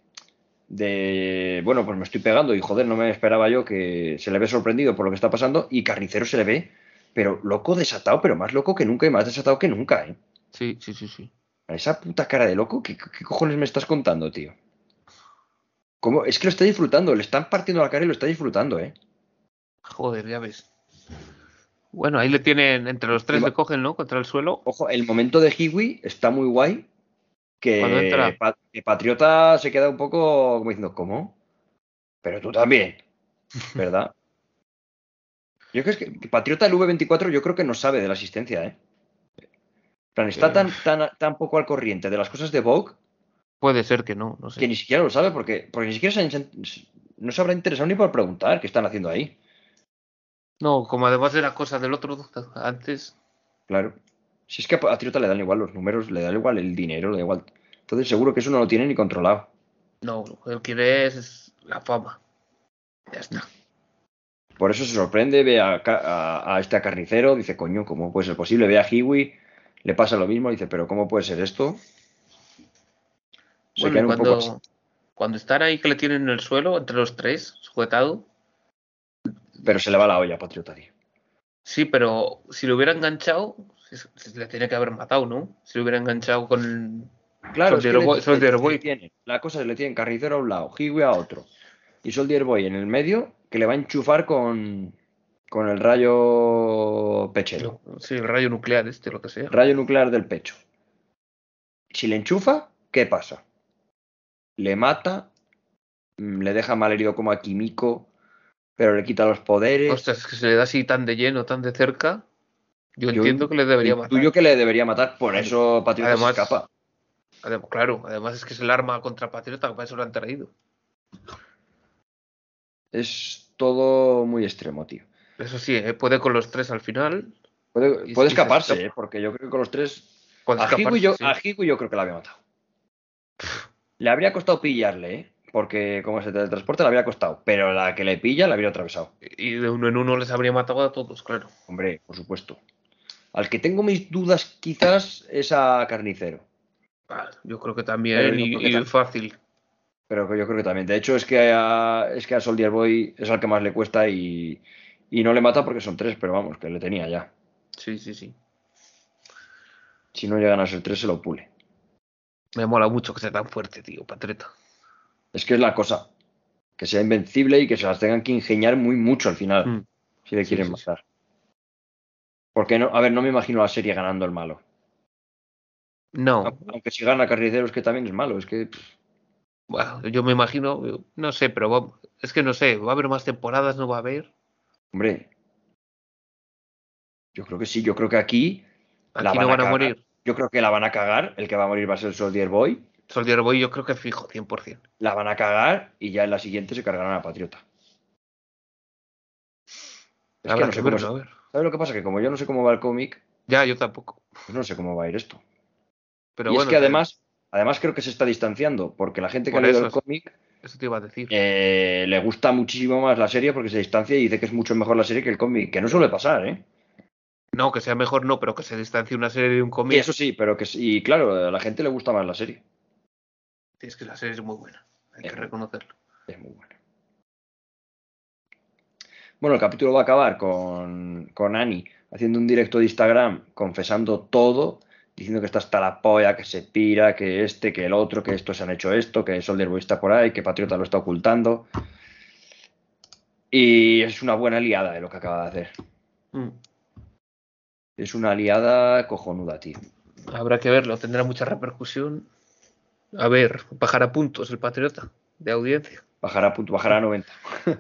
bueno, pues me estoy pegando y joder, no me esperaba yo que se le ve sorprendido por lo que está pasando. Y Carnicero se le ve, pero loco desatado, pero más loco que nunca y más desatado que nunca, ¿eh? Sí, sí, sí, sí. Esa puta cara de loco, ¿qué cojones me estás contando, tío? ¿Cómo? Es que lo está disfrutando, le están partiendo la cara y lo está disfrutando, ¿eh? Joder, ya ves. Bueno, ahí le tienen, entre los Y tres le cogen, ¿no? Contra el suelo. ojo, el momento de Hiwi está muy guay, Cuando que, entra, que Patriota se queda un poco como diciendo, ¿cómo? Pero tú también, ¿verdad? Yo creo que Patriota el V24 yo creo que no sabe de la asistencia, ¿eh? En plan, está eh, tan poco al corriente de las cosas de Vogue puede ser que no, no que sé. ni siquiera lo sabe porque ni siquiera no se habrá interesado ni por preguntar qué están haciendo ahí. No, como además era cosa del otro antes. Claro. Si es que a Patriota le dan igual los números, le da igual el dinero, le da igual. Entonces seguro que eso no lo tiene ni controlado. No, lo que él quiere es la fama. Ya está. Por eso se sorprende, ve a este carnicero, dice, coño, ¿cómo puede ser posible? Ve a Hiwi, le pasa lo mismo, dice, pero ¿cómo puede ser esto? Se Bueno, y quedan un poco así. cuando están ahí que le tienen en el suelo, entre los tres, sujetado. Pero se le va la olla a Patriota, tío. Sí, pero si lo hubiera enganchado, se le tiene que haber matado, ¿no? Si lo hubiera enganchado con Claro, es que Soldier Boy. la cosa se le tiene carnicero a un lado, Hiwi a otro. Y Soldier Boy en el medio, que le va a enchufar con el rayo pechero. Sí, el rayo nuclear este, lo que sea. Rayo nuclear del pecho. Si le enchufa, ¿qué pasa? Le mata, le deja malherido como a Kimiko, pero le quita los poderes. Ostras, es que se le da así tan de lleno, tan de cerca. Yo Yo entiendo que le debería intuyo matar. que le debería matar, por Ade- eso Patriota se Además, escapa. claro, además es que es el arma contra Patriota, que para eso lo han traído. Es todo muy extremo, tío. Eso sí, puede con los tres al final Puede y se escaparse, escapa. porque yo creo que con los tres. Puede escaparse, A sí. Higu yo creo que la había matado. Le habría costado pillarle, ¿eh? Porque como se teletransporta le habría costado. Pero la que le pilla la habría atravesado. Y de uno en uno les habría matado a todos, claro. Hombre, por supuesto. Al que tengo mis dudas quizás es a Carnicero. Yo creo que Pero también digo, y fácil. pero yo creo que también. De hecho, es que a Soldier Boy es al que más le cuesta y no le mata porque son 3, pero vamos, que le tenía ya. Sí, sí, sí. Si no llegan a ser 3, se lo pule. Me mola mucho que sea tan fuerte, tío, Patriota. Es que es la cosa, que sea invencible y que se las tengan que ingeniar muy mucho al final, Mm, si le Sí, quieren sí, sí. matar. Porque no, a ver, no me imagino la serie ganando el malo. No, Aunque si gana Carniceros, que también es malo, es que, bueno, yo me imagino, no sé, pero es que no sé, ¿va a haber más temporadas? ¿No va a haber? hombre, yo creo que sí, yo creo que aquí la Aquí no van a van a cagar. morir. Yo creo que la van a cagar, el que va a morir va a ser Soldier Boy, Soldier Boy yo creo que fijo, 100%. la van a cagar y ya en la siguiente se cargarán a Patriota. Es que Habrá no que sé cómo verlo, se... a ver. ¿Sabes lo que pasa? Que como yo no sé cómo va el cómic, Ya, yo tampoco. pues no sé cómo va a ir esto. Pero Y es bueno, que además creo que se está distanciando, porque la gente que ha por leído eso, el cómic eso te iba a decir. le gusta muchísimo más la serie porque se distancia y dice que es mucho mejor la serie que el cómic, que no suele pasar, ¿eh? No, que sea mejor no, pero que se distancie una serie de un Sí, eso cómic. sí, pero que sí, y claro, a la gente le gusta más la serie. Es que la serie es muy buena, hay que Es muy, reconocerlo. es muy buena. Bueno, el capítulo va a acabar con Annie haciendo un directo de Instagram confesando todo, diciendo que está hasta la polla, que se pira, que este, que el otro, que estos han hecho esto, que Soldier Boy está por ahí, que Patriota lo está ocultando. Y es una buena liada de lo que acaba de hacer. Mm. Es una liada cojonuda, tío. Habrá que verlo, tendrá mucha repercusión. A ver, bajar a puntos el Patriota de audiencia. Bajará a 90.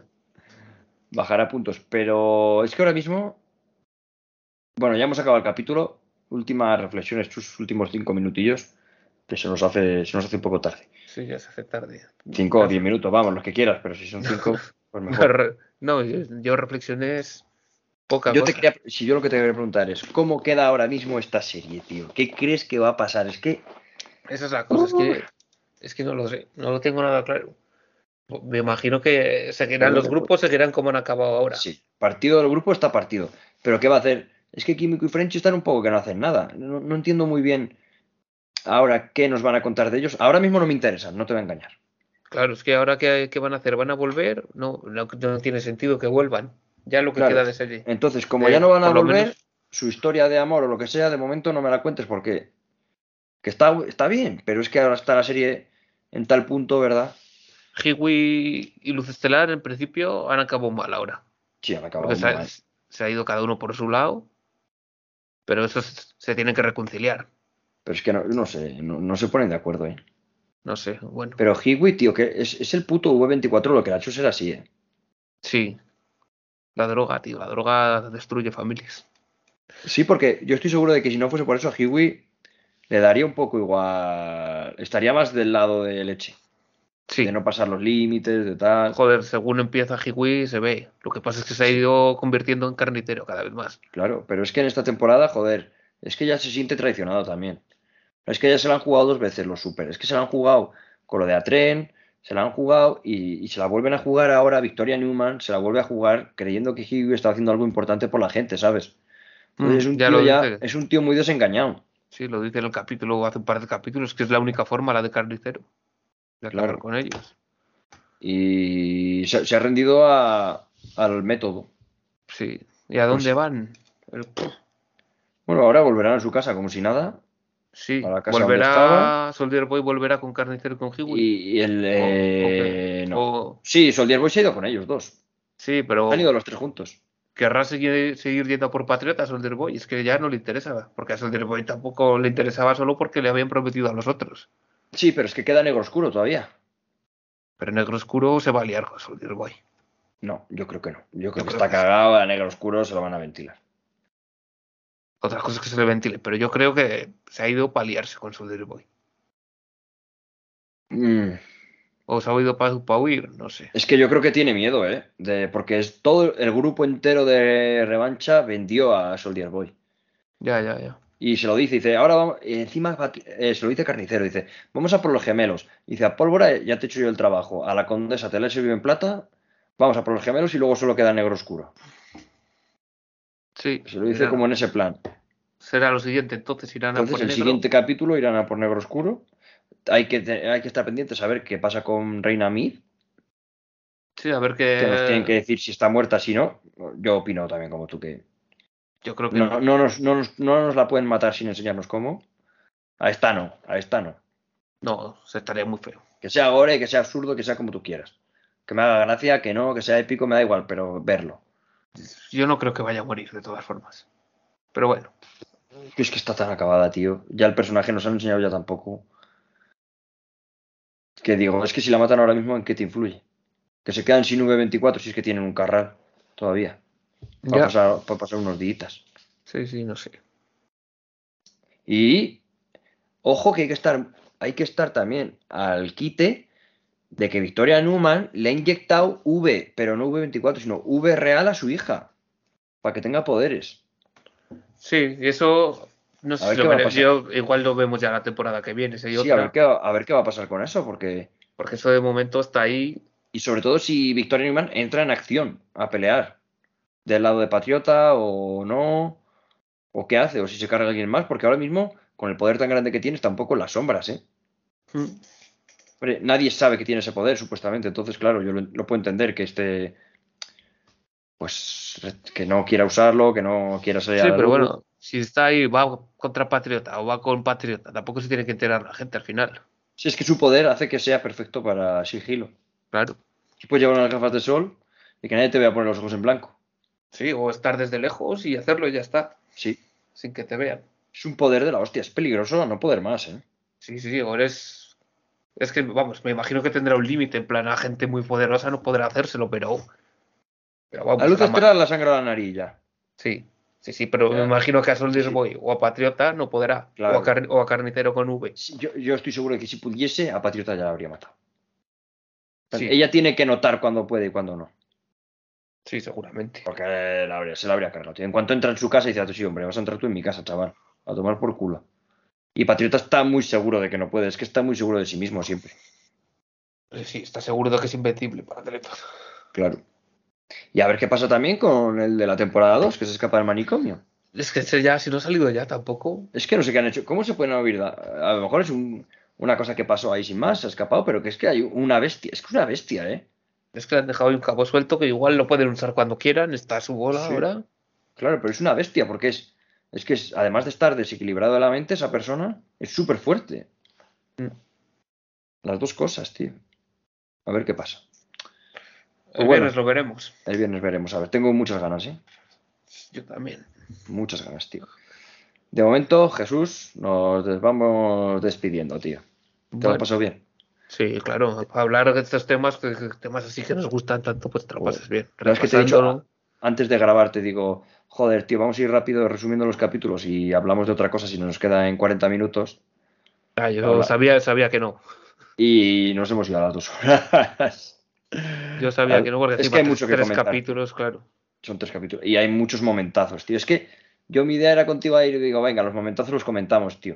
Bajará puntos. Pero es que ahora mismo, bueno, ya hemos acabado el capítulo. Últimas reflexiones, tus últimos 5 minutillos, que se nos hace un poco tarde. Sí, ya se hace tarde. 5 o 10 minutos, vamos, los que quieras, pero si son 5, pues mejor. No, yo reflexiones poca Yo te cosa. quería, si yo lo que te quería preguntar es, ¿cómo queda ahora mismo esta serie, tío? ¿Qué crees que va a pasar? Es que... Esa es la cosa, es que no lo sé, no lo tengo nada claro. Me imagino que seguirán los grupos, seguirán como han acabado ahora. Sí, partido del grupo está partido. Pero ¿qué va a hacer? Es que Kimiko y French están un poco que no hacen nada. No entiendo muy bien ahora qué nos van a contar de ellos. Ahora mismo no me interesan, no te voy a engañar. Claro, es que ahora ¿qué van a hacer? ¿Van a volver? No, no tiene sentido que vuelvan. Ya lo que Claro. queda de serie. Entonces, como ya no van a Por lo volver, menos su historia de amor o lo que sea, de momento no me la cuentes porque que está bien, pero es que ahora está la serie en tal punto, ¿verdad? Hiwi y Luz Estelar en principio han acabado mal ahora. Sí, han acabado Porque muy mal. se ha ido cada uno por su lado, pero eso se tienen que reconciliar. Pero es que no sé, no se ponen de acuerdo, ¿eh? No sé, bueno. Pero Hiwi, tío, que es el puto V24 lo que le ha hecho ser así, ¿eh? Sí, la droga, tío, la droga destruye familias. Sí, porque yo estoy seguro de que si no fuese por eso a Hiwi le daría un poco igual. Estaría más del lado de Leche. De Sí, no pasar los límites, de tal. joder, según empieza Hiwi se ve. Lo que pasa es que se ha Sí, ido convirtiendo en carnicero cada vez más. claro. Pero es que en esta temporada, joder, es que ya se siente traicionado también. Es que ya se la han jugado 2 veces los super. Es que se la han jugado con lo de Atren, se la han jugado y se la vuelven a jugar ahora. Victoria Newman se la vuelve a jugar creyendo que Hiwi está haciendo algo importante por la gente, ¿sabes? Entonces Ya lo dice. es un tío muy desengañado. Sí, lo dice en el capítulo, hace un par de capítulos, que es la única forma, la de carnicero, de acabar Claro. con ellos. Y se ha rendido al método. Sí. ¿Y a dónde Pues van? bueno, ahora volverán a su casa como si nada, a Sí, la casa donde estaba. volverá, Soldier Boy volverá con carnicero y con Hiwi. Y el... O qué? no. Sí, Soldier Boy se ha ido con ellos dos. Sí, Han ido pero los 3 juntos. querrá seguir yendo a por Patriota a Soldier Boy. Es que ya no le interesa, porque a Soldier Boy tampoco le interesaba solo porque le habían prometido a los otros. Sí, pero es que queda negro oscuro todavía. Pero Negro Oscuro se va a liar con Soldier Boy. No, yo creo que no. Yo creo Yo que creo está que sí. cagado, a negro oscuro se lo van a ventilar. Otra cosa es que se le ventile, pero yo creo que se ha ido para liarse con Soldier Boy. Mm, O se ha ido para huir, no sé. Es que yo creo que tiene miedo, ¿eh? Porque es todo el grupo entero de Revancha vendió a Soldier Boy. Ya, ya, ya. Y se lo dice, ahora vamos, y encima se lo dice Carnicero, dice, vamos a por los gemelos. Dice, a Pólvora ya te he hecho yo el trabajo, a la Condesa te la he servido en plata, vamos a por los gemelos y luego solo queda negro oscuro. Sí, Se lo dice como en ese plan. será lo siguiente, entonces irán a Entonces por el negro. siguiente capítulo irán a por negro oscuro. hay que estar pendientes a ver qué pasa con Reina Mid, Sí, a ver que nos tienen que qué. decir si está muerta, si no. Yo opino también como tú que Yo creo que no, no. no nos la pueden matar sin enseñarnos cómo. A esta no. No, se estaría muy feo. Que sea gore, que sea absurdo, que sea como tú quieras. Que me haga gracia, que no, que sea épico, me da igual, pero verlo. Yo no creo que vaya a morir de todas formas. Pero bueno. Que es que está tan acabada, tío. Ya el personaje nos han enseñado ya tampoco. Que digo, es que si la matan ahora mismo, ¿en qué te influye? Que se quedan sin V24 si es que tienen un carral todavía. Ya. Para pasar unos días. Sí, sí, no sé. Y ojo que hay que estar también al quite de que Victoria Newman le ha inyectado V, pero no V24, sino V real a su hija. Para que tenga poderes. Sí, y eso no A sé si ver lo qué va a veré. pasar. Yo igual lo vemos ya la temporada que viene, si hay Sí, otra. a ver qué va a pasar con eso, porque. Porque eso de momento está ahí. Y sobre todo si Victoria Newman entra en acción a pelear. Del lado de Patriota o no. O qué hace, o si se carga a alguien más, porque ahora mismo, con el poder tan grande que tiene, está un poco en las sombras, ¿eh? Mm. Hombre, nadie sabe que tiene ese poder, supuestamente. Entonces, claro, yo lo puedo entender que pues, que no quiera usarlo, que no quiera salir a Sí, la pero luz. bueno, si está ahí, va contra Patriota o va con Patriota, tampoco se tiene que enterar la gente al final. Si es que su poder hace que sea perfecto para sigilo. Claro. Si puedes llevar unas gafas de sol y que nadie te vea poner los ojos en blanco. Sí, o estar desde lejos y hacerlo y ya está, Sí, sin que te vean. es un poder de la hostia, es peligroso no poder más, ¿eh? Sí, sí, ahora es. Es que, vamos, me imagino que tendrá un límite. En plan, a gente muy poderosa no podrá hacérselo, pero. Pero La vamos, luz estelar la sangra la nariz ya. Sí, sí, sí, pero me Ya, imagino que a sí, Soldier sí, Boy o a Patriota no podrá. claro. O a Carnicero con V. Sí, yo estoy seguro de que si pudiese, a Patriota ya la habría matado. Sí, Ella tiene que notar cuándo puede y cuándo no. sí, seguramente. Porque se la habría cargado, tío. En cuanto entra en su casa, dice, sí, hombre, vas a entrar tú en mi casa, chaval. A tomar por culo. Y Patriota está muy seguro de que no puede. Es que está muy seguro de sí mismo siempre. Sí, está seguro de que es invencible para Teleton. Claro. Y a ver qué pasa también con el de la temporada 2 que se escapa del manicomio. Es que ese ya, si no ha salido ya tampoco. Es que no sé qué han hecho. ¿Cómo se pueden olvidar? A lo mejor es una cosa que pasó ahí sin más, se ha escapado, pero que es que hay una bestia. Es que es una bestia, ¿eh? Es que le han dejado ahí un cabo suelto que igual lo pueden usar cuando quieran. Está a su bola Sí. ahora. Claro, pero es una bestia, porque además de estar desequilibrado de la mente, esa persona es súper fuerte. Mm. Las dos cosas, tío. A ver qué pasa. Pues El bueno, viernes lo veremos. el viernes veremos. A ver, tengo muchas ganas, ¿eh? Yo también. Muchas ganas, tío. De momento, Jesús, vamos despidiendo, tío. ¿Te lo has Bueno, pasado bien? sí, claro. Para hablar de estos temas, temas así que nos gustan tanto, pues te lo Joder. pasas bien. La verdad es que te he dicho, Repasándolo. antes de grabar, te digo, joder, tío, vamos a ir rápido resumiendo los capítulos y hablamos de otra cosa si nos queda en 40 minutos. Ah, yo Habla. sabía que no. Y nos hemos ido a las 2 horas. Yo sabía que no, porque Es que encima hay mucho que tres comentar, tío. capítulos, claro. Son 3 capítulos. Y hay muchos momentazos, tío. Es que yo mi idea era contigo ir y digo, venga, los momentazos los comentamos, tío.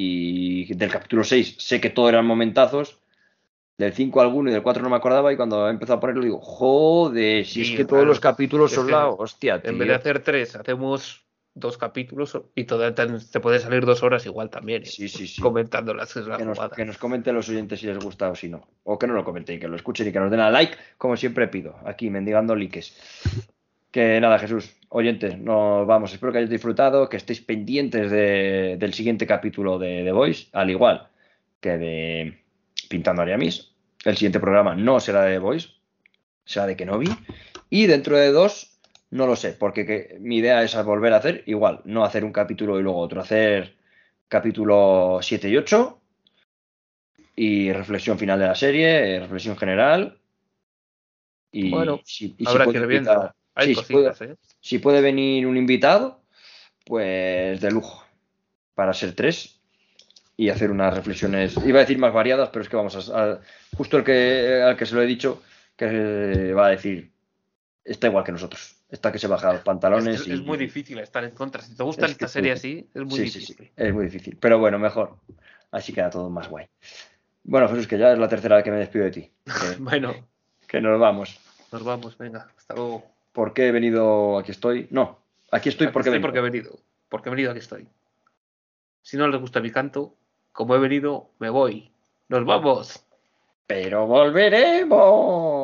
Y del capítulo 6 sé que todo eran momentazos. Del 5 alguno y del 4 no me acordaba. Y cuando he empezado a ponerlo digo, joder, si es Sí, que todos los claro. capítulos Es son la que hostia, en vez de tío. hacer tres, hacemos dos capítulos y te puede salir 2 horas igual también, Sí, sí, sí. comentando la Que jugada. nos comenten los oyentes si les gusta o si no. O que no lo comenten y que lo escuchen y que nos den a like, como siempre pido. Aquí, mendigando likes. Que nada, Jesús, oyentes, nos vamos. Espero que hayáis disfrutado, que estéis pendientes del siguiente capítulo de The Voice, al igual que de Pintando Ariamis. El siguiente programa no será de The Voice, será de Kenobi. Y dentro de 2, no lo sé, porque mi idea es volver a hacer igual, no hacer un capítulo y luego otro, hacer capítulo 7 y 8 y reflexión final de la serie, reflexión general. Bueno, Y si habrá que puedo ir invitar, viendo. Hay sí, cositas, ¿eh? si puede venir un invitado, pues de lujo, para ser tres y hacer unas reflexiones, iba a decir más variadas, pero es que justo al que se lo he dicho, que va a decir, está igual que nosotros, está que se baja los Es que pantalones es muy y difícil estar en contra. Si te gustan es que esta es muy serie difícil. así, es muy Sí, sí, sí, difícil. es muy difícil, pero bueno, mejor, así queda todo más guay. Bueno, Jesús, que ya es la tercera vez que me despido de ti, Bueno, que nos vamos. nos vamos, venga, hasta luego. ¿Por qué he venido? Aquí estoy. No, aquí estoy Aquí porque he estoy porque he venido. venido. Porque he venido, aquí estoy. Si no les gusta mi canto, como he venido, me voy. Nos vamos. Pero volveremos.